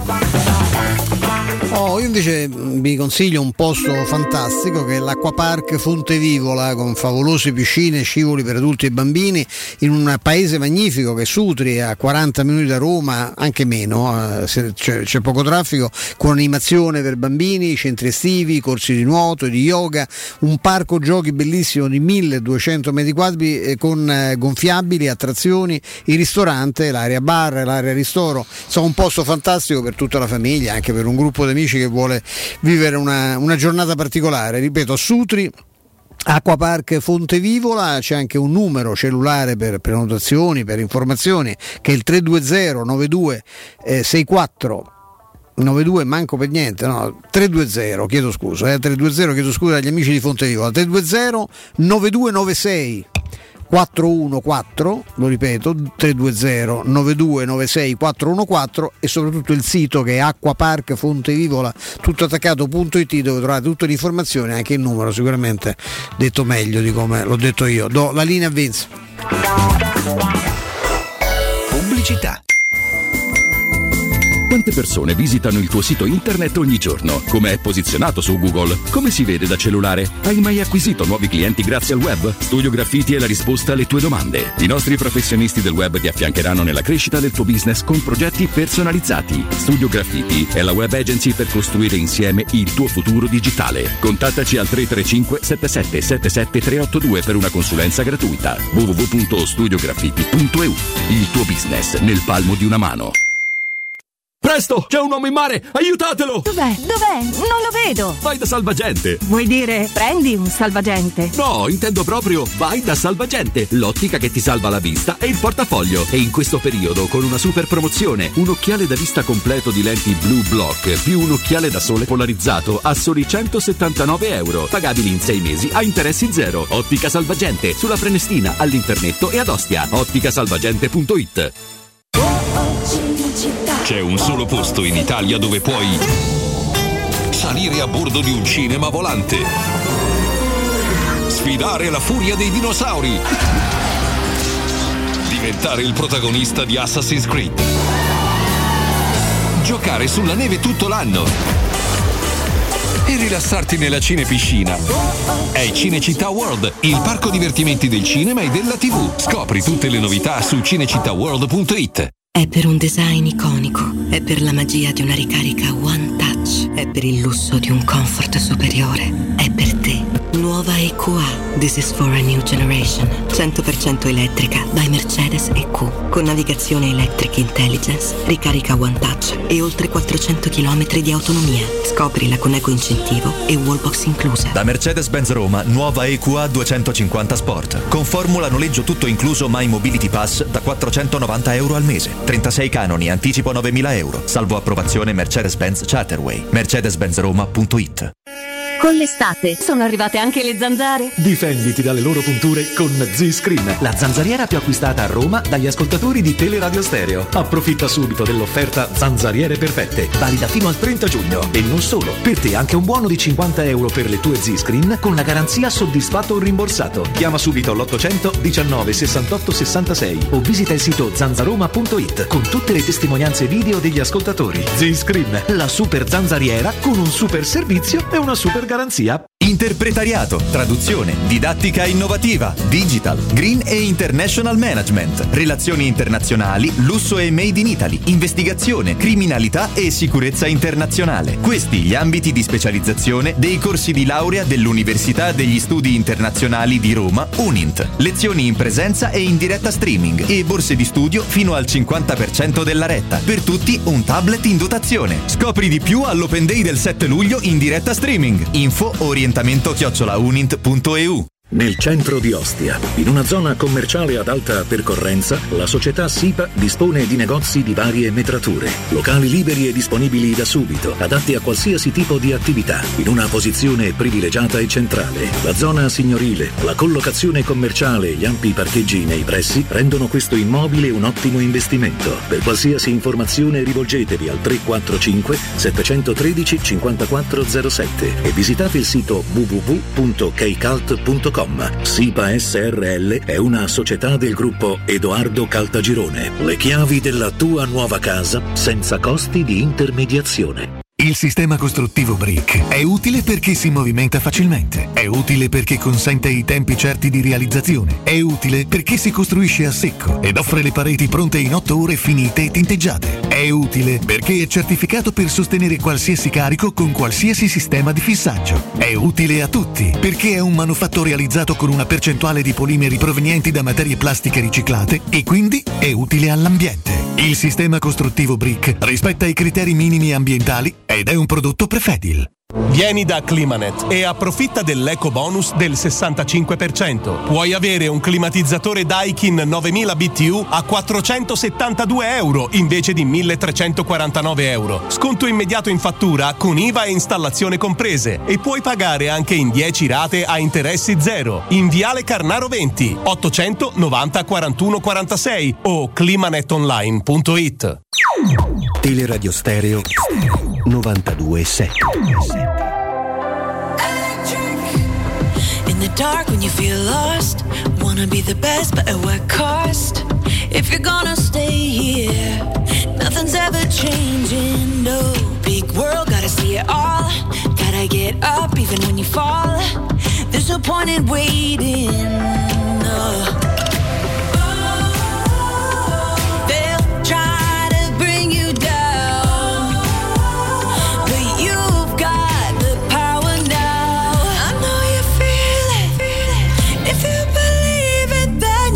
Oh, io invece vi consiglio un posto fantastico che è l'Acquapark Fontevivola, con favolose piscine, scivoli per adulti e bambini, in un paese magnifico che è Sutri, a quaranta minuti da Roma, anche meno, eh, c'è, c'è poco traffico, con animazione per bambini, centri estivi, corsi di nuoto e di yoga, un parco giochi bellissimo di milleduecento metri quadri eh, con eh, gonfiabili, attrazioni, il ristorante, l'area bar, l'area ristoro, insomma un posto fantastico per tutta la famiglia, anche per un gruppo di amici che vuole vivere una, una giornata particolare. Ripeto, a Sutri, Acquapark Fontevivola, c'è anche un numero cellulare per prenotazioni, per informazioni, che è il tre due zero nove due sei quattro novantadue, manco per niente, no, tre due zero, chiedo scusa, eh, tre due zero, chiedo scusa agli amici di Fontevivola, tre due zero nove due nove sei quattro uno quattro, lo ripeto, tre due zero nove due nove sei quattro uno quattro, e soprattutto il sito che è Acquapark Fontevivola tutto attaccato punto it, dove trovate tutte le informazioni, anche il numero sicuramente detto meglio di come l'ho detto io. Do la linea a Vince. Pubblicità. Quante persone visitano il tuo sito internet ogni giorno? Come è posizionato su Google? Come si vede da cellulare? Hai mai acquisito nuovi clienti grazie al web? Studio Graffiti è la risposta alle tue domande. I nostri professionisti del web ti affiancheranno nella crescita del tuo business con progetti personalizzati. Studio Graffiti è la web agency per costruire insieme il tuo futuro digitale. Contattaci al tre tre cinque sette sette sette sette tre otto due per una consulenza gratuita. w w w punto studio graffiti punto e u. Il tuo business nel palmo di una mano. Presto, c'è un uomo in mare, aiutatelo! Dov'è? Dov'è? Non lo vedo! Vai da Salvagente! Vuoi dire prendi un salvagente? No, intendo proprio vai da Salvagente, l'ottica che ti salva la vista e il portafoglio. E in questo periodo con una super promozione, un occhiale da vista completo di lenti Blue Block più un occhiale da sole polarizzato a soli centosettantanove euro, pagabili in sei mesi a interessi zero. Ottica Salvagente, sulla Prenestina, all'Internetto e ad Ostia. ottica salvagente punto it. C'è un solo posto in Italia dove puoi salire a bordo di un cinema volante, sfidare la furia dei dinosauri, diventare il protagonista di Assassin's Creed, giocare sulla neve tutto l'anno e rilassarti nella cinepiscina. È Cinecittà World, il parco divertimenti del cinema e della tivù. Scopri tutte le novità su cinecittà world punto it. È per un design iconico, è per la magia di una ricarica One Touch, è per il lusso di un comfort superiore, è per te. Nuova E Q A, This is for a new generation. cento per cento elettrica by Mercedes E Q. Con navigazione Electric Intelligence, ricarica One Touch e oltre quattrocento chilometri di autonomia. Scoprila con eco incentivo e wallbox inclusa. Da Mercedes-Benz Roma, nuova E Q A duecentocinquanta Sport. Con formula noleggio tutto incluso My Mobility Pass da quattrocentonovanta euro al mese. trentasei canoni, anticipo novemila euro. Salvo approvazione Mercedes-Benz Charterway. mercedes benz roma punto it. Con l'estate sono arrivate anche le zanzare. Difenditi dalle loro punture con Z-Screen, la zanzariera più acquistata a Roma dagli ascoltatori di Teleradio Stereo. Approfitta subito dell'offerta Zanzariere Perfette, valida fino al trenta giugno. E non solo, per te anche un buono di cinquanta euro per le tue Z-Screen con la garanzia soddisfatto o rimborsato. Chiama subito l'ottocento diciannove sessantotto sessantasei o visita il sito zanzaroma punto it con tutte le testimonianze video degli ascoltatori. Z-Screen, la super zanzariera con un super servizio e una super garanzia. Interpretariato, traduzione, didattica innovativa, digital, green e international management, relazioni internazionali, lusso e made in Italy, investigazione, criminalità e sicurezza internazionale. Questi gli ambiti di specializzazione dei corsi di laurea dell'Università degli Studi Internazionali di Roma, UNINT. Lezioni in presenza e in diretta streaming e borse di studio fino al cinquanta per cento della retta. Per tutti un tablet in dotazione. Scopri di più all'Open Day del sette luglio in diretta streaming. Info orientamento chiocciola unint punto e u. Nel centro di Ostia, in una zona commerciale ad alta percorrenza, la società SIPA dispone di negozi di varie metrature, locali liberi e disponibili da subito, adatti a qualsiasi tipo di attività, in una posizione privilegiata e centrale. La zona signorile, la collocazione commerciale e gli ampi parcheggi nei pressi rendono questo immobile un ottimo investimento. Per qualsiasi informazione rivolgetevi al tre quattro cinque sette uno tre cinque zero sette e visitate il sito w w w punto keicalt punto com. SIPA S R L è una società del gruppo Edoardo Caltagirone. Le chiavi della tua nuova casa senza costi di intermediazione. Il sistema costruttivo Brick è utile perché si movimenta facilmente, è utile perché consente i tempi certi di realizzazione, è utile perché si costruisce a secco ed offre le pareti pronte in otto ore finite e tinteggiate, è utile perché è certificato per sostenere qualsiasi carico con qualsiasi sistema di fissaggio, è utile a tutti perché è un manufatto realizzato con una percentuale di polimeri provenienti da materie plastiche riciclate e quindi è utile all'ambiente. Il sistema costruttivo Brick rispetta i criteri minimi ambientali ed è un prodotto Prefedil. Vieni da Climanet e approfitta dell'eco bonus del sessantacinque per cento. Puoi avere un climatizzatore Daikin novemila B T U a quattrocentosettantadue euro invece di milletrecentoquarantanove euro. Sconto immediato in fattura con I V A e installazione comprese e puoi pagare anche in dieci rate a interessi zero. In Viale Carnaro venti, ottocento novanta quarantuno quarantasei o climanetonline punto it. Teleradio Stereo novantadue sette. In the dark when you feel lost, wanna be the best but at what cost? If you're gonna stay here, nothing's ever changing, no. Big world, gotta see it all, gotta get up even when you fall. There's no point in waiting, no.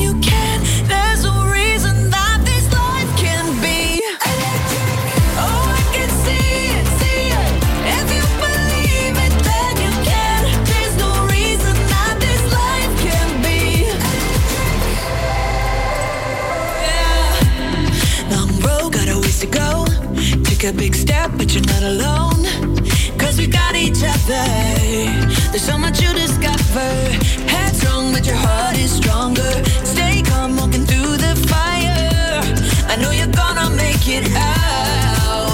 Oh take a big step, but you're not alone. Cause we got each other. There's so much you discover. Headstrong, but your heart is stronger. Stay calm, walking through the fire. I know you're gonna make it out.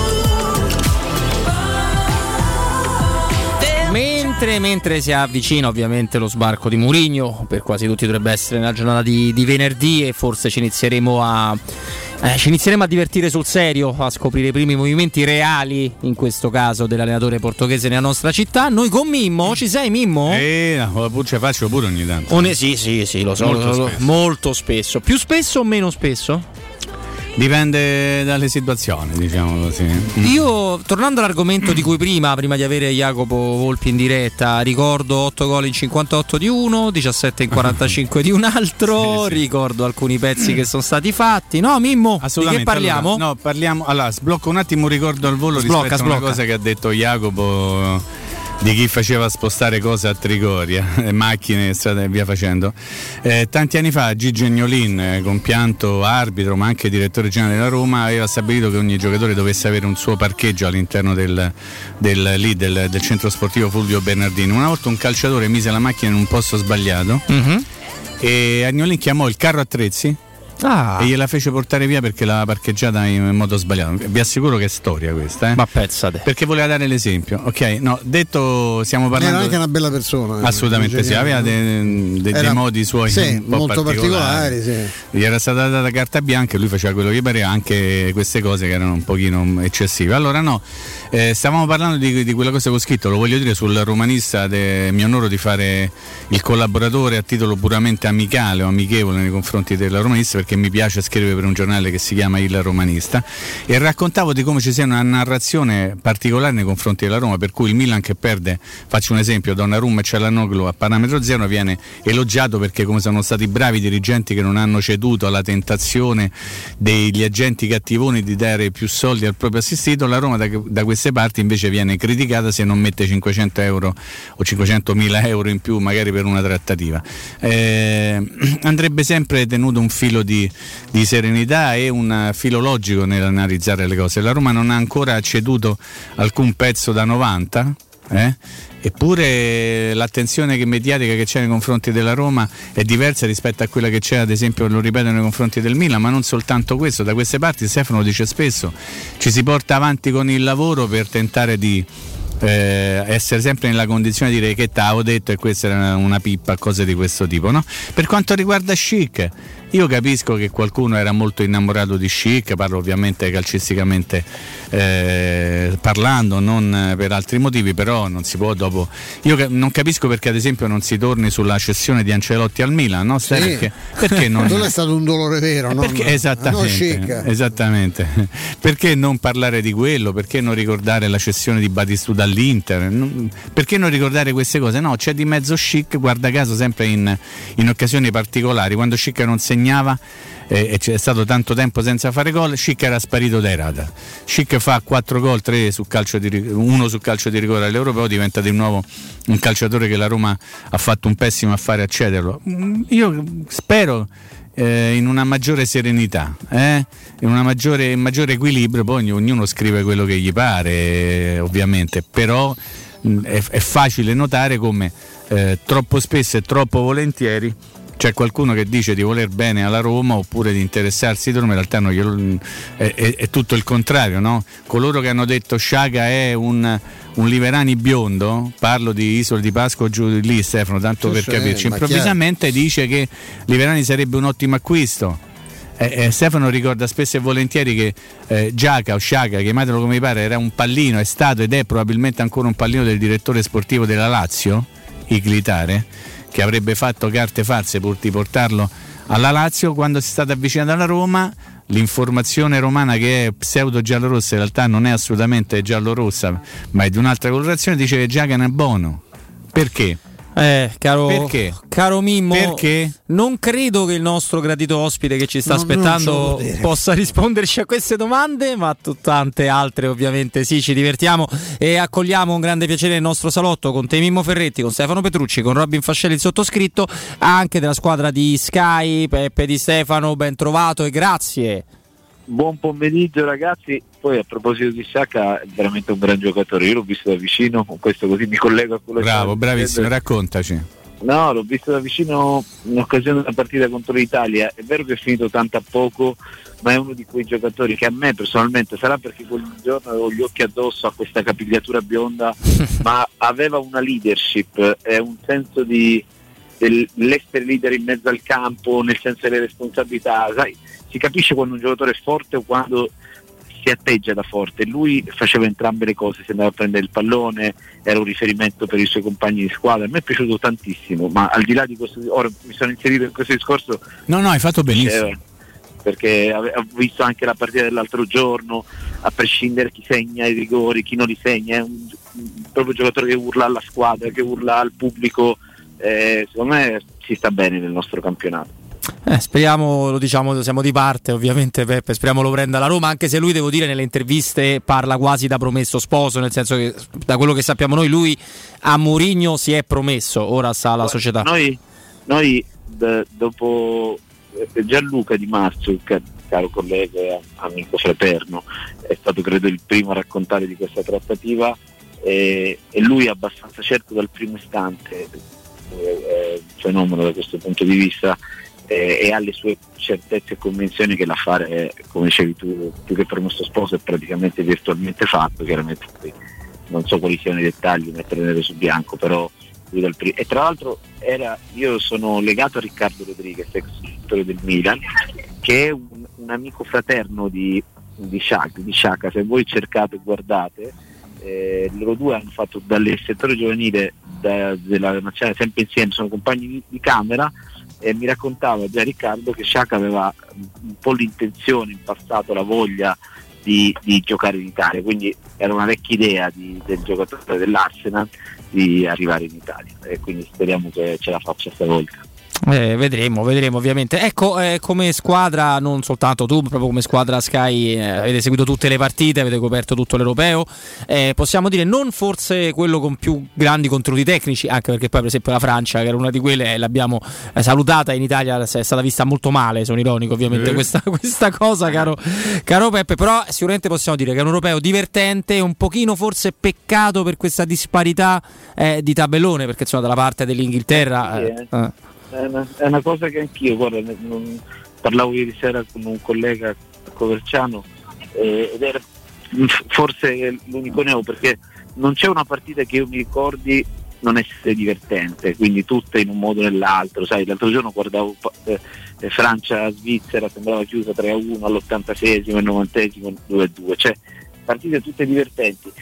Mentre, mentre si avvicina ovviamente lo sbarco di Mourinho, per quasi tutti dovrebbe essere nella giornata di, di venerdì, e forse ci inizieremo a eh, ci inizieremo a divertire sul serio, a scoprire i primi movimenti reali, in questo caso dell'allenatore portoghese nella nostra città. Noi con Mimmo, ci sei Mimmo? Eh, no, ce faccio pure ogni tanto. One, sì, sì, sì, lo so, molto, lo, spesso. molto spesso. Più spesso o meno spesso? Dipende dalle situazioni, diciamo così. Io, tornando all'argomento di cui prima, prima di avere Jacopo Volpi in diretta, ricordo otto gol in cinquantotto di uno, diciassette in quarantacinque di un altro, sì, sì. Ricordo alcuni pezzi che sono stati fatti. No, Mimmo, di che parliamo? Allora, no, parliamo. Allora, sblocco un attimo un ricordo al volo sblocca, rispetto sblocca. a una cosa che ha detto Jacopo, di chi faceva spostare cose a Trigoria, macchine, strade e via facendo. Eh, tanti anni fa Gigi Agnolin, eh, compianto arbitro ma anche direttore generale della Roma, aveva stabilito che ogni giocatore dovesse avere un suo parcheggio all'interno del, del, lì, del, del centro sportivo Fulvio Bernardino. Una volta un calciatore mise la macchina in un posto sbagliato, mm-hmm. e Agnolin chiamò il carro attrezzi, ah. e gliela fece portare via perché l'aveva parcheggiata in modo sbagliato. Vi assicuro che è storia questa, eh? Ma pezzate. Perché voleva dare l'esempio. Ok, no, detto, stiamo parlando. Era anche una bella persona. Assolutamente sì, aveva dei, dei, dei modi suoi, sì, un po' molto particolari. particolari, sì. Gli era stata data carta bianca e lui faceva quello che pareva, anche queste cose che erano un pochino eccessive. Allora no, eh, stavamo parlando di, di quella cosa che ho scritto, lo voglio dire, sul romanista. De, mi onoro di fare il collaboratore a titolo puramente amicale o amichevole nei confronti del romanista, perché mi piace scrivere per un giornale che si chiama Il Romanista, e raccontavo di come ci sia una narrazione particolare nei confronti della Roma, per cui il Milan che perde, faccio un esempio, Donnarumma e Cialanoglu a parametro zero, viene elogiato perché come sono stati bravi dirigenti che non hanno ceduto alla tentazione degli agenti cattivoni di dare più soldi al proprio assistito. La Roma da, da queste parti invece viene criticata se non mette cinquecento euro o cinquecentomila euro in più magari per una trattativa. Eh, andrebbe sempre tenuto un filo di di serenità e un filo logico nell'analizzare le cose. La Roma non ha ancora ceduto alcun pezzo da novanta, eh? Eppure l'attenzione che mediatica che c'è nei confronti della Roma è diversa rispetto a quella che c'è, ad esempio, lo ripeto, nei confronti del Milan. Ma non soltanto questo, da queste parti Stefano lo dice spesso, ci si porta avanti con il lavoro per tentare di Eh, essere sempre nella condizione di dire che t'avevo detto e questa era una pippa, cose di questo tipo, no? Per quanto riguarda Schick, io capisco che qualcuno era molto innamorato di Schick, parlo ovviamente calcisticamente eh, parlando, non per altri motivi, però non si può dopo. Io non capisco perché ad esempio non si torni sulla cessione di Ancelotti al Milan, no? Sì. Perché, perché non... Quello è stato un dolore vero, no? Perché, esattamente, esattamente. Perché non parlare di quello? Perché non ricordare la cessione di Batistuta all'Inter? Perché non ricordare queste cose? No, c'è di mezzo Schick, guarda caso sempre in, in occasioni particolari, quando Schick non segnava eh, e c'è stato tanto tempo senza fare gol, Schick era sparito dai radar. Schick fa quattro gol, tre su calcio di, uno su calcio di rigore all'Europeo, diventa di nuovo un calciatore che la Roma ha fatto un pessimo affare a cederlo. Io spero Eh, in una maggiore serenità, eh? in una maggiore, maggiore equilibrio. Poi ognuno scrive quello che gli pare, eh, ovviamente, però mh, è, è facile notare come eh, troppo spesso e troppo volentieri c'è qualcuno che dice di voler bene alla Roma oppure di interessarsi di Roma, in realtà no, glielo, è, è, è tutto il contrario, no? Coloro che hanno detto Sciaga è un, un Liverani biondo, parlo di Isola di Pasqua o giù di lì, Stefano, tanto sì, per sì, capirci, improvvisamente chiaro. Dice che Liverani sarebbe un ottimo acquisto. Eh, eh, Stefano ricorda spesso e volentieri che eh, Giaca o Sciaga, chiamatelo come vi pare, era un pallino, è stato ed è probabilmente ancora un pallino del direttore sportivo della Lazio, Iglitare, che avrebbe fatto carte false pur di portarlo alla Lazio. Quando si è stata avvicinata alla Roma, l'informazione romana, che è pseudo giallorossa, in realtà non è assolutamente giallorossa ma è di un'altra colorazione, dice che Giaga è buono. Perché? Eh, caro, Perché? caro Mimmo, Perché? Non credo che il nostro gradito ospite che ci sta no, aspettando possa risponderci a queste domande, ma a tante altre ovviamente sì, ci divertiamo e accogliamo con grande piacere il nostro salotto con te Mimmo Ferretti, con Stefano Petrucci, con Robin Fascelli il sottoscritto, anche della squadra di Sky, Peppe Di Stefano, ben trovato e grazie. buon pomeriggio ragazzi. Poi a proposito di Sciacca, è veramente un gran giocatore, io l'ho visto da vicino, con questo così mi collego a quello. Bravo, che bravissimo, raccontaci. No, l'ho visto da vicino in occasione della partita contro l'Italia. È vero che è finito tanto a poco, ma è uno di quei giocatori che a me personalmente, sarà perché quel giorno avevo gli occhi addosso a questa capigliatura bionda, ma aveva una leadership e un senso di dell'essere leader in mezzo al campo, nel senso delle responsabilità. Sai, si capisce quando un giocatore è forte o quando si atteggia da forte. Lui faceva entrambe le cose, si andava a prendere il pallone, era un riferimento per i suoi compagni di squadra. A me è piaciuto tantissimo, ma al di là di questo, ora mi sono inserito in questo discorso. No, no, hai fatto benissimo. Eh, perché ho visto anche la partita dell'altro giorno, a prescindere chi segna i rigori, chi non li segna, è un, un proprio giocatore che urla alla squadra, che urla al pubblico. Eh, secondo me si sta bene nel nostro campionato. Eh, speriamo, lo diciamo, siamo di parte ovviamente Peppe, speriamo lo prenda la Roma, anche se lui, devo dire, nelle interviste parla quasi da promesso sposo, nel senso che da quello che sappiamo noi lui a Mourinho si è promesso, ora sta alla società. Noi, noi d- dopo Gianluca Di Marzio, caro collega e amico fraterno, è stato credo il primo a raccontare di questa trattativa, e, e lui è abbastanza certo dal primo istante, è un fenomeno da questo punto di vista, eh, e ha le sue certezze e convinzioni che l'affare è, come dicevi tu, più che promesso sposo, è praticamente virtualmente fatto. Chiaramente non so quali siano i dettagli, mettere nero su bianco, però lui dal primo. E tra l'altro era, io sono legato a Riccardo Rodriguez, ex giocatore del Milan, che è un, un amico fraterno di di Sciacca, di Sciacca. Se voi cercate e guardate, eh, loro due hanno fatto dalle settore giovanile da, della nazionale sempre insieme, sono compagni di, di camera, e mi raccontava già Riccardo che Sciacca aveva un po' l'intenzione in passato, la voglia di, di giocare in Italia, quindi era una vecchia idea di, del giocatore dell'Arsenal di arrivare in Italia, e quindi speriamo che ce la faccia stavolta. Eh, vedremo, vedremo ovviamente. Ecco, eh, come squadra, non soltanto tu, proprio come squadra Sky, eh, avete seguito tutte le partite, avete coperto tutto l'europeo, eh, possiamo dire non forse quello con più grandi contenuti tecnici, anche perché poi per esempio la Francia, che era una di quelle, l'abbiamo eh, salutata in Italia, è stata vista molto male, sono ironico ovviamente eh. questa, questa cosa, caro, caro Peppe, però sicuramente possiamo dire che è un europeo divertente, un pochino forse peccato per questa disparità eh, di tabellone, perché insomma dalla parte dell'Inghilterra... Eh, eh. È una, è una cosa che anch'io, guarda, non, parlavo ieri sera con un collega Coverciano, eh, ed era forse l'unico neo, perché non c'è una partita che io mi ricordi non essere divertente, quindi tutte in un modo o nell'altro. Sai, l'altro giorno guardavo eh, Francia-Svizzera, sembrava chiusa tre a uno all'ottantasesimo, al novantesimo due a due, cioè partite tutte divertenti.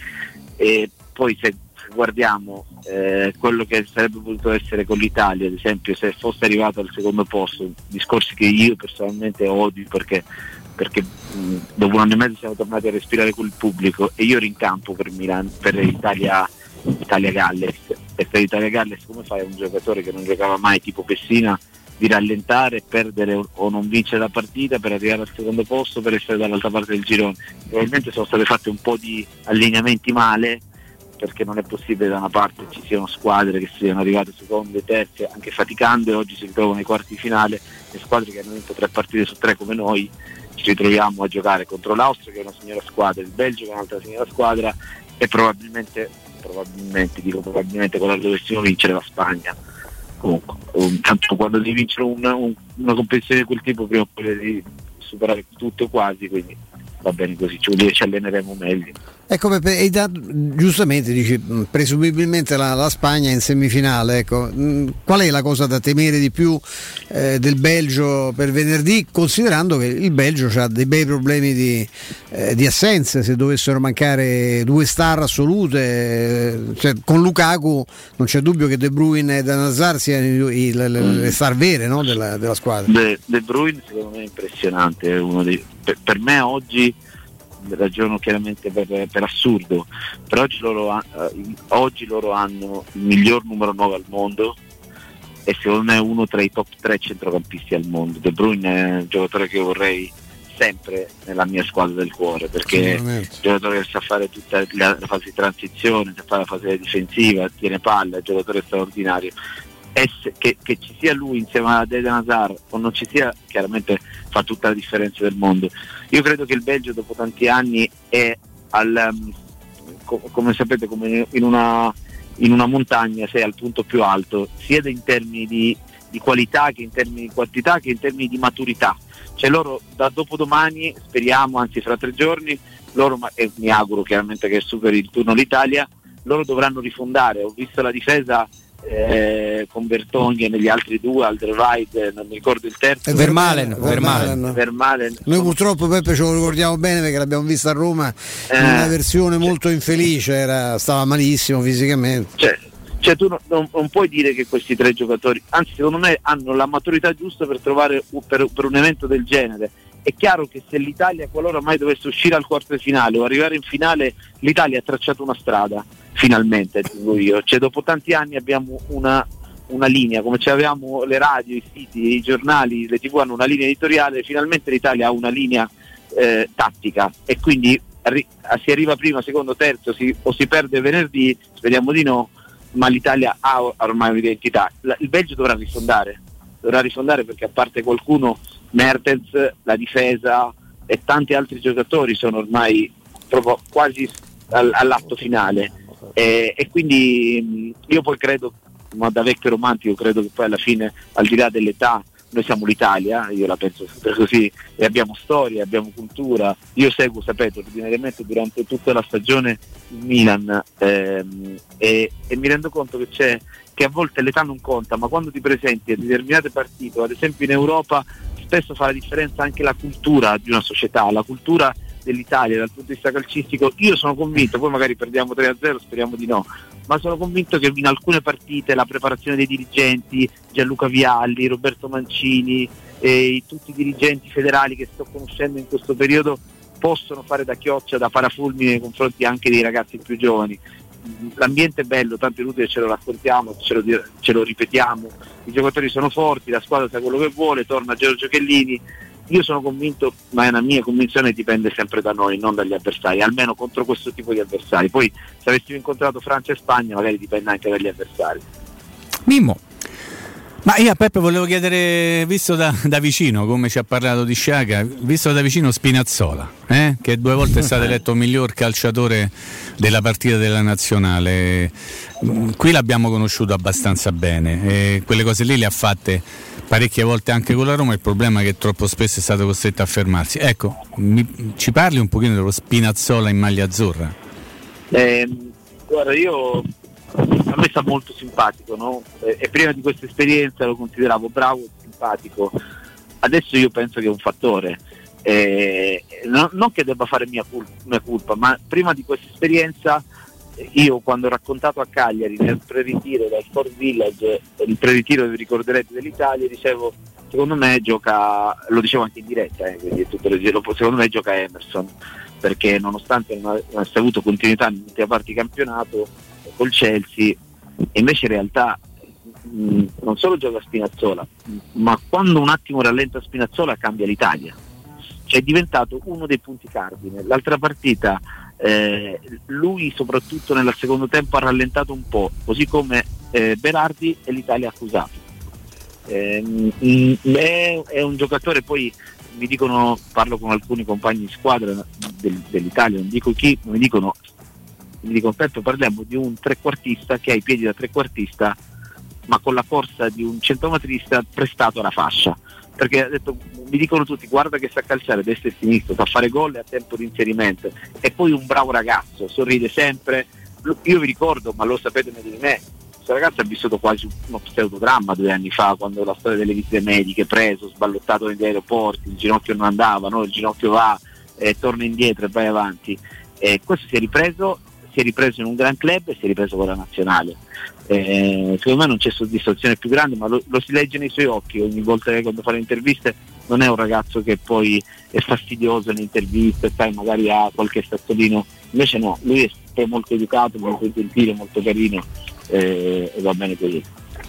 E poi se guardiamo eh, quello che sarebbe potuto essere con l'Italia, ad esempio, se fosse arrivato al secondo posto, discorsi che io personalmente odio, perché, perché mh, dopo un anno e mezzo siamo tornati a respirare col pubblico, e io ero in campo per Milan, per Italia Italia Galles, e per Italia Galles come fai a un giocatore che non giocava mai, tipo Pessina, di rallentare, perdere o, o non vincere la partita per arrivare al secondo posto, per essere dall'altra parte del girone? Probabilmente sono state fatte un po' di allineamenti male, perché non è possibile da una parte ci siano squadre che siano arrivate seconde, terze, anche faticando, e oggi si ritrovano nei quarti di finale, e squadre che hanno vinto tre partite su tre come noi ci ritroviamo a giocare contro l'Austria, che è una signora squadra, il Belgio, che è un'altra signora squadra, e probabilmente probabilmente dico probabilmente quando dovessimo vincere la Spagna. Comunque um, tanto quando devi vincere una, un, una competizione di quel tipo, prima o poi devi superare tutto o quasi, quindi va bene così, ci vuol dire ci alleneremo meglio. Ecco Peppe, e da, giustamente dici presumibilmente la, la Spagna in semifinale, ecco, qual è la cosa da temere di più eh, del Belgio per venerdì, considerando che il Belgio ha dei bei problemi di, eh, di assenze, se dovessero mancare due star assolute, eh, cioè, con Lukaku non c'è dubbio che De Bruyne e Dan Hazard siano i, le, le, le star vere, no, della, della squadra. De, De Bruyne secondo me è impressionante, è uno dei, per, per me oggi ragiono chiaramente per, per assurdo, però oggi loro, ha, eh, oggi loro hanno il miglior numero nove al mondo, e secondo me è uno tra i top tre centrocampisti al mondo. De Bruyne è un giocatore che vorrei sempre nella mia squadra del cuore, perché è un giocatore che sa fare tutta la fase di transizione, sa fare la fase difensiva, tiene palla, è un giocatore straordinario. ess- che, che ci sia lui insieme a Eden Hazard o non ci sia, chiaramente fa tutta la differenza del mondo. Io credo che il Belgio dopo tanti anni è al, um, co- come sapete, come in una, in una montagna, sei al punto più alto, sia in termini di, di qualità che in termini di quantità che in termini di maturità. Cioè loro da dopodomani, speriamo, anzi fra tre giorni, loro, ma, e mi auguro chiaramente che superi il turno l'Italia, loro dovranno rifondare. Ho visto la difesa eh, con Bertogni e negli altri due, Alderweireld, non mi ricordo il terzo, Vermaelen, Vermaelen. Vermaelen. Noi purtroppo, Peppe, ce lo ricordiamo bene perché l'abbiamo vista a Roma in Eh, una versione molto infelice, era, stava malissimo fisicamente. Cioè, cioè tu non, non, non puoi dire che questi tre giocatori, anzi secondo me hanno la maturità giusta per trovare un- per, per un evento del genere. È chiaro che se l'Italia, qualora mai dovesse uscire al quarto di finale o arrivare in finale, l'Italia ha tracciato una strada, finalmente, dico io. Cioè dopo tanti anni abbiamo una, una linea, come ce l'avevamo le radio, i siti, i giornali, le tv hanno una linea editoriale, finalmente l'Italia ha una linea eh, tattica e quindi arri- si arriva primo, secondo, terzo, si, o si perde venerdì, speriamo di no, ma l'Italia ha ormai un'identità. La- il Belgio dovrà rifondare, dovrà rifondare perché a parte qualcuno, Mertens, la difesa e tanti altri giocatori sono ormai proprio quasi al- all'atto finale e, e quindi mh, io poi credo, ma da vecchio romantico, credo che poi alla fine, al di là dell'età, noi siamo l'Italia, io la penso sempre così, e abbiamo storia, abbiamo cultura. Io seguo, sapete, ordinariamente durante tutta la stagione il Milan ehm, e, e mi rendo conto che c'è che a volte l'età non conta, ma quando ti presenti a determinate partite, ad esempio in Europa, spesso fa la differenza anche la cultura di una società, la cultura dell'Italia dal punto di vista calcistico. Io sono convinto, poi magari perdiamo tre a zero, speriamo di no, ma sono convinto che in alcune partite la preparazione dei dirigenti, Gianluca Vialli, Roberto Mancini e tutti i dirigenti federali che sto conoscendo in questo periodo possono fare da chioccia, da parafulmine nei confronti anche dei ragazzi più giovani. L'ambiente è bello, tanto è inutile ce lo raccontiamo, ce lo, ce lo ripetiamo, i giocatori sono forti, la squadra sa quello che vuole, torna Giorgio Chiellini. Io sono convinto, ma è una mia convinzione, dipende sempre da noi, non dagli avversari, almeno contro questo tipo di avversari. Poi se avessimo incontrato Francia e Spagna magari dipende anche dagli avversari. Mimmo. Ma io a Peppe volevo chiedere, visto da, da vicino come ci ha parlato di Sciaga, visto da vicino Spinazzola, eh? che due volte è stato eletto miglior calciatore della partita della nazionale. Qui l'abbiamo conosciuto abbastanza bene e quelle cose lì le ha fatte parecchie volte anche con la Roma. Il problema è che troppo spesso è stato costretto a fermarsi. Ecco, mi, ci parli un pochino dello Spinazzola in maglia azzurra? Eh, guarda, io a me sta molto simpatico, no? E, e prima di questa esperienza lo consideravo bravo e simpatico. Adesso io penso che è un fattore. Eh, no, non che debba fare mia, cul- mia colpa, ma prima di questa esperienza io, quando ho raccontato a Cagliari nel pre-ritiro dal Sport Village, il pre-ritiro, vi ricorderete, dell'Italia, dicevo, secondo me gioca, lo dicevo anche in diretta, eh, quindi è tutto leggero, secondo me gioca Emerson, perché nonostante non avesse avuto continuità in tutte le parti di campionato col Chelsea, invece in realtà mh, non solo gioca Spinazzola, ma quando un attimo rallenta Spinazzola cambia l'Italia, cioè è diventato uno dei punti cardine. L'altra partita eh, lui soprattutto nel secondo tempo ha rallentato un po', così come eh, Berardi, e l'Italia ha accusato. Eh, mh, è, è un giocatore, poi mi dicono, parlo con alcuni compagni di squadra del, dell'Italia, non dico chi, mi dicono mi dicono Peppe, parliamo di un trequartista che ha i piedi da trequartista ma con la corsa di un centrometrista prestato alla fascia, perché ha detto, mi dicono tutti, guarda che sa calciare destra e sinistra, sa fare gol e a tempo di inserimento, e poi un bravo ragazzo, sorride sempre. Io vi ricordo, ma lo sapete meglio di me, questo ragazzo ha vissuto quasi uno pseudodramma due anni fa, quando la storia delle visite mediche, preso, sballottato negli aeroporti, il ginocchio non andava, no? Il ginocchio va, eh, torna indietro e vai avanti, e questo si è ripreso si è ripreso in un gran club e si è ripreso con la nazionale. Eh, secondo me non c'è soddisfazione più grande, ma lo, lo si legge nei suoi occhi ogni volta che quando fa le interviste. Non è un ragazzo che poi è fastidioso nelle interviste, sai, magari ha qualche stazzolino, invece no, lui è molto educato, molto gentile, molto carino, eh, e va bene così.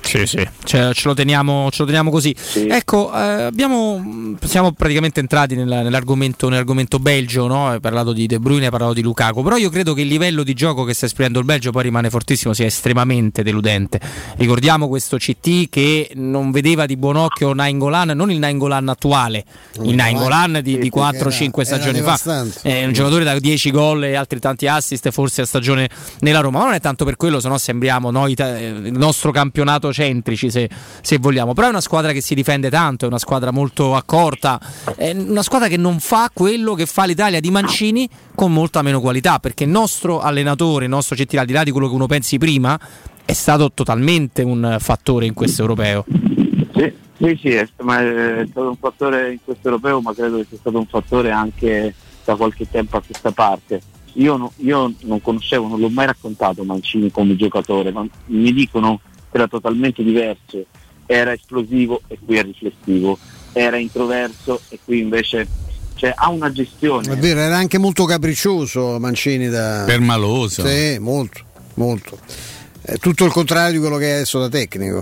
Sì, sì, ce, ce lo teniamo, ce lo teniamo così. Sì. Ecco, eh, abbiamo, siamo praticamente entrati nella, nell'argomento, nell'argomento Belgio, no? Hai parlato di De Bruyne, hai parlato di Lukaku, però io credo che il livello di gioco che sta esprimendo il Belgio poi rimane fortissimo, sia estremamente deludente. Ricordiamo questo C T che non vedeva di buon occhio Nainggolan, non il Nainggolan attuale, il Nainggolan di, di quattro cinque stagioni fa, è un giocatore da dieci gol e altri tanti assist forse a stagione nella Roma, ma non è tanto per quello, se no sembriamo noi, il nostro campionato centrici se, se vogliamo, però è una squadra che si difende tanto, è una squadra molto accorta, è una squadra che non fa quello che fa l'Italia di Mancini con molta meno qualità, perché il nostro allenatore, il nostro C T, al di là di quello che uno pensi prima, è stato totalmente un fattore in questo europeo. Sì, sì, sì, è, ma è stato un fattore in questo europeo, ma credo che sia stato un fattore anche da qualche tempo a questa parte. Io, no, io non conoscevo, non l'ho mai raccontato Mancini come giocatore, ma mi dicono era totalmente diverso, era esplosivo e qui è riflessivo, era introverso e qui invece cioè, ha una gestione. È vero, era anche molto capriccioso Mancini, da permaloso. Sì, molto, molto. È tutto il contrario di quello che è adesso da tecnico.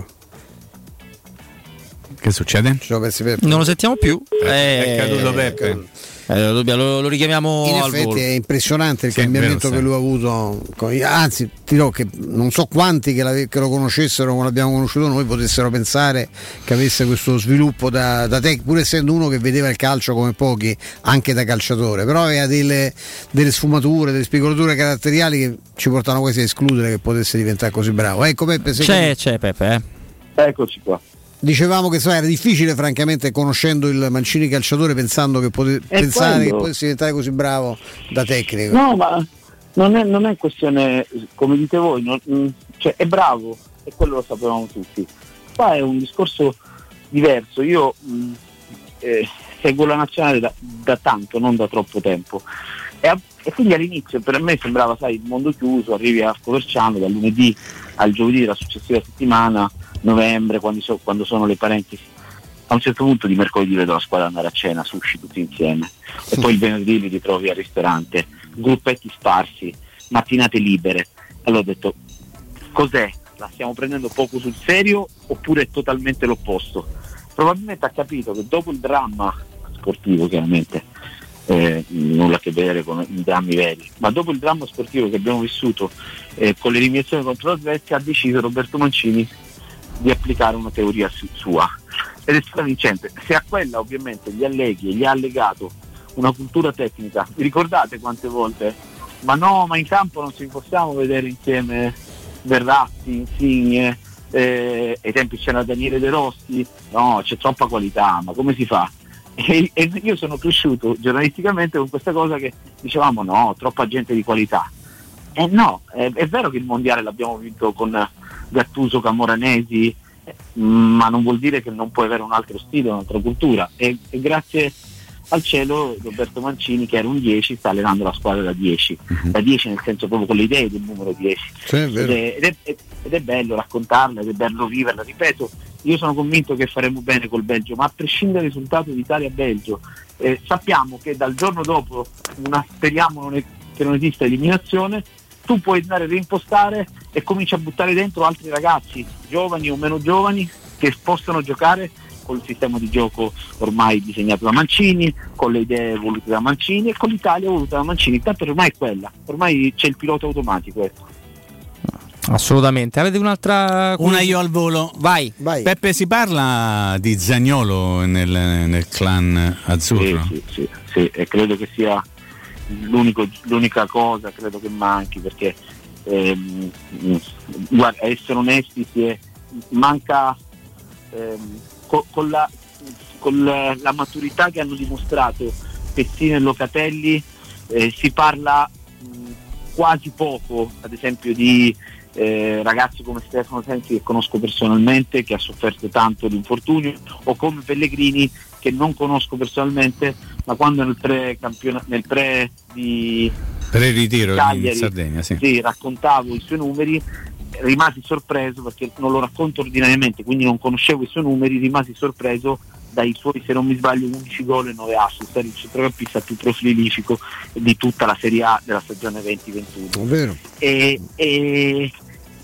Che succede? Ci sono persi Peppe. Non lo sentiamo più. È, è caduto Peppe. Eh, lo, lo richiamiamo in al effetti volo. È impressionante il sì, cambiamento vero, che lui ha avuto, anzi ti dirò che non so quanti che, la, che lo conoscessero come l'abbiamo conosciuto noi potessero pensare che avesse questo sviluppo da, da tech, pur essendo uno che vedeva il calcio come pochi anche da calciatore, però aveva delle, delle sfumature, delle spigolature caratteriali che ci portano quasi a escludere che potesse diventare così bravo. Ecco Peppe, c'è, che... c'è Peppe eh. Eccoci qua. Dicevamo che so, era difficile francamente conoscendo il Mancini calciatore pensando che pote- pensare quello. Che potesse diventare così bravo da tecnico. No, ma non è, non è questione, come dite voi, non, cioè è bravo e quello lo sapevamo tutti. Qua è un discorso diverso. Io mh, eh, seguo la nazionale da, da tanto, non da troppo tempo. E, a, e quindi all'inizio per me sembrava, sai, il mondo chiuso, arrivi a Coverciano dal lunedì al giovedì della successiva settimana, novembre, quando, so, quando sono le parentesi. A un certo punto di mercoledì vedo la squadra andare a cena, sushi tutti insieme, e poi il venerdì li ritrovi al ristorante, gruppetti sparsi, mattinate libere. Allora ho detto, cos'è? La stiamo prendendo poco sul serio oppure è totalmente l'opposto? Probabilmente ha capito che dopo il dramma sportivo, chiaramente eh, nulla a che vedere con i drammi veri, ma dopo il dramma sportivo che abbiamo vissuto eh, con l'eliminazione contro la Svezia, ha deciso Roberto Mancini di applicare una teoria su- sua ed è stata vincente. Se a quella ovviamente gli alleghi e gli ha allegato una cultura tecnica, vi ricordate quante volte ma no, ma in campo non ci possiamo vedere insieme Verratti, Insigne, eh, ai tempi c'era Daniele De Rossi, no, c'è troppa qualità, ma come si fa? E, e io sono cresciuto giornalisticamente con questa cosa che dicevamo no, troppa gente di qualità. E eh no, è, è vero che il mondiale l'abbiamo vinto con Gattuso, Camoranesi, eh, ma non vuol dire che non puoi avere un altro stile, un'altra cultura, e, e grazie al cielo Roberto Mancini, che era un dieci, sta allenando la squadra da dieci, uh-huh. da dieci nel senso proprio con le idee del numero dieci, sì, è ed, è, ed, è, ed è bello raccontarla, ed è bello viverla. Ripeto, io sono convinto che faremo bene col Belgio, ma a prescindere dal risultato di Italia-Belgio, eh, sappiamo che dal giorno dopo una, speriamo non è, che non esista eliminazione, tu puoi andare a reimpostare e cominci a buttare dentro altri ragazzi, giovani o meno giovani, che possono giocare col sistema di gioco ormai disegnato da Mancini, con le idee volute da Mancini e con l'Italia voluta da Mancini. Tanto ormai è quella, ormai c'è il pilota automatico, ecco. Assolutamente. Avete un'altra una io al volo? Vai, vai. Peppe, si parla di Zaniolo nel, nel clan azzurro? Sì, sì, sì, sì, e credo che sia l'unico, l'unica cosa credo che manchi, perché ehm, guarda, essere onesti, si è, manca ehm, co, con, la, con la, la maturità che hanno dimostrato Pessina e Locatelli, eh, si parla mh, quasi poco, ad esempio di eh, ragazzi come Stefano Sensi, che conosco personalmente, che ha sofferto tanto di infortunio, o come Pellegrini, che non conosco personalmente, ma quando nel pre nel pre di pre-ritiro Cagliari, in Sardegna, sì. sì, raccontavo i suoi numeri, rimasi sorpreso perché non lo racconto ordinariamente, quindi non conoscevo i suoi numeri, rimasi sorpreso dai suoi, se non mi sbaglio, undici gol e nove assist, il centrocampista più profilifico di tutta la Serie A della stagione venti ventuno. Vero. E, e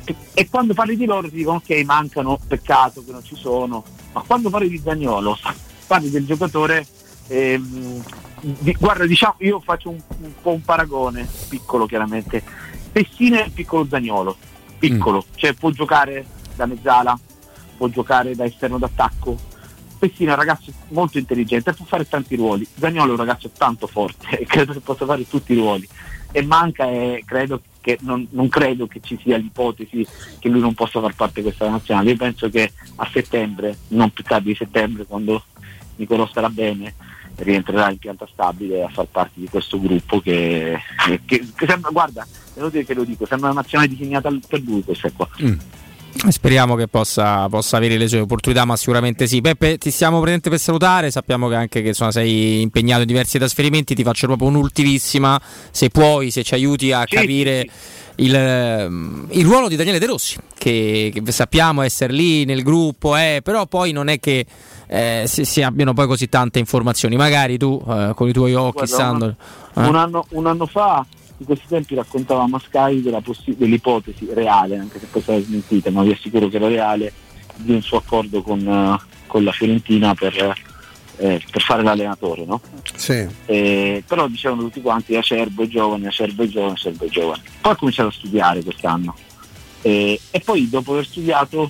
e, e quando parli di loro ti dicono ok, mancano, peccato che non ci sono, ma quando parli di Zaniolo parli del giocatore ehm, di, guarda, diciamo, io faccio un, un po' un paragone piccolo, chiaramente. Pessina è il piccolo Zaniolo, piccolo, mm. cioè può giocare da mezzala, può giocare da esterno d'attacco. Pessina è un ragazzo molto intelligente, può fare tanti ruoli. Zaniolo è un ragazzo tanto forte e credo che possa fare tutti i ruoli, e manca, e credo che non, non credo che ci sia l'ipotesi che lui non possa far parte di questa nazionale. Io penso che a settembre, non più tardi di settembre, quando Nicolò starà bene, rientrerà in pianta stabile a far parte di questo gruppo che, che, che sembra, guarda, devo dire che lo dico, sembra una nazionale disegnata per lui questa qua. Mm. Speriamo che possa, possa avere le sue opportunità, ma sicuramente sì. Peppe, ti stiamo presente per salutare, sappiamo che anche che insomma, sei impegnato in diversi trasferimenti, ti faccio proprio un'ultimissima, se puoi, se ci aiuti a sì, capire sì, sì. Il, il ruolo di Daniele De Rossi, che, che sappiamo essere lì nel gruppo, eh, però poi non è che eh, si, si abbiano poi così tante informazioni, magari tu eh, con i tuoi occhi, Guarda, Sandro, un, eh. un, anno, un anno fa in questi tempi raccontavamo a Sky della possi- dell'ipotesi reale, anche se poi sarà smentita, ma vi assicuro che era reale, di un suo accordo con, uh, con la Fiorentina per, eh, per fare l'allenatore, no? Sì. Eh, però dicevano tutti quanti Acerbo è giovane, Acerbo è giovane, Acerbo è giovane. Poi ha cominciato a studiare quest'anno eh, e poi dopo aver studiato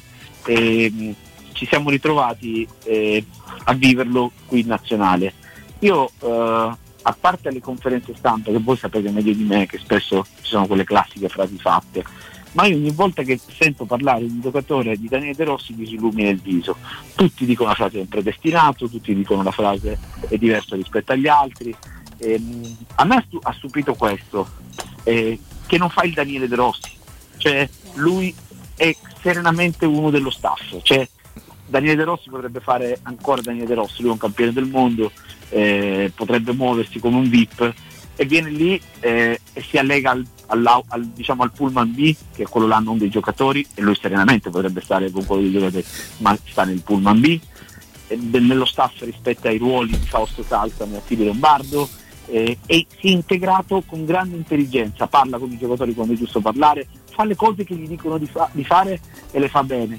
eh, ci siamo ritrovati eh, a viverlo qui in nazionale. Io uh, a parte le conferenze stampa, che voi sapete meglio di me che spesso ci sono quelle classiche frasi fatte, ma io ogni volta che sento parlare di un giocatore di Daniele De Rossi mi si illumina il viso. Tutti dicono la frase è un predestinato, tutti dicono la frase è diverso rispetto agli altri. Ehm, a me ha stupito questo, eh, che non fa il Daniele De Rossi, cioè lui è serenamente uno dello staff, cioè Daniele De Rossi potrebbe fare ancora Daniele De Rossi, lui è un campione del mondo, eh, potrebbe muoversi come un V I P e viene lì eh, e si allega al, al, al, diciamo, al pullman B, che è quello là non dei giocatori, e lui serenamente potrebbe stare con quello dei giocatori, ma sta nel pullman B, e nello staff rispetto ai ruoli di Fausto Salzano e Attilio Lombardo, eh, e si è integrato con grande intelligenza, parla con i giocatori quando è giusto parlare, fa le cose che gli dicono di, fa- di fare e le fa bene.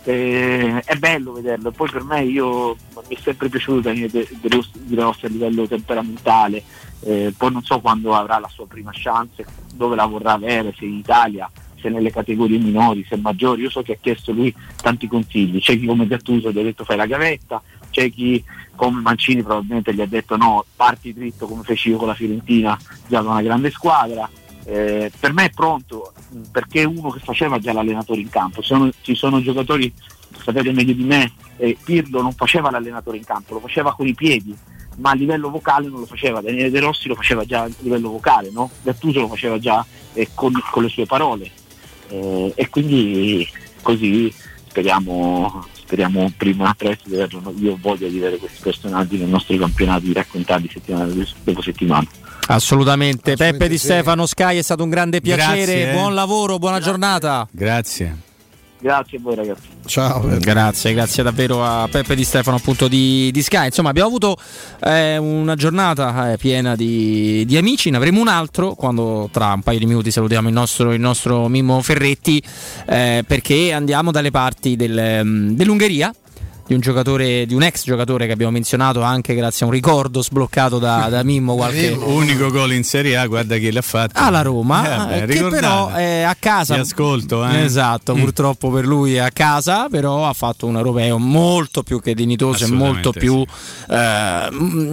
Eh, è bello vederlo. Poi per me, io mi è sempre piaciuto Daniele De, De, Rossi, De Rossi a livello temperamentale, eh, poi non so quando avrà la sua prima chance, dove la vorrà avere, se in Italia, se nelle categorie minori, se maggiori. Io so che ha chiesto lui tanti consigli, c'è chi come Gattuso gli ha detto fai la gavetta, c'è chi come Mancini probabilmente gli ha detto no, parti dritto come feci io con la Fiorentina, già da una grande squadra. Eh, per me è pronto, perché è uno che faceva già l'allenatore in campo. Sono, ci sono giocatori, sapete meglio di me, eh, Pirlo non faceva l'allenatore in campo, lo faceva con i piedi, ma a livello vocale non lo faceva. Daniele De Rossi lo faceva già a livello vocale, no? Gattuso lo faceva già eh, con, con le sue parole, eh, e quindi così speriamo speriamo prima o presto di averlo. Io voglio di avere questi personaggi nei nostri campionati, di raccontarli settimana dopo settimana. Assolutamente. Peppe Di Stefano, Sky, è stato un grande piacere. Grazie, eh. Buon lavoro, buona Grazie. giornata. Grazie. Grazie a voi ragazzi. Ciao. Grazie, grazie davvero a Peppe Di Stefano, appunto di, di Sky. Insomma, abbiamo avuto eh, una giornata eh, piena di, di amici. Ne avremo un altro quando tra un paio di minuti salutiamo il nostro, il nostro Mimmo Ferretti, eh, perché andiamo dalle parti del, dell'Ungheria, di un giocatore, di un ex giocatore che abbiamo menzionato anche grazie a un ricordo sbloccato da, da Mimmo qualche unico gol in Serie A, guarda chi l'ha fatto alla Roma, eh beh, che però è a casa. Ti ascolto, eh. Esatto, mm. purtroppo per lui è a casa, però ha fatto un europeo molto più che dignitoso e molto più sì. eh,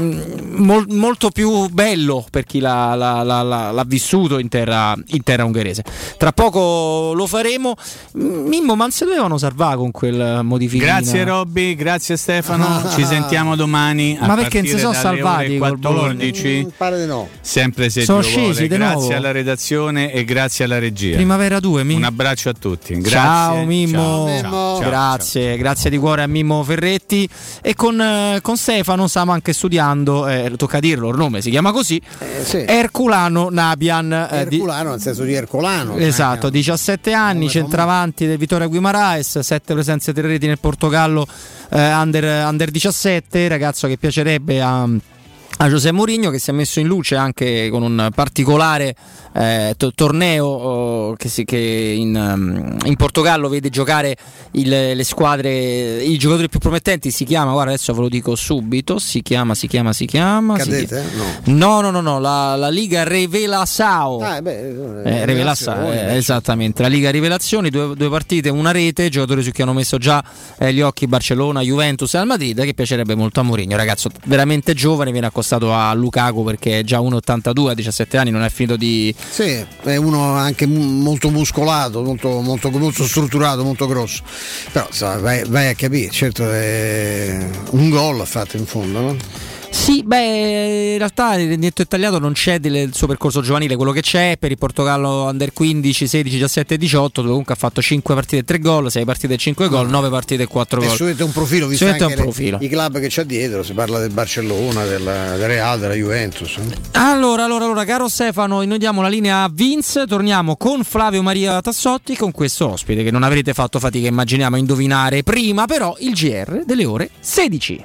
mol, molto più bello per chi l'ha, l'ha, l'ha, l'ha vissuto in terra, in terra ungherese. Tra poco lo faremo. Mimmo, ma non si dovevano salvare con quel modifichino? Grazie Robby, grazie Stefano, ah, ci sentiamo domani a ma perché non si sono dalle salvati ore quattordici, mm, pare di no. sempre se sono Dio scesi vuole. Grazie nuovo. alla redazione e grazie alla regia. Primavera due, Mimmo. Un abbraccio a tutti. Grazie. Ciao Mimmo. Ciao, Mimmo. ciao, grazie, ciao. grazie di cuore a Mimmo Ferretti. E con, eh, con Stefano stiamo anche studiando, eh, tocca dirlo, il nome si chiama così, eh, sì. Herculano Nabian. Eh, Herculano di... nel senso di Ercolano. Esatto, diciassette anni, come centravanti del Vitória Guimarães, sette presenze, tre reti nel Portogallo, eh, under, under diciassette, ragazzo che piacerebbe a a José Mourinho, che si è messo in luce anche con un particolare eh, to- torneo oh, che, si, che in, um, in Portogallo vede giocare il, le squadre, i giocatori più promettenti. Si chiama, guarda adesso ve lo dico subito, si chiama, si chiama, si chiama Cadete? si chiama. No, no, no, no, la, la Liga Revelação. Ah, beh, eh, Revelação, eh, esattamente, la Liga Rivelazioni, due, due partite, una rete, giocatori su cui hanno messo già eh, gli occhi Barcellona, Juventus e al Madrid, che piacerebbe molto a Mourinho, ragazzo veramente giovane, viene accostato a Lukaku perché è già uno virgola ottantadue a diciassette anni, non è finito di... Sì, è uno anche molto muscolato, molto, molto, molto strutturato, molto grosso, però sa, vai, vai a capire, certo è un gol ha fatto in fondo, no? Sì, beh, in realtà il rendimento tagliato non c'è del suo percorso giovanile, quello che c'è per il Portogallo under quindici, sedici, diciassette e diciotto, dove comunque ha fatto cinque partite e tre gol, sei partite e cinque gol, nove partite e quattro gol. È un profilo, visto anche un profilo. Le, i club che c'ha dietro, si parla del Barcellona, della, del Real, della Juventus. Allora, allora, allora, caro Stefano, noi diamo la linea a Vince, torniamo con Flavio Maria Tassotti, con questo ospite che non avrete fatto fatica, immaginiamo, a indovinare prima, però il G R delle ore sedici.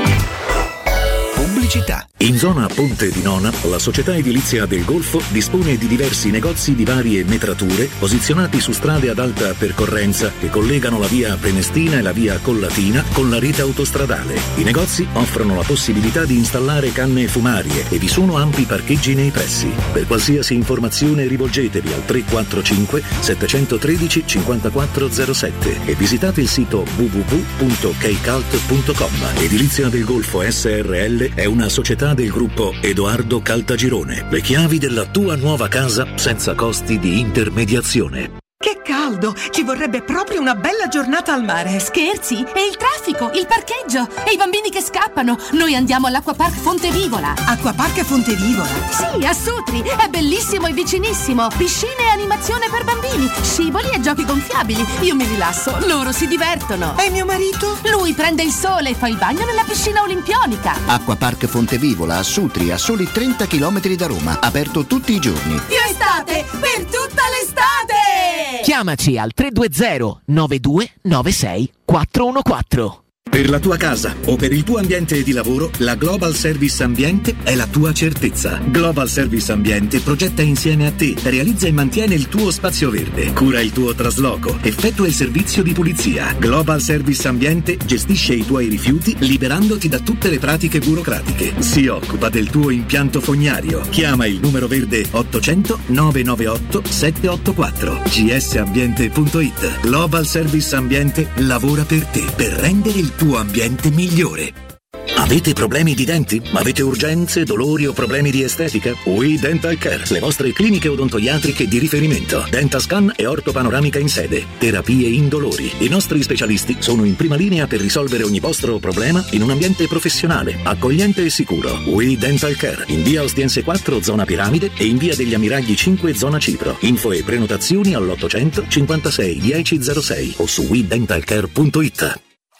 Pubblicità. In zona Ponte di Nona, la società edilizia del Golfo dispone di diversi negozi di varie metrature posizionati su strade ad alta percorrenza che collegano la via Prenestina e la via Collatina con la rete autostradale. I negozi offrono la possibilità di installare canne fumarie e vi sono ampi parcheggi nei pressi. Per qualsiasi informazione rivolgetevi al tre quattro cinque sette uno tre cinque zero sette e visitate il sito w w w punto keicalt punto com. Edilizia del Golfo S R L è una società del gruppo Edoardo Caltagirone. Le chiavi della tua nuova casa senza costi di intermediazione. Che caldo! Ci vorrebbe proprio una bella giornata al mare. Scherzi? E il traffico, il parcheggio e i bambini che scappano. Noi andiamo all'Acquapark Fontevivola. Acquapark Fontevivola? Sì, a Sutri. È bellissimo e vicinissimo. Piscine e animazione per bambini, scivoli e giochi gonfiabili. Io mi rilasso, loro si divertono. E mio marito? Lui prende il sole e fa il bagno nella piscina olimpionica. Acquapark Fontevivola a Sutri, a soli trenta chilometri da Roma. Aperto tutti i giorni. Più estate per tutta l'estate! Chiamaci al tre due zero nove due nove sei quattro uno quattro. Per la tua casa o per il tuo ambiente di lavoro, la Global Service Ambiente è la tua certezza. Global Service Ambiente progetta insieme a te, realizza e mantiene il tuo spazio verde, cura il tuo trasloco, effettua il servizio di pulizia. Global Service Ambiente gestisce i tuoi rifiuti liberandoti da tutte le pratiche burocratiche. Si occupa del tuo impianto fognario. Chiama il numero verde ottocento nove nove otto sette otto quattro g s ambiente punto i t. Global Service Ambiente lavora per te, per rendere il tuo ambiente migliore. Avete problemi di denti? Avete urgenze, dolori o problemi di estetica? We Dental Care, le vostre cliniche odontoiatriche di riferimento. Dentascan e ortopanoramica in sede. Terapie indolori. I nostri specialisti sono in prima linea per risolvere ogni vostro problema in un ambiente professionale, accogliente e sicuro. We Dental Care, in via Ostiense quattro, zona Piramide, e in via degli Ammiragli cinque, zona Cipro. Info e prenotazioni all'ottocento cinquantasei dieci zero sei o su we dental care punto i t.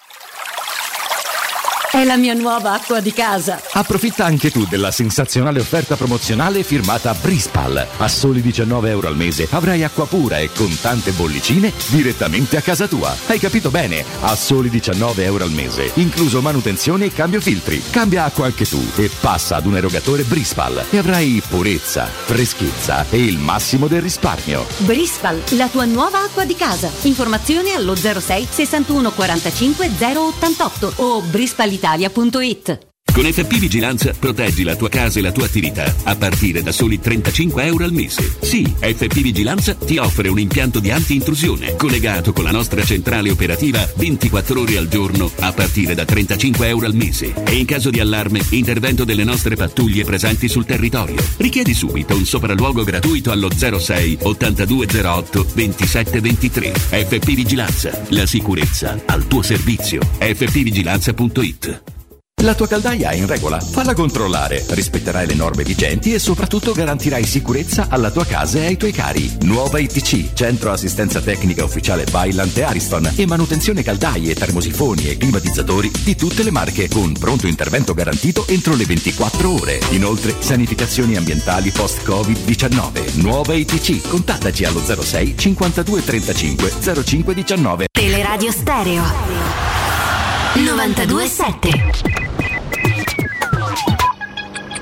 È la mia nuova acqua di casa. Approfitta anche tu della sensazionale offerta promozionale firmata Brispal. A soli diciannove euro al mese avrai acqua pura e con tante bollicine direttamente a casa tua. Hai capito bene? A soli diciannove euro al mese, incluso manutenzione e cambio filtri. Cambia acqua anche tu e passa ad un erogatore Brispal e avrai purezza, freschezza e il massimo del risparmio. Brispal, la tua nuova acqua di casa. Informazioni allo zero sei sessantuno quarantacinque zero ottantotto o brispal italia punto i t. Con F P Vigilanza proteggi la tua casa e la tua attività a partire da soli trentacinque euro al mese. Sì, F P Vigilanza ti offre un impianto di anti-intrusione collegato con la nostra centrale operativa ventiquattro ore al giorno a partire da trentacinque euro al mese. E in caso di allarme, intervento delle nostre pattuglie presenti sul territorio. Richiedi subito un sopralluogo gratuito allo zero sei ottantadue zero otto ventisette ventitré. F P Vigilanza, la sicurezza al tuo servizio. f p vigilanza punto i t. La tua caldaia è in regola? Falla controllare. Rispetterai le norme vigenti e soprattutto garantirai sicurezza alla tua casa e ai tuoi cari. Nuova I T C, centro assistenza tecnica ufficiale Vaillant e Ariston e manutenzione caldaie, termosifoni e climatizzatori di tutte le marche con pronto intervento garantito entro le ventiquattro ore. Inoltre, sanificazioni ambientali post-covid diciannove. Nuova I T C, contattaci allo zero sei cinquantadue trentacinque zero cinque diciannove. Teleradio Stereo novantadue sette.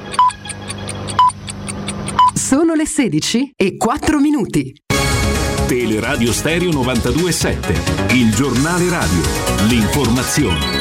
Sono le sedici e quattro minuti. Teleradio Stereo novantadue e sette, il giornale radio, l'informazione.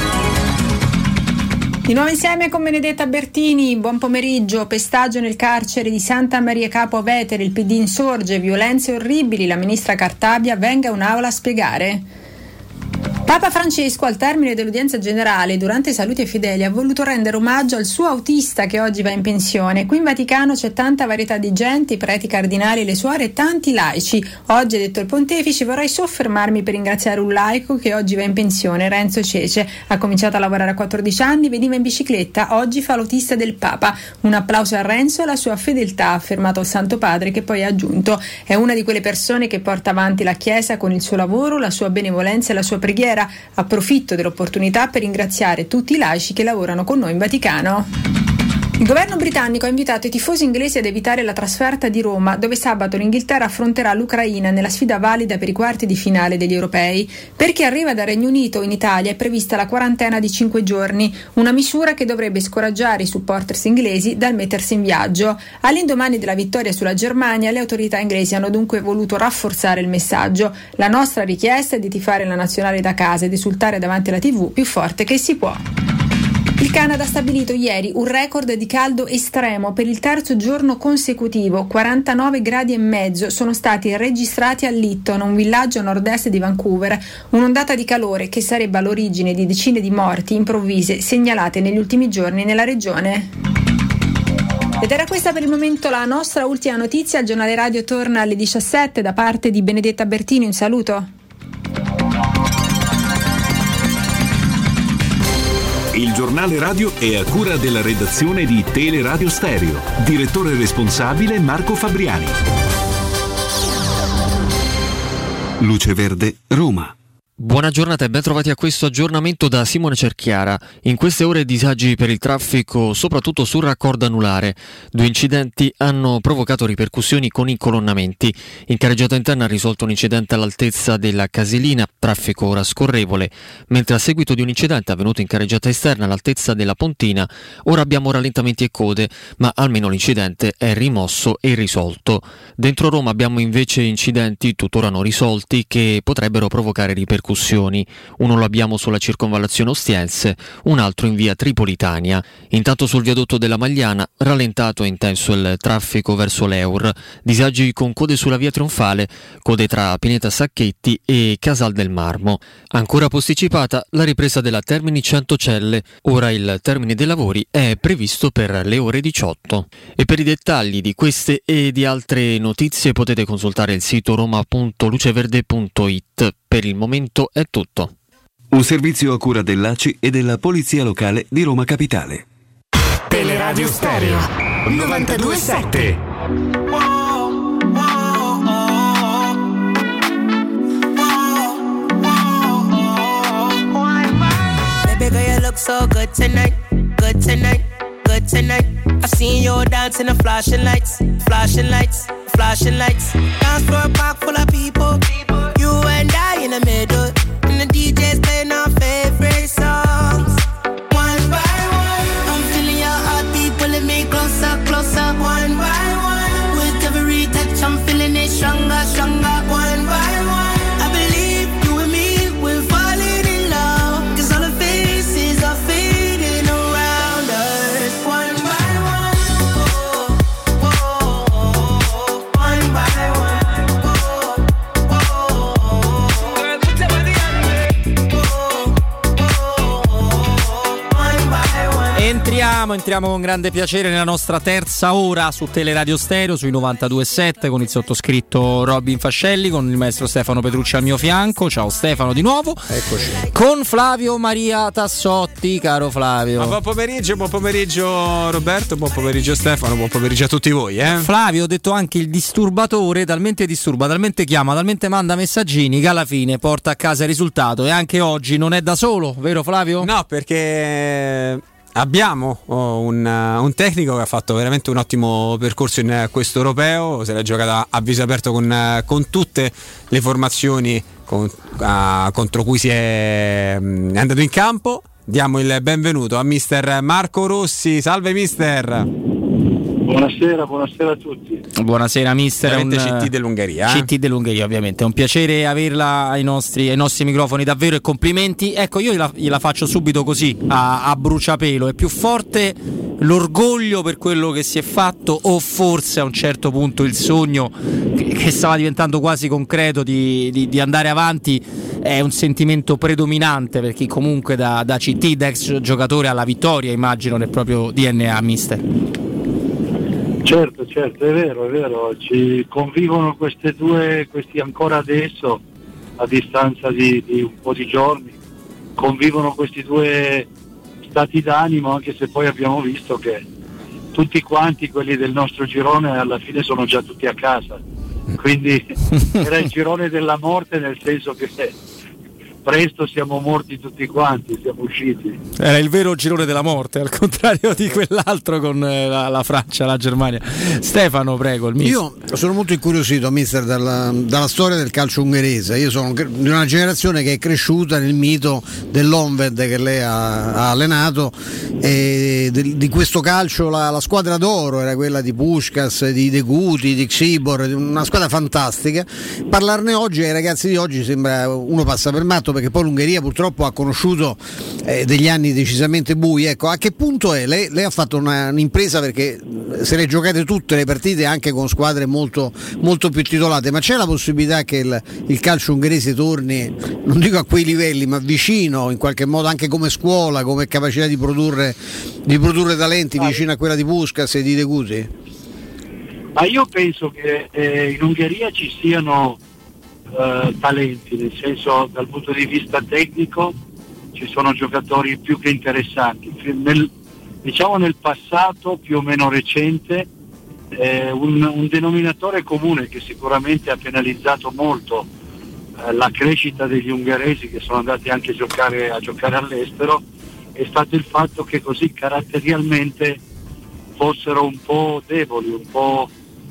Di nuovo insieme con Benedetta Bertini, buon pomeriggio. Pestaggio nel carcere di Santa Maria Capua Vetere, il P D insorge, violenze orribili, la ministra Cartabia venga a un'aula a spiegare. Papa Francesco, al termine dell'udienza generale, durante i saluti ai fedeli, ha voluto rendere omaggio al suo autista che oggi va in pensione. Qui in Vaticano c'è tanta varietà di gente, i preti cardinali, le suore e tanti laici. Oggi, ha detto il pontefice, vorrei soffermarmi per ringraziare un laico che oggi va in pensione, Renzo Cece. Ha cominciato a lavorare a quattordici anni, veniva in bicicletta, oggi fa l'autista del Papa. Un applauso a Renzo e alla sua fedeltà, ha affermato il Santo Padre, che poi ha aggiunto: è una di quelle persone che porta avanti la Chiesa con il suo lavoro, la sua benevolenza e la sua preghiera. Approfitto dell'opportunità per ringraziare tutti i laici che lavorano con noi in Vaticano. Il governo britannico ha invitato i tifosi inglesi ad evitare la trasferta di Roma, dove sabato l'Inghilterra affronterà l'Ucraina nella sfida valida per i quarti di finale degli europei. Per chi arriva dal Regno Unito o in Italia è prevista la quarantena di cinque giorni, una misura che dovrebbe scoraggiare i supporters inglesi dal mettersi in viaggio. All'indomani della vittoria sulla Germania, le autorità inglesi hanno dunque voluto rafforzare il messaggio. La nostra richiesta è di tifare la nazionale da casa ed esultare davanti alla tivù più forte che si può. Il Canada ha stabilito ieri un record di caldo estremo per il terzo giorno consecutivo. quarantanove gradi e mezzo sono stati registrati a Lytton, un villaggio a nord-est di Vancouver. Un'ondata di calore che sarebbe all'origine di decine di morti improvvise segnalate negli ultimi giorni nella regione. Ed era questa per il momento la nostra ultima notizia. Il giornale radio torna alle diciassette da parte di Benedetta Bertini. Un saluto. Il giornale radio è a cura della redazione di Teleradio Stereo. Direttore responsabile Marco Fabriani. Luce Verde, Roma. Buona giornata e ben trovati a questo aggiornamento da Simone Cerchiara. In queste ore disagi per il traffico, soprattutto sul raccordo anulare. Due incidenti hanno provocato ripercussioni con incolonnamenti. In carreggiata interna ha risolto un incidente all'altezza della Casilina, traffico ora scorrevole, mentre a seguito di un incidente avvenuto in carreggiata esterna all'altezza della Pontina, ora abbiamo rallentamenti e code, ma almeno l'incidente è rimosso e risolto. Dentro Roma abbiamo invece incidenti tuttora non risolti che potrebbero provocare ripercussioni. Uno lo abbiamo sulla circonvallazione Ostiense, un altro in via Tripolitania. Intanto sul viadotto della Magliana, rallentato e intenso il traffico verso l'Eur. Disagi con code sulla via Trionfale, code tra Pineta Sacchetti e Casal del Marmo. Ancora posticipata la ripresa della Termini Centocelle. Ora il termine dei lavori è previsto per le ore diciotto. E per i dettagli di queste e di altre notizie potete consultare il sito roma punto luceverde punto it. Per il momento è tutto. Un servizio a cura dell'A C I e della Polizia Locale di Roma Capitale. Teleradio Stereo novantadue e sette. Baby girl, you look so good tonight, good tonight, good tonight. I've seen you dancing the flashing lights, flashing lights, flashing lights. Dance floor packed full of people. You and I in the middle, and the D J's playing our favorite songs. One by one, I'm feeling your heartbeat pulling me closer, closer. One by one, with every touch I'm feeling it stronger, stronger. One by one, I believe you and me we're falling in love, 'cause all the faces are fading around us. One by one, oh, oh, oh, oh. One by one. Entriamo, entriamo con grande piacere nella nostra terza ora su Teleradio Stereo sui novantadue e sette con il sottoscritto Robin Fascelli, con il maestro Stefano Petrucci al mio fianco. Ciao Stefano di nuovo. Eccoci. Con Flavio Maria Tassotti, caro Flavio. Ma buon pomeriggio, buon pomeriggio Roberto, buon pomeriggio Stefano, buon pomeriggio a tutti voi. Eh? Flavio, ho detto anche il disturbatore, talmente disturba, talmente chiama, talmente manda messaggini che alla fine porta a casa il risultato. E anche oggi non è da solo, vero Flavio? No, perché abbiamo oh, un, un tecnico che ha fatto veramente un ottimo percorso in questo europeo, se l'è giocata a viso aperto con, con tutte le formazioni con, uh, contro cui si è, um, è andato in campo. Diamo il benvenuto a mister Marco Rossi. Salve mister. Buonasera, buonasera a tutti. Buonasera mister. Un C T dell'Ungheria. Eh? C T dell'Ungheria ovviamente, è un piacere averla ai nostri, ai nostri microfoni davvero e complimenti. Ecco, io gliela, gliela faccio subito così, a, a bruciapelo. È più forte l'orgoglio per quello che si è fatto o forse a un certo punto il sogno che, che stava diventando quasi concreto di, di, di andare avanti è un sentimento predominante per chi comunque da, da C T, da ex giocatore alla vittoria immagino nel proprio D N A, mister. Certo, certo, è vero, è vero, ci convivono queste due, questi ancora adesso, a distanza di, di un po' di giorni, convivono questi due stati d'animo, anche se poi abbiamo visto che tutti quanti quelli del nostro girone alla fine sono già tutti a casa, quindi era il girone della morte, nel senso che presto siamo morti tutti quanti, siamo usciti. Era il vero girone della morte, al contrario di quell'altro con la, la Francia, la Germania. Stefano, prego. Il mister. Io sono molto incuriosito, mister, dalla, dalla storia del calcio ungherese. Io sono di una generazione che è cresciuta nel mito dell'Onved che lei ha, ha allenato, e di, di questo calcio la, la squadra d'oro era quella di Puskás, di De Guti, di Xibor, una squadra fantastica. Parlarne oggi ai ragazzi di oggi sembra uno passa per matto, perché poi l'Ungheria purtroppo ha conosciuto eh, degli anni decisamente bui. Ecco, a che punto è? Lei, lei ha fatto una, un'impresa, perché se le giocate tutte le partite anche con squadre molto, molto più titolate, ma c'è la possibilità che il, il calcio ungherese torni, non dico a quei livelli, ma vicino in qualche modo, anche come scuola, come capacità di produrre, di produrre talenti, ah, vicino a quella di Puskás e di De Guti? Ma io penso che eh, in Ungheria ci siano Uh, talenti, nel senso, dal punto di vista tecnico ci sono giocatori più che interessanti. Nel, diciamo nel passato più o meno recente eh, un, un denominatore comune che sicuramente ha penalizzato molto eh, la crescita degli ungheresi che sono andati anche a giocare, a giocare all'estero è stato il fatto che così caratterialmente fossero un po' deboli, un po'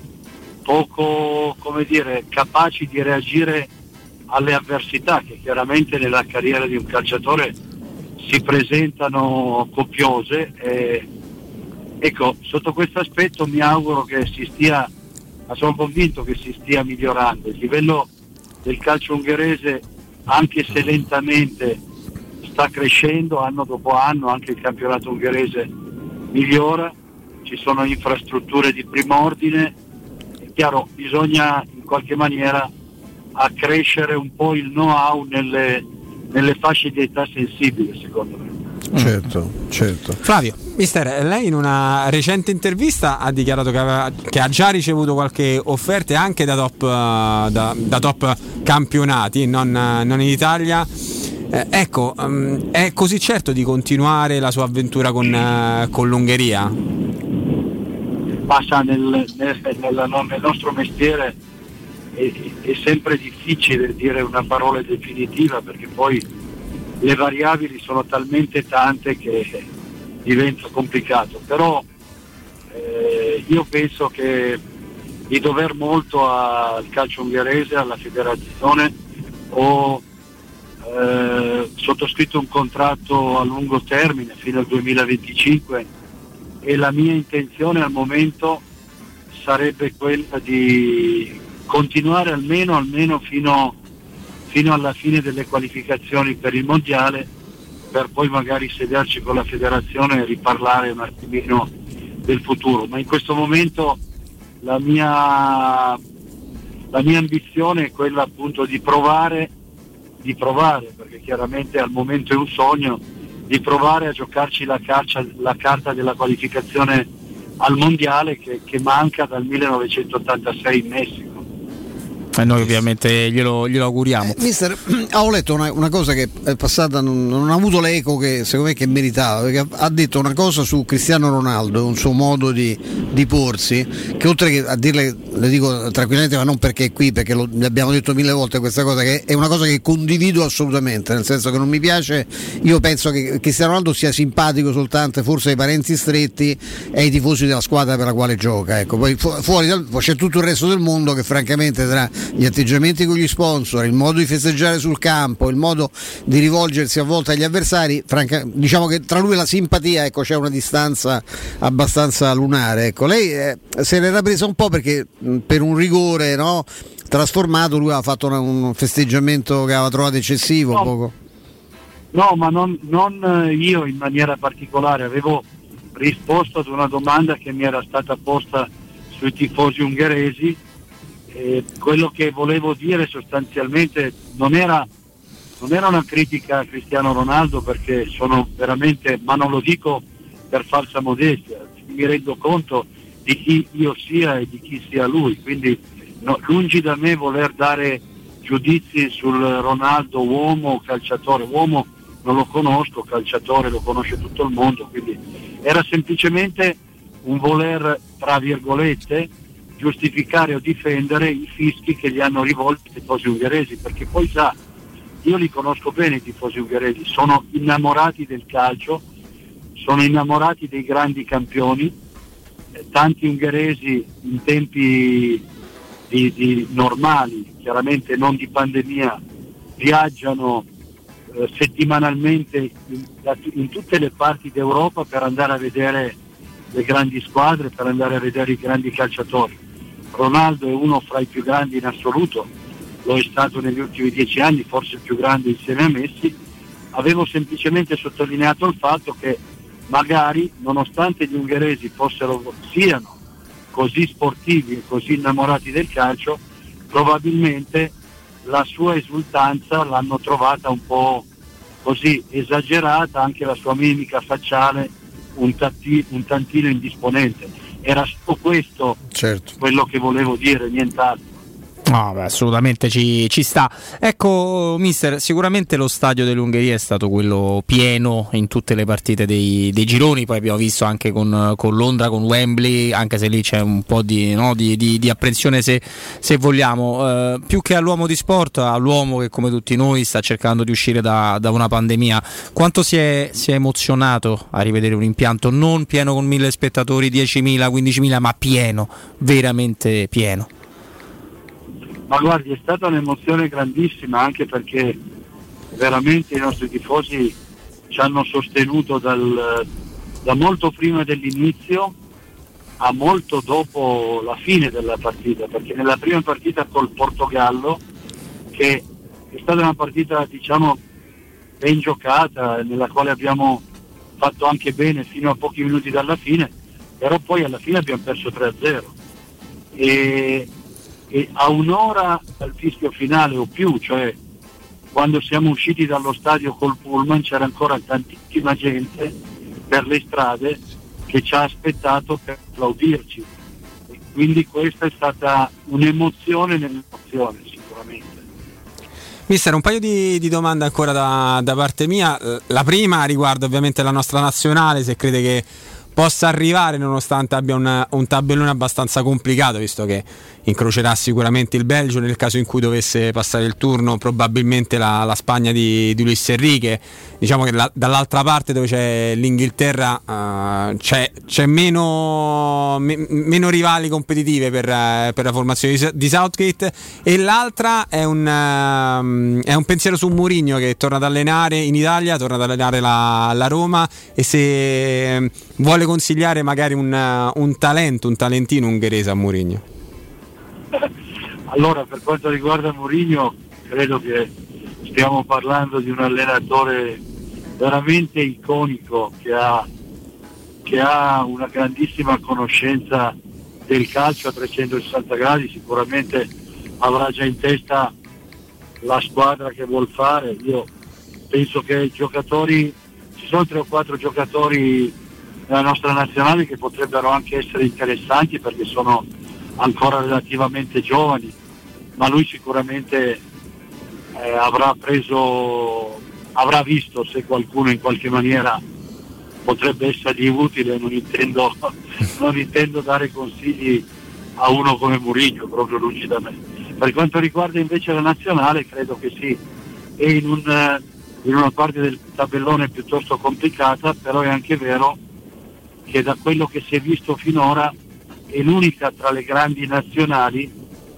poco, come dire, capaci di reagire alle avversità che chiaramente nella carriera di un calciatore si presentano copiose. E, ecco, sotto questo aspetto mi auguro che si stia, ma sono convinto che si stia migliorando. Il livello del calcio ungherese, anche se lentamente, sta crescendo anno dopo anno, anche il campionato ungherese migliora, ci sono infrastrutture di prim'ordine. Chiaro, bisogna in qualche maniera accrescere un po' il know-how nelle, nelle fasce di età sensibili, secondo me. Certo, certo. Flavio. Mister, lei in una recente intervista ha dichiarato che, aveva, che ha già ricevuto qualche offerta anche da top, da, da top campionati, non, non in Italia. Eh, ecco, um, è così certo di continuare la sua avventura con, uh, con l'Ungheria? Passa nel, nel, nel, nel nostro mestiere è, è sempre difficile dire una parola definitiva, perché poi le variabili sono talmente tante che diventa complicato, però eh, io penso che di dover molto al calcio ungherese, alla federazione. Ho eh, sottoscritto un contratto a lungo termine fino al duemilaventicinque e la mia intenzione al momento sarebbe quella di continuare almeno, almeno fino, fino alla fine delle qualificazioni per il mondiale, per poi magari sederci con la federazione e riparlare un attimino del futuro. Ma in questo momento la mia, la mia ambizione è quella appunto di provare, di provare, perché chiaramente al momento è un sogno, di provare a giocarci la, carcia, la carta della qualificazione al mondiale che, che manca dal millenovecentottantasei in Messico. E noi ovviamente glielo, glielo auguriamo. Eh, mister, ho letto una, una cosa che è passata, non, non ha avuto l'eco che secondo me che meritava, perché ha, ha detto una cosa su Cristiano Ronaldo, un suo modo di, di porsi, che oltre che a dirle, le dico tranquillamente, ma non perché è qui, perché lo abbiamo detto mille volte questa cosa, che è una cosa che condivido assolutamente, nel senso che non mi piace. Io penso che Cristiano Ronaldo sia simpatico soltanto forse ai parenti stretti e ai tifosi della squadra per la quale gioca, ecco. Poi fu- fuori dal, c'è tutto il resto del mondo che francamente tra gli atteggiamenti con gli sponsor, il modo di festeggiare sul campo, il modo di rivolgersi a volte agli avversari, franca, diciamo che tra lui e la simpatia, ecco, c'è una distanza abbastanza lunare. Ecco, lei eh, se l'era presa un po' perché mh, per un rigore, no, trasformato, lui aveva fatto una, un festeggiamento che aveva trovato eccessivo. No, poco. no ma non, non io in maniera particolare, avevo risposto ad una domanda che mi era stata posta sui tifosi ungheresi. Eh, quello che volevo dire sostanzialmente non era, non era una critica a Cristiano Ronaldo, perché sono veramente, ma non lo dico per falsa modestia, mi rendo conto di chi io sia e di chi sia lui, quindi no, lungi da me voler dare giudizi sul Ronaldo uomo o calciatore. Uomo non lo conosco, calciatore lo conosce tutto il mondo, quindi era semplicemente un voler, tra virgolette, giustificare o difendere i fischi che gli hanno rivolto i tifosi ungheresi, perché poi sa, io li conosco bene i tifosi ungheresi, sono innamorati del calcio, sono innamorati dei grandi campioni. Eh, tanti ungheresi in tempi di, di normali, chiaramente non di pandemia, viaggiano eh, settimanalmente in, in tutte le parti d'Europa per andare a vedere le grandi squadre, per andare a vedere i grandi calciatori. Ronaldo è uno fra i più grandi in assoluto, lo è stato negli ultimi dieci anni, forse il più grande insieme a Messi. Avevo semplicemente sottolineato il fatto che magari, nonostante gli ungheresi fossero, siano così sportivi e così innamorati del calcio, probabilmente la sua esultanza l'hanno trovata un po' così esagerata, anche la sua mimica facciale un, tatti, un tantino indisponente. Era solo questo, certo, quello che volevo dire, nient'altro. No, beh, assolutamente ci, ci sta. Ecco, mister, sicuramente lo stadio dell'Ungheria è stato quello pieno in tutte le partite dei, dei gironi, poi abbiamo visto anche con, con Londra, con Wembley, anche se lì c'è un po' di, no, di, di, di apprensione se, se vogliamo. Eh, più che all'uomo di sport, all'uomo che come tutti noi sta cercando di uscire da, da una pandemia, quanto si è, si è emozionato a rivedere un impianto non pieno con mille spettatori, diecimila, quindicimila, ma pieno, veramente pieno? Ma guardi, è stata un'emozione grandissima, anche perché veramente i nostri tifosi ci hanno sostenuto dal, da molto prima dell'inizio a molto dopo la fine della partita, perché nella prima partita col Portogallo, che è stata una partita diciamo ben giocata, nella quale abbiamo fatto anche bene fino a pochi minuti dalla fine, però poi alla fine abbiamo perso tre a zero. E e a un'ora dal fischio finale o più, cioè quando siamo usciti dallo stadio col pullman, c'era ancora tantissima gente per le strade che ci ha aspettato per applaudirci, e quindi questa è stata un'emozione nell'emozione sicuramente. Mister, un paio di, di domande ancora da, da parte mia. La prima riguarda ovviamente la nostra nazionale, se crede che possa arrivare nonostante abbia un, un tabellone abbastanza complicato, visto che incrocerà sicuramente il Belgio nel caso in cui dovesse passare il turno, probabilmente la, la Spagna di, di Luis Enrique. Diciamo che la, dall'altra parte, dove c'è l'Inghilterra, uh, c'è, c'è meno, me, meno rivali competitive per, uh, per la formazione di, di Southgate, e l'altra è un, uh, è un pensiero su Mourinho, che torna ad allenare in Italia, torna ad allenare la, la Roma, e se um, vuole consigliare magari un, uh, un talento, un talentino ungherese a Mourinho. Allora, per quanto riguarda Mourinho, credo che stiamo parlando di un allenatore veramente iconico, che ha, che ha una grandissima conoscenza del calcio a trecentosessanta gradi. Sicuramente avrà già in testa la squadra che vuol fare. Io penso che giocatori, ci sono tre o quattro giocatori nella nostra nazionale che potrebbero anche essere interessanti, perché sono ancora relativamente giovani, ma lui sicuramente eh, avrà preso, avrà visto se qualcuno in qualche maniera potrebbe essergli utile. Non intendo, non intendo dare consigli a uno come Mourinho, proprio lungi da me. Per quanto riguarda invece la nazionale, credo che sì, è in, un, in una parte del tabellone piuttosto complicata, però è anche vero che da quello che si è visto finora è l'unica tra le grandi nazionali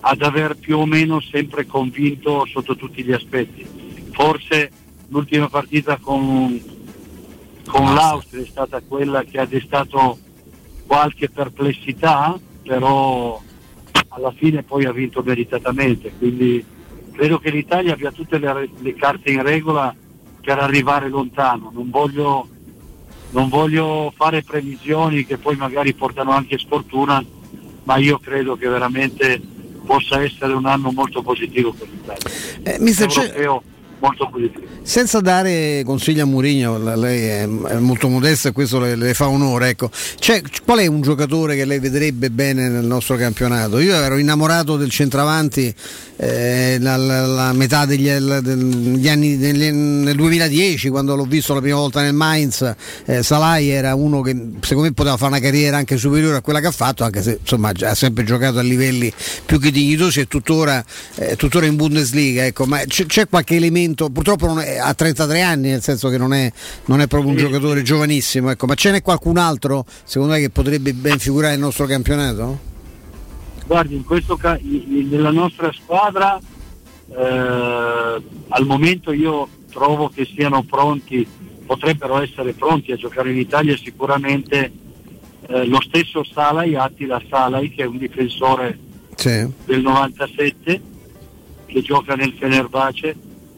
ad aver più o meno sempre convinto sotto tutti gli aspetti. Forse l'ultima partita con, con l'Austria è stata quella che ha destato qualche perplessità, però alla fine poi ha vinto meritatamente, quindi credo che l'Italia abbia tutte le, le carte in regola per arrivare lontano. Non voglio, non voglio fare previsioni che poi magari portano anche sfortuna, ma io credo che veramente possa essere un anno molto positivo per l'Italia. Eh, mister Europeo molto positivo. Senza dare consigli a Mourinho, lei è, è molto modesta e questo le, le fa onore, ecco. C'è, qual è un giocatore che lei vedrebbe bene nel nostro campionato? Io ero innamorato del centravanti eh, la, la, la metà degli, degli anni degli, nel duemiladieci, quando l'ho visto la prima volta nel Mainz. eh, Salai era uno che secondo me poteva fare una carriera anche superiore a quella che ha fatto, anche se insomma ha sempre giocato a livelli più che dignitosi e tuttora, eh, tuttora in Bundesliga, ecco. Ma c'è, c'è qualche elemento, purtroppo non è, ha trentatré anni, nel senso che non è, non è proprio un sì. giocatore giovanissimo, ecco. Ma ce n'è qualcun altro secondo me che potrebbe ben figurare il nostro campionato? Guardi, in questo ca- nella nostra squadra eh, al momento io trovo che siano pronti, potrebbero essere pronti a giocare in Italia sicuramente eh, lo stesso Salai, Attila Salai, che è un difensore sì. del novantasette che gioca nel Fenerbahce,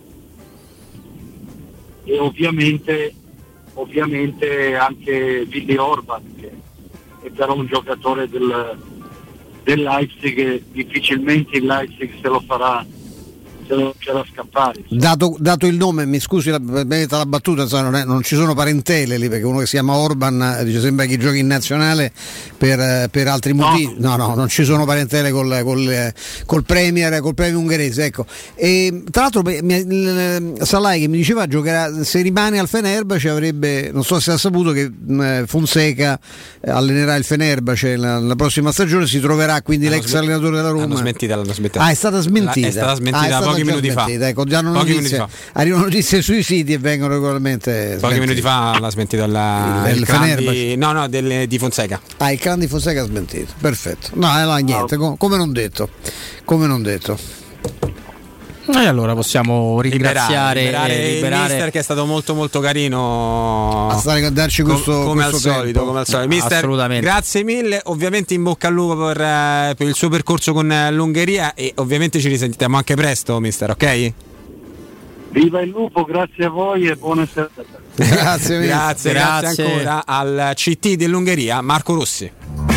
e ovviamente ovviamente anche Willi Orban, che è però un giocatore del, del Leipzig, e difficilmente il Leipzig se lo farà, se lo farà scappare. Dato, dato il nome, mi scusi la, la battuta, insomma, non, è, non ci sono parentele lì, perché uno che si chiama Orban dice sembra che giochi in nazionale per, per altri motivi. No. no, no, non ci sono parentele col, col, col Premier, col Premier ungherese, ecco. E tra l'altro Salai, che mi diceva, giocherà, se rimane al Fenerbahce avrebbe, non so se ha saputo che eh, Fonseca allenerà il Fenerbahce la, la prossima stagione, si troverà quindi l'ex sm- allenatore della Roma. L'hanno smentita, l'hanno smentita. Ah, è stata smentita. La, è stata smentita ah, è stata pochi minuti fa. Ecco, danno pochi notizie, minuti fa. Arrivano notizie sui siti e vengono regolarmente pochi minuti fa l'ha smentito la, il, il clan di, no no del, di Fonseca. Ah, il clan di Fonseca ha smentito, perfetto. No, no niente, no. come non detto come non detto E allora possiamo ringraziare liberare, liberare, liberare il mister, che è stato molto molto carino a stare a darci questo, com, come, questo al solito, come al solito. Mister, assolutamente, grazie mille, ovviamente in bocca al lupo per, per il suo percorso con l'Ungheria, e ovviamente ci risentiamo anche presto, mister, ok? Viva il lupo, grazie a voi e buona serata. Grazie, grazie, grazie ancora al C T dell'Ungheria, Marco Rossi.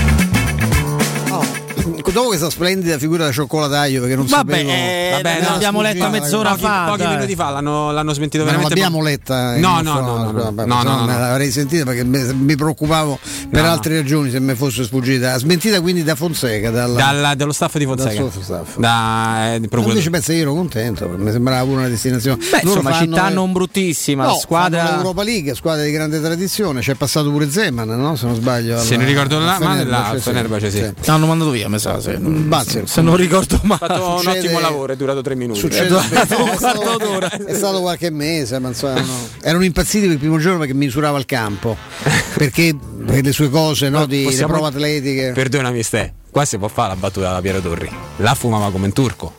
Dopo questa splendida figura da cioccolattaio, perché non vabbè, sapevo eh, vabbè, l'abbiamo letta mezz'ora pochi, fa pochi minuti fa l'hanno, l'hanno smentito ma veramente. Non l'abbiamo letta no no no no, no, no, no, no, no. l'avrei sentita perché mi preoccupavo per no, altre ragioni se mi fosse sfuggita. Smentita quindi da Fonseca, dalla, dalla, dallo staff di Fonseca, staff. Da, eh, invece penso, io ero contento, mi sembrava una destinazione. Beh, loro insomma, città le... non bruttissima, no, squadra l'Europa League, squadra di grande tradizione, c'è passato pure Zeman, no? Se non sbaglio, se alla, ne ricordo male, la Fenerbahce sì. L'hanno mandato via, mi sa, se non se non ricordo male. Ha fatto succede, un ottimo lavoro, è durato tre minuti. Succede, è, durato un quarto d'ora. È stato qualche mese, ma insomma, no. Erano impazziti per il primo giorno perché misurava il campo. Perché per le sue cose, no, di le prove atletiche. Perdonami, Ste, qua si può fare la battuta da Piero Torri. La fumava come un turco.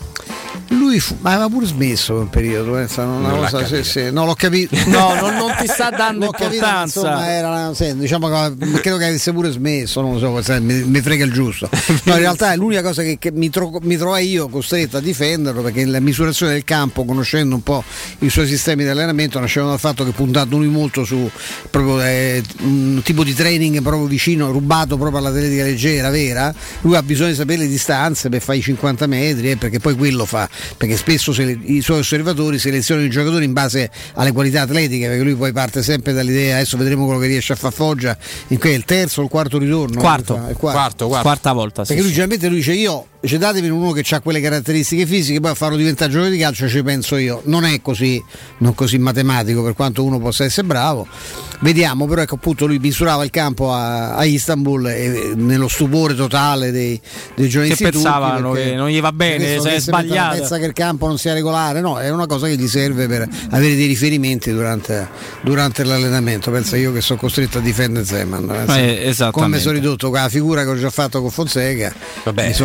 Lui fu, ma aveva pure smesso per un periodo, eh, non, non, cosa, sì, sì, no, l'ho capito. No, non, non ti sta dando importanza. Capito, insomma, era, sì, diciamo che credo che avesse pure smesso, non lo so, mi, mi frega il giusto. No, in realtà è l'unica cosa che, che mi, tro, mi trovai io costretto a difenderlo, perché la misurazione del campo, conoscendo un po' i suoi sistemi di allenamento, nascevano dal fatto che puntando lui molto su proprio eh, un tipo di training proprio vicino, rubato proprio all'atletica leggera vera. Lui ha bisogno di sapere le distanze per fare i cinquanta metri, eh, perché poi quello fa. Perché spesso se le, i suoi osservatori selezionano i giocatori in base alle qualità atletiche, perché lui poi parte sempre dall'idea, adesso vedremo quello che riesce a far Foggia in quel il terzo o il quarto ritorno, quarto, il quarto, quarto, quarto. quarta volta, perché sì, lui generalmente lui dice io cioè, datemi uno che ha quelle caratteristiche fisiche, poi a farlo diventare giocatore di calcio ci penso io. Non è così, non così matematico, per quanto uno possa essere bravo. Vediamo, però ecco appunto lui misurava il campo a, a Istanbul e nello stupore totale dei, dei giornalisti che pensavano che non gli va bene, se è sbagliato, pensa che il campo non sia regolare, no, è una cosa che gli serve per avere dei riferimenti durante, durante l'allenamento. Pensa io che sono costretto a difendere Zeman, eh, come sono ridotto con la figura che ho già fatto con Fonseca. Vabbè, mi sono,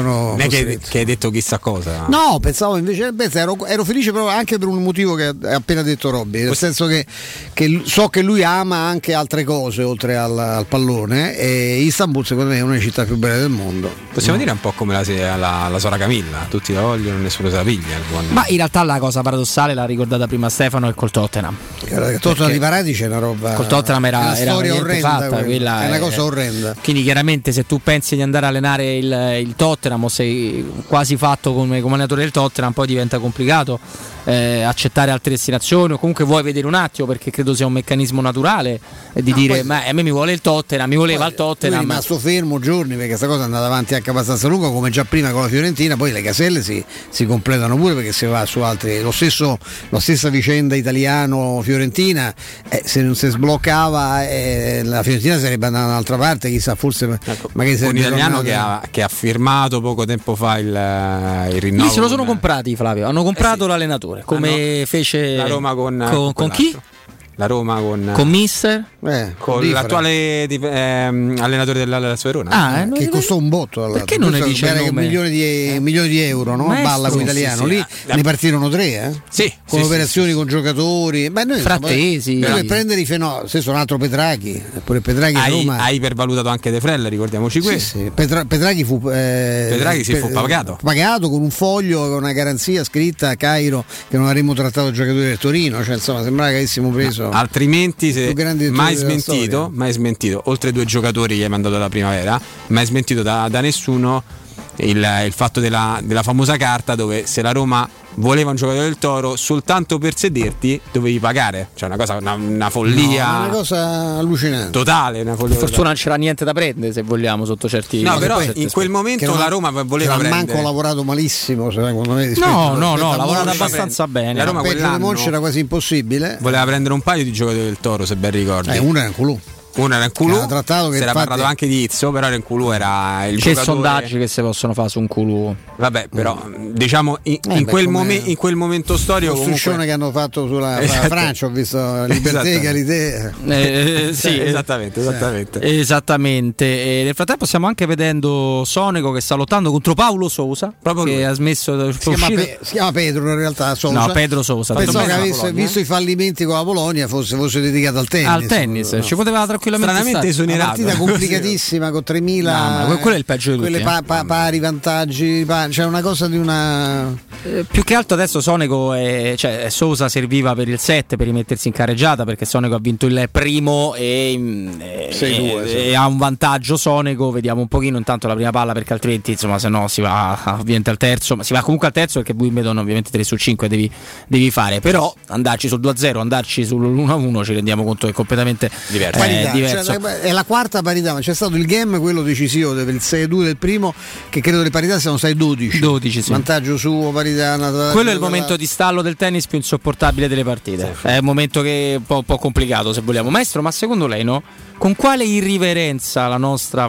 è che, che hai detto chissà cosa. No, pensavo invece, beh, ero, ero felice proprio anche per un motivo che ha appena detto Robby, nel senso che, che so che lui ama anche altre cose oltre al, al pallone, e Istanbul secondo me è una delle città più belle del mondo. Possiamo no. dire un po' come la, la, la sora Camilla, tutti la vogliono, nessuno se la piglia. Il buon... Ma in realtà la cosa paradossale l'ha ricordata prima Stefano, è col Tottenham. Il Tottenham di Paratici è una roba. Col Tottenham era, una era storia orrenda, fatta, quella è una è, cosa orrenda. Quindi chiaramente se tu pensi di andare a allenare il, il Tottenham o sei quasi fatto come, come allenatore del Tottenham, poi diventa complicato eh, accettare altre destinazioni, o comunque vuoi vedere un attimo, perché credo sia un meccanismo naturale eh, di no, dire poi, ma a me mi vuole il Tottenham, mi voleva il Tottenham. Lui è rimasto fermo giorni perché questa cosa è andata avanti anche abbastanza lungo, come già prima con la Fiorentina, poi le caselle si, si completano pure perché si va su altri. Lo stesso, la stessa vicenda italiano-Fiorentina, eh, se non si sbloccava eh, la Fiorentina sarebbe andata da un'altra parte, chissà, forse ecco, magari un italiano che ha, che ha firmato poco tempo fa il, il rinnovo. Lì se lo sono comprati, Flavio, hanno comprato eh sì. l'allenatore, come ah, fece la Roma con, con, con, con chi? La Roma con con Mister eh, con differa. l'attuale di, ehm, allenatore della, della Verona ah, eh, che costò un botto, perché non ne dice il nome? Un milione di, eh. milioni di euro, no? Maestro, Balla con l'italiano sì, sì, lì sì. ne partirono tre eh? sì, con sì, operazioni sì, con sì. giocatori. Beh, noi Frattesi per prendere i fenomeni, stesso un altro Petraghi, pure Petraghi hai, Roma hai ipervalutato anche De Frella, ricordiamoci sì, questo sì. Petra, Petraghi fu eh, Petraghi si per, fu pagato pagato con un foglio, con una garanzia scritta a Cairo che non avremmo trattato giocatori del Torino, cioè insomma sembrava che avessimo preso no, altrimenti se mai smentito, mai smentito, oltre due giocatori che hai mandato alla primavera, mai smentito da, da nessuno il, il fatto della, della famosa carta dove se la Roma voleva un giocatore del Toro soltanto per sederti dovevi pagare, cioè una cosa, una, una follia, no, una cosa allucinante totale, una follia. Per fortuna non c'era niente da prendere, se vogliamo, sotto certi no, però in quel momento non, la Roma voleva prendere. Manco lavorato malissimo, secondo me. No, no, no, ha lavorato abbastanza bene. La Roma quell'anno era quasi impossibile. Voleva prendere un paio di giocatori del Toro, se ben ricordi. Eh, uno era in culo. Uno era in Culù, era trattato che si era infatti... parlato anche di Izzo, però in Culù era il che giocatore. sondaggi che si possono fare su un Culù. Vabbè, però mm. diciamo in, eh, in, beh, quel momen- in quel momento storico la costruzione comunque... che hanno fatto sulla esatto. Francia, ho visto Liberté, Egalité. Eh, sì, esattamente, esattamente. Eh, esattamente. E nel frattempo stiamo anche vedendo Sonego che sta lottando contro Paulo Sousa, proprio che lui. ha smesso si chiama, Pe- si chiama Pedro in realtà Sousa. No, Pedro Sousa. Pensavo che avesse Polonia, visto eh? i fallimenti con la Polonia fosse, fosse dedicato al tennis. Al tennis, no. Ci poteva tranquillamente stranamente stare. Una partita complicatissima con tremila no, ma quello è il peggio di tutti, quelle pa- pa- pari vantaggi, pa- cioè una cosa di una eh, più che altro adesso Sonego è, cioè Sousa serviva per il set per rimettersi in carreggiata, perché Sonego ha vinto il primo e, e, sei due, e, sì. e ha un vantaggio Sonego, vediamo un pochino intanto la prima palla, perché altrimenti insomma se no si va ovviamente al terzo, ma si va comunque al terzo perché Wimbledon ovviamente tre su cinque devi, devi fare, però andarci sul due a zero, andarci sull'uno a uno ci rendiamo conto che è completamente diverso, eh, diverso. Cioè, è la quarta parità, ma c'è stato il game quello decisivo del sei a due del primo, che credo le parità siano sei a dodici dodici sì. Vantaggio suo, parità, quello è il momento la... di stallo del tennis più insopportabile delle partite, sì, sì. È un momento che è un po', un po' complicato se vogliamo. Maestro, ma secondo lei no? Con quale irriverenza la nostra,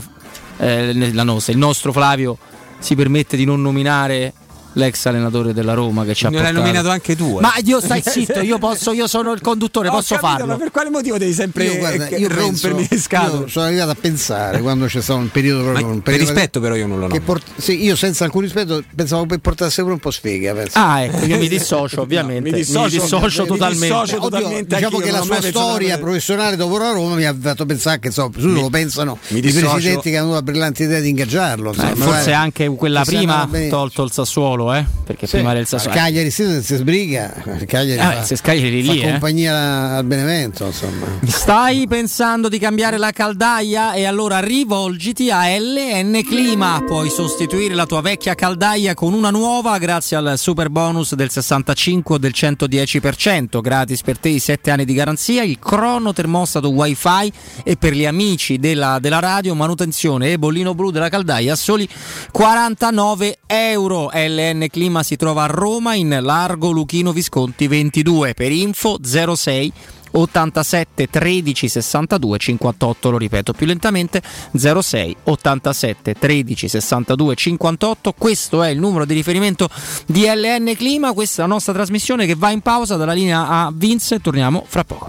eh, la nostra il nostro Flavio si permette di non nominare l'ex allenatore della Roma che ci ha non portato. l'hai nominato anche tu, eh. Ma io stai zitto, io posso, io sono il conduttore, Ho posso capito, farlo. Ma per quale motivo devi sempre io, guarda, io rompermi penso, le scatole? Io sono arrivato a pensare quando c'è stato un periodo proprio, ma un per periodo rispetto però io non lo nomino. Port- sì, io senza alcun rispetto pensavo che portasse pure un po' sfiga, penso. Ah, ecco, io mi dissocio ovviamente. No, mi dissocio, mi dissocio mi totalmente. dissocio Oddio, totalmente diciamo che la sua storia pensare... professionale dopo la Roma mi ha fatto pensare che insomma, su lo pensano i presidenti che hanno la brillante idea di ingaggiarlo. Insomma, eh, forse vai, anche quella prima tolto il Sassuolo, eh? Perché sì, prima era il Sassuolo. Cagliari si sbriga, Cagliari ah, fa, se Cagliari lì, fa eh. compagnia al Benevento, insomma. Stai pensando di cambiare la caldaia? E allora rivolgiti a L N Clima. Puoi sostituire la tua vecchia caldaia con una nuova grazie al super bonus del sessantacinque o del centodieci per cento, gratis per te i sette anni di garanzia, il crono termostato wifi e per gli amici della, della radio manutenzione e bollino blu della caldaia a soli quarantanove euro. L N Clima si trova a Roma in Largo Luchino Visconti ventidue, per info zero sei ottantasette tredici sessantadue cinquantotto, lo ripeto più lentamente zero sei ottantasette tredici sessantadue cinquantotto. Questo è il numero di riferimento di L N Clima. Questa è la nostra trasmissione che va in pausa, dalla linea a Vince, torniamo fra poco.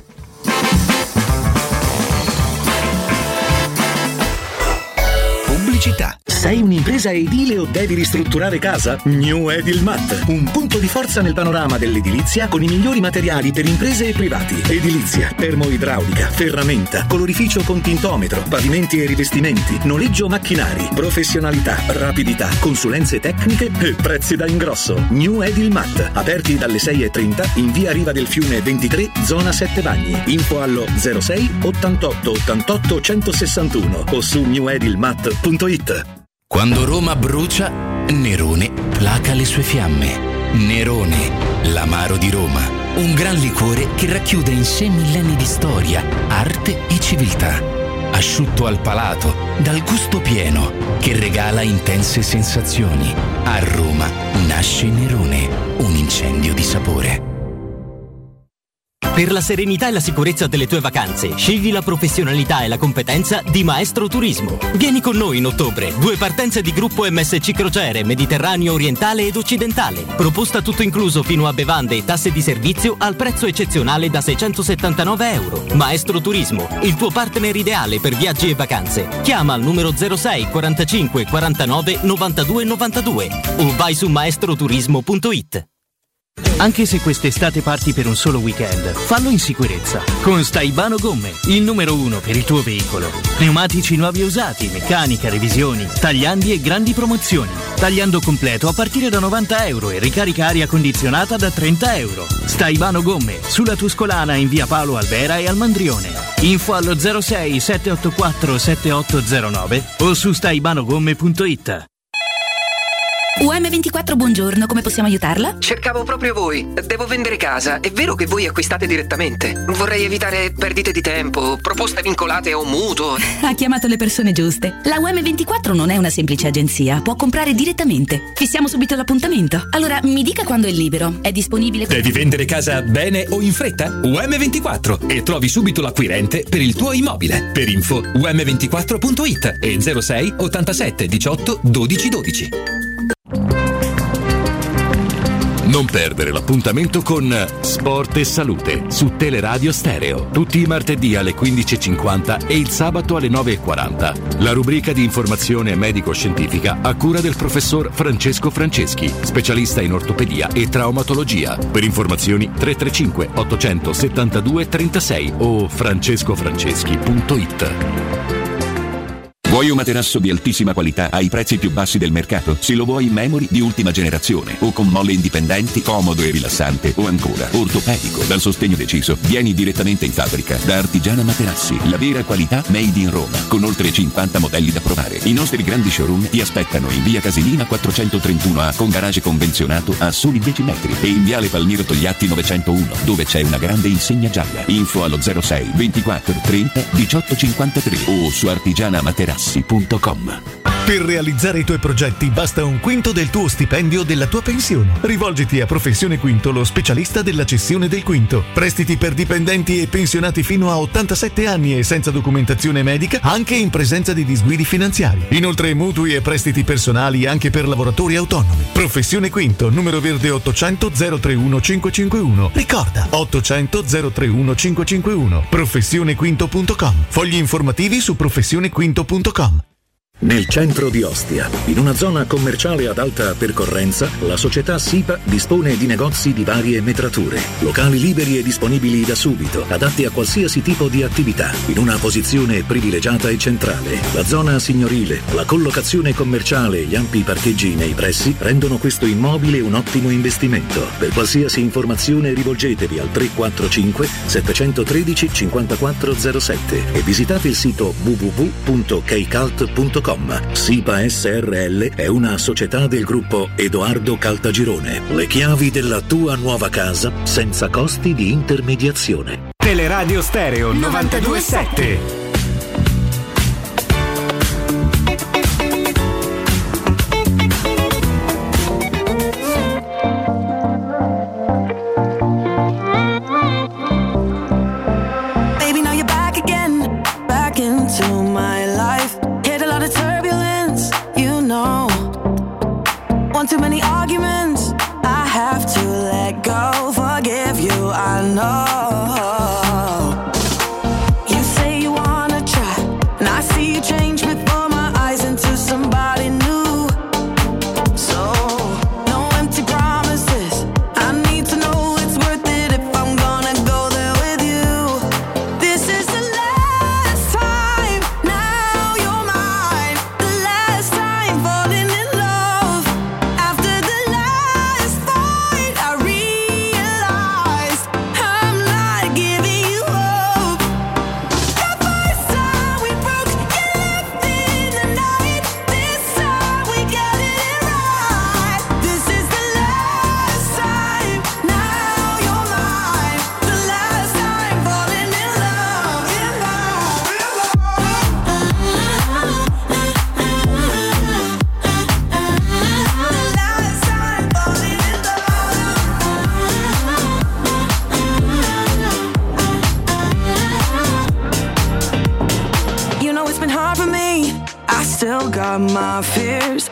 Pubblicità. Sei un'impresa edile o devi ristrutturare casa? New Edilmat, un punto di forza nel panorama dell'edilizia con i migliori materiali per imprese e privati. Edilizia, termoidraulica, ferramenta, colorificio con tintometro, pavimenti e rivestimenti, noleggio macchinari, professionalità, rapidità, consulenze tecniche e prezzi da ingrosso. New Edilmat, aperti dalle sei e trenta in via Riva del Fiume ventitré, zona Sette Bagni. Info allo zero sei ottantotto ottantotto centosessantuno o su new edilmat punto it. Quando Roma brucia, Nerone placa le sue fiamme. Nerone, l'amaro di Roma. Un gran liquore che racchiude in sé millenni di storia, arte e civiltà. Asciutto al palato, dal gusto pieno, che regala intense sensazioni. A Roma nasce Nerone, un incendio di sapore. Per la serenità e la sicurezza delle tue vacanze, scegli la professionalità e la competenza di Maestro Turismo. Vieni con noi in ottobre. Due partenze di gruppo M S C Crociere, Mediterraneo orientale ed occidentale. Proposta tutto incluso fino a bevande e tasse di servizio al prezzo eccezionale da seicentosettantanove euro. Maestro Turismo, il tuo partner ideale per viaggi e vacanze. Chiama al numero zero sei quarantacinque quarantanove novantadue novantadue o vai su maestroturismo punto it. Anche se quest'estate parti per un solo weekend, fallo in sicurezza. Con Staibano Gomme, il numero uno per il tuo veicolo. Pneumatici nuovi e usati, meccanica, revisioni, tagliandi e grandi promozioni. Tagliando completo a partire da novanta euro e ricarica aria condizionata da trenta euro. Staibano Gomme, sulla Tuscolana in via Paolo Albera e al Mandrione. Info allo zero sei sette otto quattro sette otto zero nove o su staibanogomme punto it. U M ventiquattro, buongiorno, come possiamo aiutarla? Cercavo proprio voi. Devo vendere casa. È vero che voi acquistate direttamente? Vorrei evitare perdite di tempo, proposte vincolate a un mutuo. Ha chiamato le persone giuste. La U M ventiquattro non è una semplice agenzia, può comprare direttamente. Fissiamo subito l'appuntamento. Allora, mi dica quando è libero. È disponibile? Devi vendere casa bene o in fretta? U M ventiquattro e trovi subito l'acquirente per il tuo immobile. Per info u m ventiquattro punto it e zero sei ottantasette diciotto dodici dodici. Non perdere l'appuntamento con Sport e Salute su Teleradio Stereo, tutti i martedì alle quindici e cinquanta e il sabato alle nove e quaranta. La rubrica di informazione medico-scientifica a cura del professor Francesco Franceschi, specialista in ortopedia e traumatologia. Per informazioni tre tre cinque ottocentosettantadue trentasei o francescofranceschi punto it. Vuoi un materasso di altissima qualità ai prezzi più bassi del mercato? Se lo vuoi in memory di ultima generazione o con molle indipendenti, comodo e rilassante o ancora ortopedico dal sostegno deciso, vieni direttamente in fabbrica da Artigiana Materassi, la vera qualità made in Roma, con oltre cinquanta modelli da provare. I nostri grandi showroom ti aspettano in via Casilina quattrocentotrentuno A con garage convenzionato a soli dieci metri e in viale Palmiro Togliatti novecentouno dove c'è una grande insegna gialla. Info allo zero sei ventiquattro trenta diciotto cinquantatré o su artigiana materassi punto com. Per realizzare i tuoi progetti basta un quinto del tuo stipendio o della tua pensione. Rivolgiti a Professione Quinto, lo specialista della cessione del quinto. Prestiti per dipendenti e pensionati fino a ottantasette anni e senza documentazione medica, anche in presenza di disguidi finanziari. Inoltre mutui e prestiti personali anche per lavoratori autonomi. Professione Quinto, numero verde ottocento zero trentuno cinquecentocinquantuno. Ricorda, ottocento zero trentuno cinquecentocinquantuno. professione quinto punto com. Fogli informativi su professione quinto punto com. Nel centro di Ostia, in una zona commerciale ad alta percorrenza, la società SIPA dispone di negozi di varie metrature, locali liberi e disponibili da subito, adatti a qualsiasi tipo di attività, in una posizione privilegiata e centrale. La zona signorile, la collocazione commerciale e gli ampi parcheggi nei pressi rendono questo immobile un ottimo investimento. Per qualsiasi informazione rivolgetevi al tre quattro cinque sette uno tre cinque zero sette e visitate il sito w w w punto keicalt punto com. SIPA S R L è una società del gruppo Edoardo Caltagirone. Le chiavi della tua nuova casa senza costi di intermediazione. Teleradio Stereo novantadue sette. Too many arguments, I have to let go. Forgive you, I know. You say you wanna try, and I see you change before my eyes into somebody new. out my fears.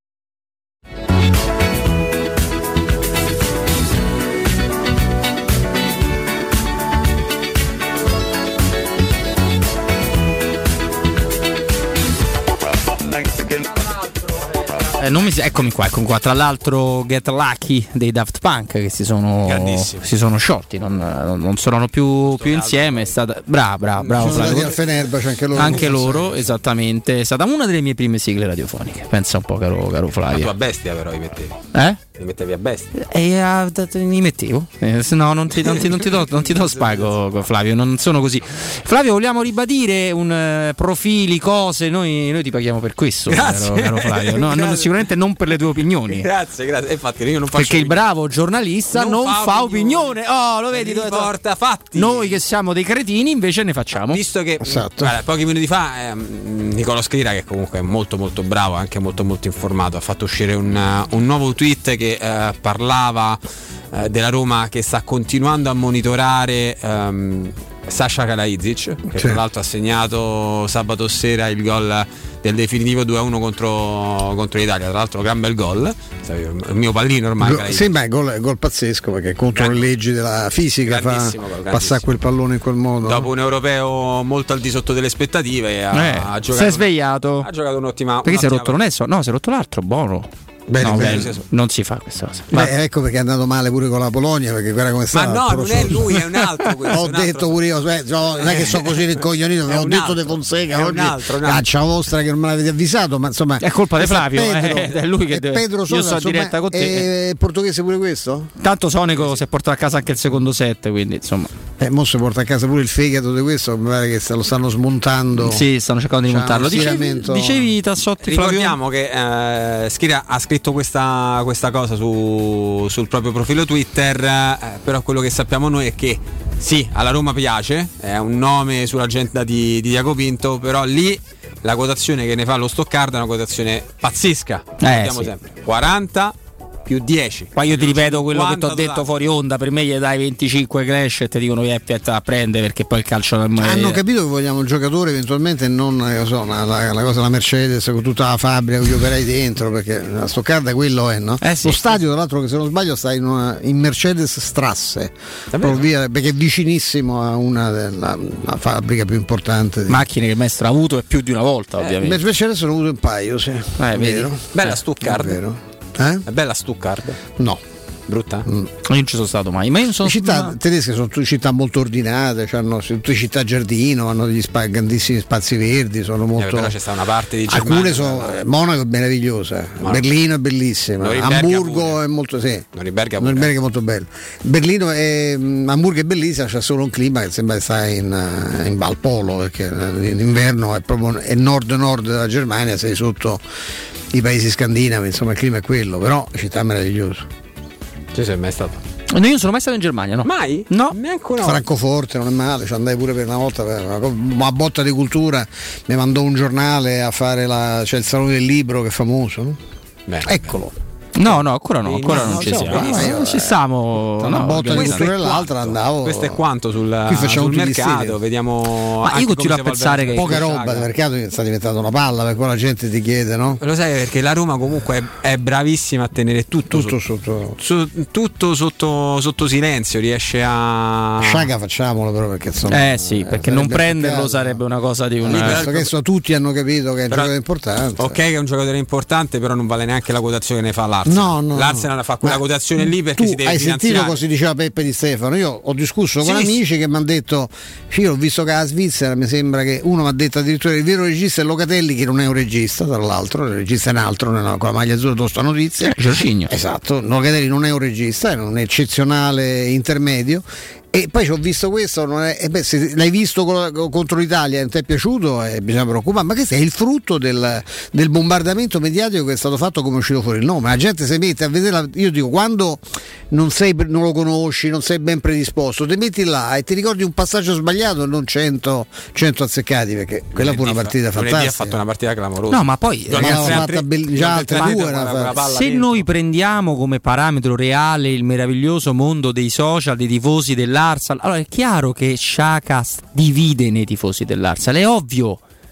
Eh, non mi, eccomi qua, eccomi qua. Tra l'altro Get Lucky dei Daft Punk che si sono, si sono sciolti, non, non sono più, più insieme. È stata brava, brava, bravo Flavio. Al Fenerbahce anche loro. Anche loro, esattamente. È stata una delle mie prime sigle radiofoniche. Pensa un po', caro, caro Flavio. La tua bestia però li mettevi. Eh? Li mettevi a bestia. E uh, mi mettevo. Eh, no, non ti, non, ti, non, ti do, non ti do spago, Flavio. Non sono così. Flavio, vogliamo ribadire un uh, profili, cose. Noi, noi ti paghiamo per questo, caro, caro Flavio. No, non, sicuramente non per le tue opinioni. Grazie, grazie. Infatti, io non faccio perché il bravo giornalista non, non fa, fa opinione. opinione. Oh, lo vedi? Dove porta fatti. Noi che siamo dei cretini, invece ne facciamo. Visto che esatto. guarda, pochi minuti fa, eh, Nicolò Sclera, che comunque è molto, molto bravo, anche molto, molto informato, ha fatto uscire un, un nuovo tweet che eh, parlava eh, della Roma che sta continuando a monitorare ehm, Sasha Kalajdzic, che sì. tra l'altro ha segnato sabato sera il gol del definitivo due a uno contro, contro l'Italia. Tra l'altro gran bel gol, il mio pallino ormai. Go, sì, beh, gol, gol pazzesco, perché contro Gran, le leggi della fisica fa gol, passare quel pallone in quel modo. Dopo un europeo molto al di sotto delle aspettative ha, eh, ha giocato, si è svegliato. Ha giocato un'ottima. Perché un'ottima si è rotto? Non è so, no, si è rotto l'altro, buono. Bene, no, bene. bene, non si fa questa cosa. Beh, ecco perché è andato male pure con la Polonia, perché guarda come sta. Ma no, non è lui, è un altro questo. Ho un detto altro. pure io, cioè, no, non è che sono così rincoglionito, ho detto De Fonseca oggi. Caccia vostra che non me l'avete avvisato, ma insomma è colpa di Flavio, Pedro, eh, è lui che è deve. Pedro Sosa, io sto insomma, diretta con te. È portoghese pure questo? Tanto Sonico si è portato a casa anche il secondo set, quindi insomma. Eh, mo si porta a casa pure il fegato di questo, mi pare che lo stanno smontando. Sì, stanno cercando di montarlo. Dicevi, dicevi Tassotti, ricordiamo Flavio? che eh, Schira ha scritto questa, questa cosa su, sul proprio profilo Twitter, eh, però quello che sappiamo noi è che sì, alla Roma piace, è un nome sull'agenda di, di Diaco Pinto, però lì la quotazione che ne fa lo Stoccarda è una quotazione pazzesca. Eh, sì. sempre quaranta più dieci. Ma io ti ripeto quello che ti ho detto fuori onda, per me gli dai venticinque crash e ti dicono che è a prendere, perché poi il calcio non è... Hanno capito che vogliamo un giocatore eventualmente, non so, la, la, la cosa la Mercedes con tutta la fabbrica con gli operai dentro, perché la Stoccarda quello è, no? Eh sì. Lo stadio tra l'altro, che se non sbaglio sta in, una, in Mercedes Strasse, via, perché è vicinissimo a una della fabbrica più importante di... macchine che il maestro ha avuto e più di una volta, ovviamente. Eh, Mercedes sono avuto un paio, sì. Eh, vero. Bella eh, Stuttgart. Eh? È bella Stuttgart? No. Brutta? Mm. Io non ci sono stato mai, ma io non sono... Le città tedesche sono tutte città molto ordinate, hanno tutte città giardino, hanno degli spa- grandissimi spazi verdi, sono molto... Eh, però c'è stata una parte di Germania. Alcune sono... Però... Monaco è meravigliosa, Monaco. Berlino è bellissima, Norimberga Amburgo pure. è molto... sì. Norimberga, Norimberga è molto bello. Berlino è... Amburgo è bellissima, c'è solo un clima che sembra che sta in, in al polo, perché l'inverno è proprio è nord-nord della Germania, sei sotto i paesi scandinavi, insomma il clima è quello, però città meravigliosa. Ci sei mai stato? No, io non sono mai stato in Germania, no? Mai? No. Neanche una Francoforte non è male, ci andai pure per una volta, per una, una botta di cultura, mi mandò un giornale a fare la, cioè il Salone del Libro che è famoso, no? Bene, Eccolo. Bene. No, no, ancora no, ancora no, non ci no, siamo. no, No, ci stiamo. Una No, botta di cultura e è l'altra andavo. Questo è quanto sul, sul mercato, vediamo. Ma io continuo a pensare che poca roba del mercato sta diventando una palla, per cui la gente ti chiede, no? Lo sai perché la Roma comunque è, è bravissima a tenere tutto, tutto sotto, sotto, su, tutto sotto, sotto silenzio, riesce a. Sciaga facciamolo però, perché insomma. Eh sì, perché non prenderlo peccato. Sarebbe una cosa di una. Penso che so, tutti hanno capito che è un però, giocatore importante. Ok, che è un giocatore importante, però non vale neanche la quotazione che ne fa l'Arsenal. No, no. L'Arsenal fa quella quotazione lì perché tu si deve hai finanziare. sentito cosa diceva Peppe Di Stefano? Io ho discusso con sì, amici sì. che mi hanno detto, sì, ho visto che la Svizzera mi sembra che uno mi ha detto addirittura il vero regista è Locatelli, che non è un regista, tra l'altro il regista è un altro, con la maglia azzurra tosta notizia. Giorginio. Esatto, Locatelli non è un regista, è un eccezionale intermedio. E poi ci ho visto questo, non è, e beh, se l'hai visto con, contro l'Italia e non ti è piaciuto, eh, bisogna preoccupare, ma questo è il frutto del, del bombardamento mediatico che è stato fatto come è uscito fuori il nome. La gente si mette a vedere, la, io dico, quando non, sei, non lo conosci, non sei ben predisposto, ti metti là e ti ricordi un passaggio sbagliato e non cento, cento azzeccati, perché quella fu una partita fantastica. Ha fatto una partita clamorosa. No, ma poi ragazzi, fatta be- già altre due, se noi prendiamo come parametro reale il meraviglioso mondo dei social, dei tifosi dell'Arsenal, allora è chiaro che Xhaka divide nei tifosi dell'Arsenal, è ovvio.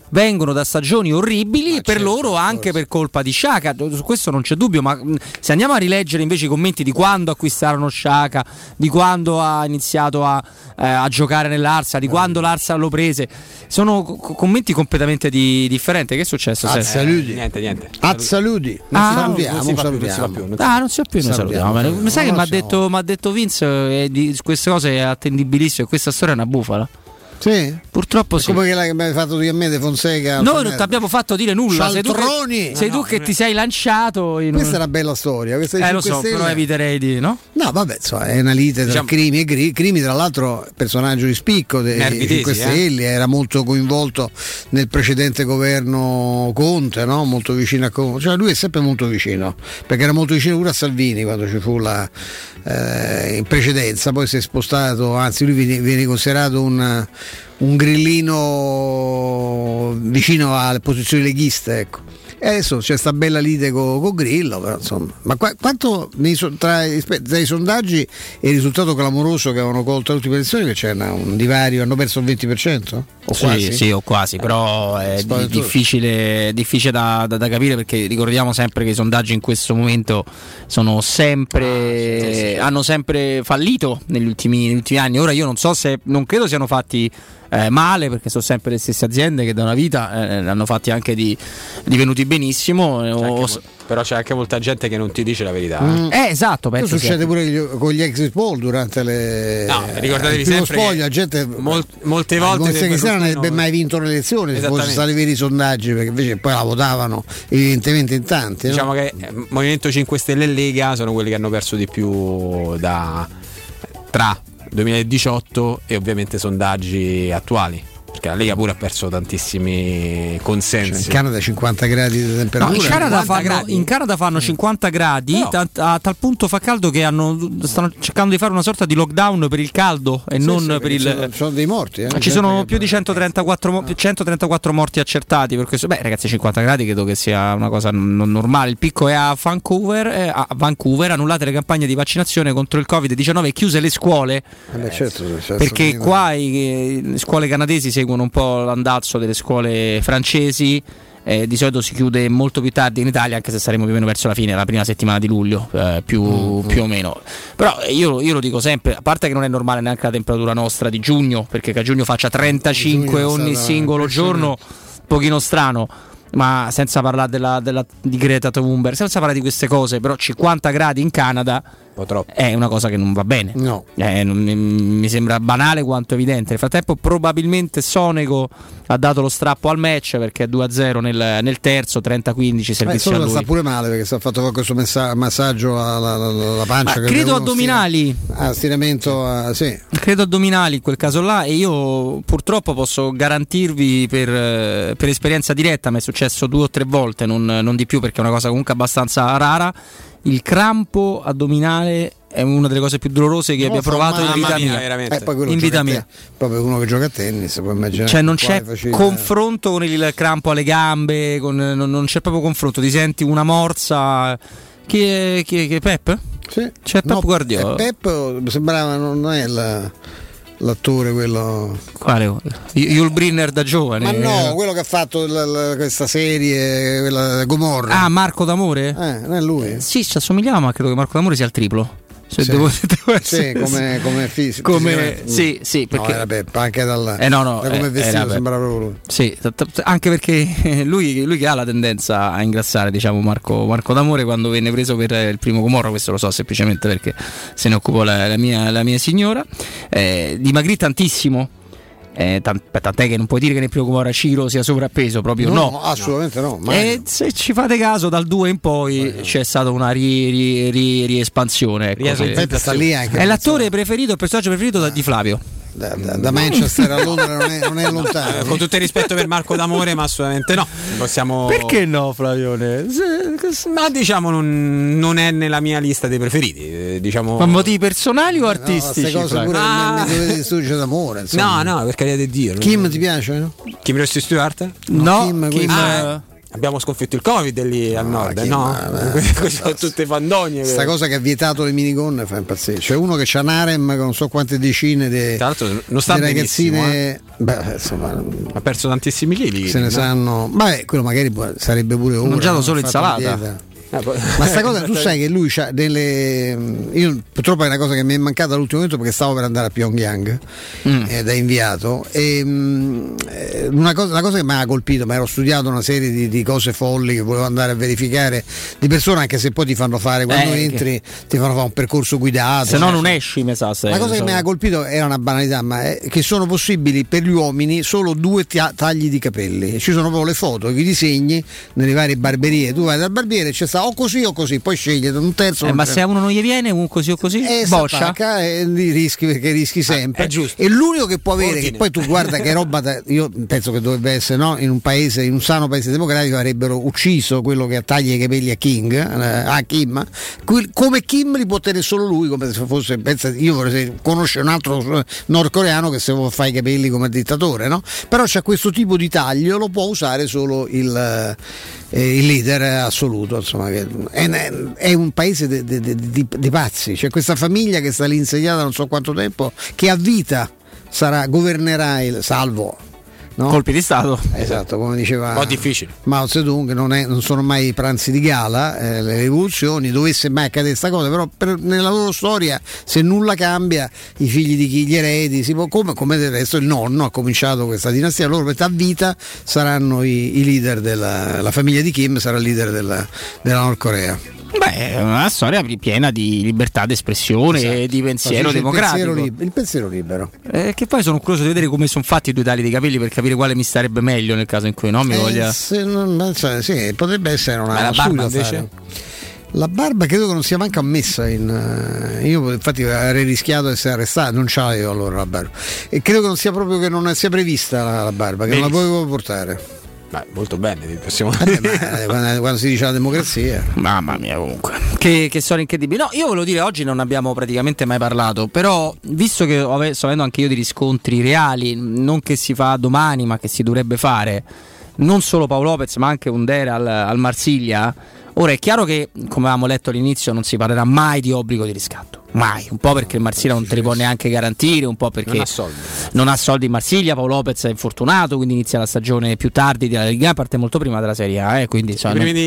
vengono da stagioni orribili, ma per certo, loro anche forse. Per colpa di Xhaka, su questo non c'è dubbio, ma se andiamo a rileggere invece i commenti di quando acquistarono Xhaka, di quando ha iniziato a, eh, a giocare nell'Arsenal, di quando l'Arsenal lo prese, sono co- commenti completamente di, differenti. Che è successo? Azzaludi. Eh, niente, niente. Azzaludi. Non ah, salutiamo, non si salutiamo. Più, non ah, non si fa più, noi salutiamo. salutiamo. Mi sa che mi ha detto, detto Vince eh, di queste cose è attendibilissimo e questa storia è una bufala. Sì, purtroppo sì. Come quella che mi hai fatto dire a me De Fonseca. Noi non ti abbiamo fatto dire nulla. Sei tu che, sei no, tu che no. ti sei lanciato. In Questa un... è una bella storia. Questa eh, lo so, stelle. Però eviterei di. No, no vabbè, insomma, è una lite tra diciamo... Crimi e Gri. Crimi, tra l'altro, personaggio di spicco dei cinque Stelle, eh? Era molto coinvolto nel precedente governo Conte, no? Molto vicino a Conte. Cioè, lui è sempre molto vicino, perché era molto vicino pure a Salvini quando ci fu la. Eh, in precedenza, poi si è spostato, anzi lui viene, viene considerato un, un grillino vicino alle posizioni leghiste, ecco. E adesso c'è sta bella lite con co Grillo, però, insomma. Ma qua, quanto nei, tra, tra i sondaggi e il risultato clamoroso che avevano colto le ultime elezioni, che c'è una, un divario, hanno perso il venti per cento? O sì, quasi? Sì, o quasi, però è di, difficile, difficile da, da, da capire, perché ricordiamo sempre che i sondaggi in questo momento sono sempre ah, sì, sì, sì. hanno sempre fallito negli ultimi, negli ultimi anni. Ora io non so se, non credo siano fatti Eh, male, perché sono sempre le stesse aziende che da una vita eh, hanno fatti anche di, di venuti benissimo, c'è o, anche, però c'è anche molta gente che non ti dice la verità. Mm. Eh, esatto, penso succede sia. pure gli, con gli exit poll durante le no, ricordatevi eh, sempre spoglio, la gente mol, molte volte come se non avrebbe mai vinto le elezioni, se fossero stati veri sondaggi, perché invece poi la votavano evidentemente in tanti. Diciamo no? che Movimento cinque Stelle e Lega sono quelli che hanno perso di più da tra duemiladiciotto e ovviamente sondaggi attuali, perché la Lega pure ha perso tantissimi consensi. Cioè, in Canada cinquanta gradi di temperatura. No, in, Canada fanno, gradi. in Canada fanno cinquanta gradi, no. t- a tal punto fa caldo che hanno, stanno cercando di fare una sorta di lockdown per il caldo e sì, non sì, per il. Sono, sono dei morti. Eh, ci sono più di centotrentaquattro, no. centotrentaquattro morti accertati per questo. Beh, ragazzi, cinquanta gradi credo che sia una cosa non normale. Il picco è a Vancouver, eh, a Vancouver, annullate le campagne di vaccinazione contro il covid diciannove e chiuse le scuole. Eh beh, certo, certo, perché qua i, le scuole canadesi seguono un po' l'andazzo delle scuole francesi, eh, di solito si chiude molto più tardi in Italia, anche se saremo più o meno verso la fine, la prima settimana di luglio, eh, più, mm-hmm. più o meno. Però io, io lo dico sempre, a parte che non è normale neanche la temperatura nostra di giugno, perché che a giugno faccia trentacinque ogni singolo giorno, un pochino strano. Ma senza parlare della, della, di Greta Thunberg, senza parlare di queste cose, però cinquanta gradi in Canada è una cosa che non va bene. No. Eh, non, mi sembra banale quanto evidente. Nel frattempo probabilmente Sonego ha dato lo strappo al match, perché è due a zero nel, nel terzo, trenta quindici servizio eh, a lui. Sta pure male, perché si è fatto questo messa- massaggio alla, alla, alla pancia. Ma credo addominali. Ah, stiramento, a, sì. Credo addominali in quel caso là, e io purtroppo posso garantirvi per, per esperienza diretta, mi è successo due o tre volte, non, non di più, perché è una cosa comunque abbastanza rara. Il crampo addominale è una delle cose più dolorose che no, abbia provato in vita mia, mia eh, poi in vita mia. Proprio uno che gioca a tennis, puoi immaginare. Cioè non c'è confronto con il crampo alle gambe, con, non, non c'è proprio confronto, ti senti una morsa. Chi è, chi è, chi è Pep? Sì. C'è Pep no, Guardiola. Pep sembrava, non è la l'attore quello quale? Yulbrynner da giovane? Ma no, quello che ha fatto la, la, questa serie, quella Gomorra. Ah, Marco D'Amore? Eh, non è lui? Eh, sì, ci assomigliava, ma credo che Marco D'Amore sia il triplo. Se sì. devo, devo essere, sì, come, come fisico. Come, sì, sì, perché no, era Peppa, anche dal, eh no, no, da come eh, vestito sembra proprio lui. Sì, t- t- anche perché lui, lui che ha la tendenza a ingrassare, diciamo, Marco, Marco D'Amore, quando venne preso per il primo Gomorra, questo lo so semplicemente perché se ne occupò la, la, mia, la mia signora, eh, dimagrì tantissimo. Eh, tant- tant'è che non puoi dire che nel primo Gomorra Ciro sia sovrappeso, proprio no, no. assolutamente no, no. E se ci fate caso dal due in poi no. c'è stata una ri- ri- ri- riespansione ri- ecco, ri- sta lì anche è l'attore preferito, il personaggio preferito da, di Flavio. Da, da, da Manchester a Londra non è, non è lontano. Eh, con tutto il rispetto per Marco D'Amore, ma assolutamente no. Possiamo... Perché no, Flavione? Ma diciamo non, non è nella mia lista dei preferiti. Eh, diciamo... Ma motivi personali o artistici? No, queste cose pure ah. mi dovete studiare d'amore. Insomma. No, no, per carità di Dio. Kim ti piace? Kim Rossi Stewart? No, no Kim, Kim, ah, abbiamo sconfitto il Covid lì no, al nord, no? Queste sono tutte fandonie. Sta cosa che ha vietato le minigonne fa impazzire. C'è uno che c'ha un harem con non so quante decine di non sta ragazzine. Eh? Beh, insomma, ha perso tantissimi chili. Se ne no? sanno. Beh, quello magari sarebbe pure uno. Ho mangiato solo insalata. Ma sta cosa tu sai che lui c'ha delle. Io purtroppo è una cosa che mi è mancata all'ultimo momento perché stavo per andare a Pyongyang mm. eh, da inviato e mh, una cosa, la cosa che mi ha colpito, ma ero studiato una serie di, di cose folli che volevo andare a verificare di persona, anche se poi ti fanno fare quando eh, entri che... ti fanno fare un percorso guidato, se no non esci, mi sa. La cosa che mi ha colpito era una banalità, ma è che sono possibili per gli uomini solo due tia- tagli di capelli. Ci sono proprio le foto, i disegni nelle varie barberie, tu vai dal barbiere e c'è sta o così o così, poi scegli un terzo. Eh, ma se a uno non gli viene un così o così, e boccia e li rischi perché rischi sempre. Ah, è giusto. E l'unico che può avere, Ordine. che poi tu guarda che roba, da, io penso che dovrebbe essere, no? In un paese, in un sano paese democratico avrebbero ucciso quello che taglia i capelli a King, eh, a Kim. Que- come Kim li può tenere solo lui, come se fosse, pensa, io vorrei conoscere un altro nordcoreano che se vuole fare i capelli come dittatore, no? Però c'è questo tipo di taglio, lo può usare solo il Eh, il leader assoluto, insomma, che è, è un paese di de, de, de, de pazzi. C'è questa famiglia che sta lì insediata non so quanto tempo, che a vita sarà, governerà il salvo, no? Colpi di Stato. Esatto, come diceva un po' difficile. Mao Zedong, non, è, non sono mai pranzi di gala, eh, le rivoluzioni, dovesse mai accadere questa cosa, però per, nella loro storia, se nulla cambia, i figli di chi, gli eredi, si può, come, come del resto il nonno ha cominciato questa dinastia, loro per a vita saranno i, i leader della la famiglia di Kim, sarà il leader della, della Nord Corea. Beh, è una storia piena di libertà d'espressione e esatto. di pensiero democratico. Il pensiero, lib- il pensiero libero. Eh, che poi sono curioso di vedere come sono fatti i due tagli di capelli per capire quale mi starebbe meglio nel caso in cui no mi eh, voglia. Se non, cioè, sì, potrebbe essere una. Ma la barba invece? La barba credo che non sia manco ammessa in, uh, io infatti avrei rischiato di essere arrestato, non ce l'avevo allora la barba e credo che non sia proprio che non sia prevista la, la barba, che Benissimo. Non la potevo portare. Beh, molto bene, possiamo eh, ma, quando, quando si dice la democrazia. Mamma mia, comunque. Che, che storia incredibile. No, io volevo dire, oggi non abbiamo praticamente mai parlato, però visto che ave, sto avendo anche io dei riscontri reali, non che si fa domani, ma che si dovrebbe fare, non solo Paolo Lopez, ma anche Under al, al Marsiglia. Ora è chiaro che, come avevamo letto all'inizio, non si parlerà mai di obbligo di riscatto. Mai, un po' perché il Marsiglia non te li può neanche garantire, un po' perché non ha soldi, non ha soldi in Marsiglia. Paolo Lopez è infortunato, quindi inizia la stagione più tardi della Liga, parte molto prima della Serie A, eh, quindi insomma, I primi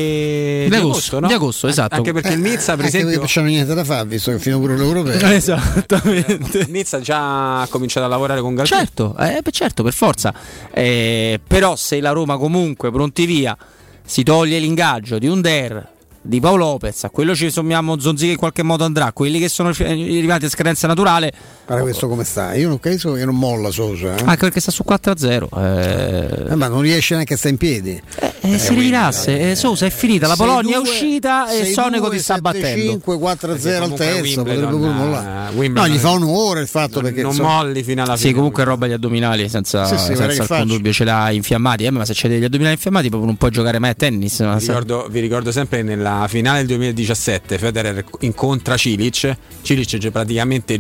di, di agosto, agosto, no? di agosto, esatto. Anche perché il Nizza, per anche esempio, non c'hanno niente da fare, visto che fino pure l'Europeo. Esattamente. Il Nizza già ha cominciato a lavorare con Galtieri. Certo, eh, certo, per forza. Eh, però se la Roma comunque pronti via si toglie l'ingaggio di Under, di Paolo Lopez, a quello ci sommiamo Zonzi che in qualche modo andrà, quelli che sono arrivati a scadenza naturale. Guarda questo come sta, io non credo che non molla Sosa, eh? Anche perché sta su quattro a zero, eh... Eh, ma non riesce neanche a stare in piedi, eh, eh, eh, si ritirasse, eh, Sosa è finita, la Polonia due, è uscita e Sonego ti sta battendo cinque quattro a zero al terzo, potrebbe pure mollare. Uh, no, gli fa onore il fatto non, perché non insomma, molli fino alla fine. Sì, comunque roba gli addominali senza, sì, sì, senza alcun dubbio ce l'ha infiammati, eh, ma se c'è degli addominali infiammati proprio non puoi giocare mai a tennis. Vi ricordo, vi ricordo sempre nella finale del duemiladiciassette Federer incontra Cilic, Cilic praticamente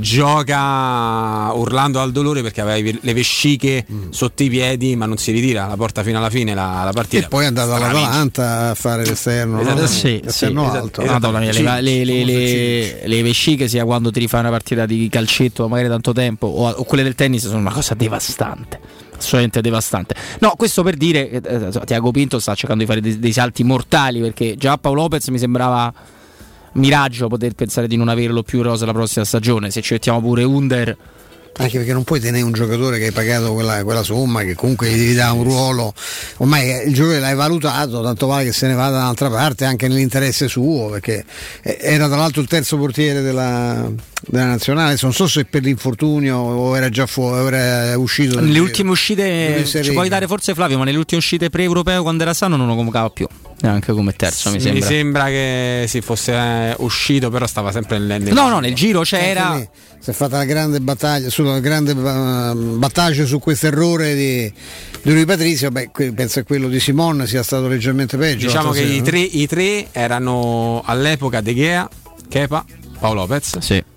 gioca urlando al dolore perché aveva le vesciche mm. sotto i piedi, ma non si ritira, la porta fino alla fine la, la partita. E poi è andato all'Atalanta a fare l'esterno, no? sì, l'esterno sì, alto. Esatto, Madonna, le, le, le, le, le vesciche, sia quando ti rifai una partita di calcetto magari tanto tempo o, o quelle del tennis, sono una cosa devastante, assolutamente devastante. No, questo per dire che eh, Tiago Pinto sta cercando di fare dei, dei salti mortali, perché già Paolo Lopez mi sembrava miraggio poter pensare di non averlo più rosa la prossima stagione. Se ci mettiamo pure Under, anche perché non puoi tenere un giocatore che hai pagato quella, quella somma, che comunque gli devi dare un ruolo, ormai il giocatore l'hai valutato, tanto vale che se ne vada da un'altra parte anche nell'interesse suo, perché era tra l'altro il terzo portiere della, della nazionale, non so se per l'infortunio o era già fuori o era uscito. Nelle ultime uscite ci puoi dare forse Flavio, ma nelle ultime uscite pre-europeo quando era sano non lo convocava più, neanche come terzo mi sembra. Mi sembra che si fosse uscito, però stava sempre nel, nel no no nel giro c'era. Si è fatta la grande battaglia sulla grande uh, battaglia su questo errore di, di Rui Patrizio. Beh, penso che quello di Simon sia stato leggermente peggio. Diciamo che sera, i, no? tre, i tre erano all'epoca De Gea, Kepa, Paolo Lopez. Sì.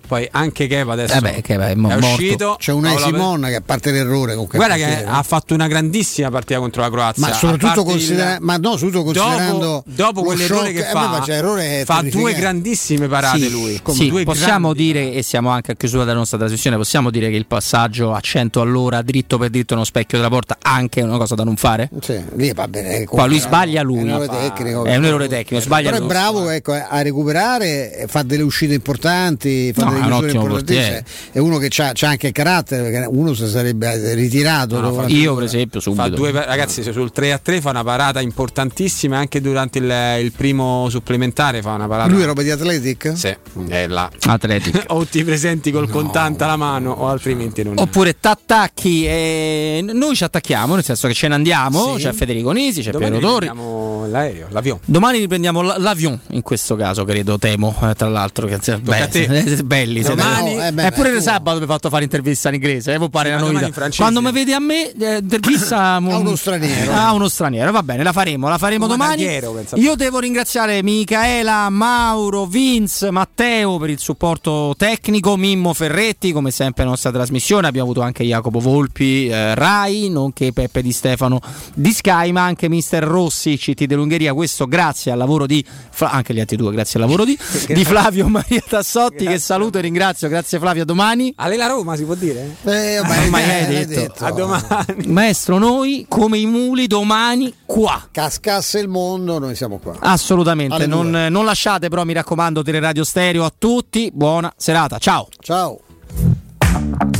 poi anche Kepa adesso eh beh, Kepa è, mo- è uscito. C'è una Simon che a parte l'errore comunque guarda che ha fatto una grandissima partita contro la Croazia, ma soprattutto considera- il... ma no, soprattutto considerando dopo, dopo quell'errore shock, che fa, eh, errore fa due grandissime parate sì, lui sì, due possiamo grandi... dire, e siamo anche a chiusura della nostra trasmissione, possiamo dire che il passaggio a cento all'ora dritto per dritto nello specchio della porta anche è una cosa da non fare? Sì, lì va bene, qua lui sbaglia lui, è un errore tecnico, è un errore tecnico, sbaglia però lui. È bravo, ecco, a recuperare, fa delle uscite importanti, fa no, delle misure importantissime, è uno che c'ha, c'ha anche carattere, perché uno si sarebbe ritirato. No, fa, io per esempio subito. Fa due, ragazzi, sul tre a tre fa una parata importantissima, anche durante il, il primo supplementare fa una parata. Lui è roba di Athletic? Sì, è là. Athletic. O ti presenti col no. contante alla mano o altrimenti non. Oppure t'attacchi e noi ci attacchiamo, nel senso che ce ne andiamo, sì. C'è Federico Nisi, c'è domani Piero Torri. Riprendiamo l'aereo, l'avion. Domani riprendiamo l'avion in questo caso, credo, temo, eh, tra l'altro che beh, belli domani, no, eh beh, eppure il sabato mi ha fatto fare intervista in inglese, eh, può pare una novità. Quando mi vede a me eh, intervista a uno straniero. A uno straniero, va bene, la faremo, la faremo un domani. Io devo ringraziare Micaela, Mauro, Vince, Matteo per il supporto tecnico, Mimmo Ferretti come sempre nella nostra trasmissione, abbiamo avuto anche Jacopo Volpi, eh, Rai, nonché Peppe Di Stefano di Sky, ma anche mister Rossi, C T dell'Ungheria, questo grazie al lavoro di anche gli altri due, grazie al lavoro di, di Flavio Maria Tassotti, grazie. Che saluto e ringrazio, grazie Flavio, a domani. A lei la Roma si può dire? Eh, vabbè, ormai eh, hai detto. detto. A domani. Maestro, noi come i muli domani qua. Cascasse il mondo, noi siamo qua. Assolutamente, non, non lasciate però, mi raccomando, Teleradio Stereo a tutti, buona serata, ciao. Ciao.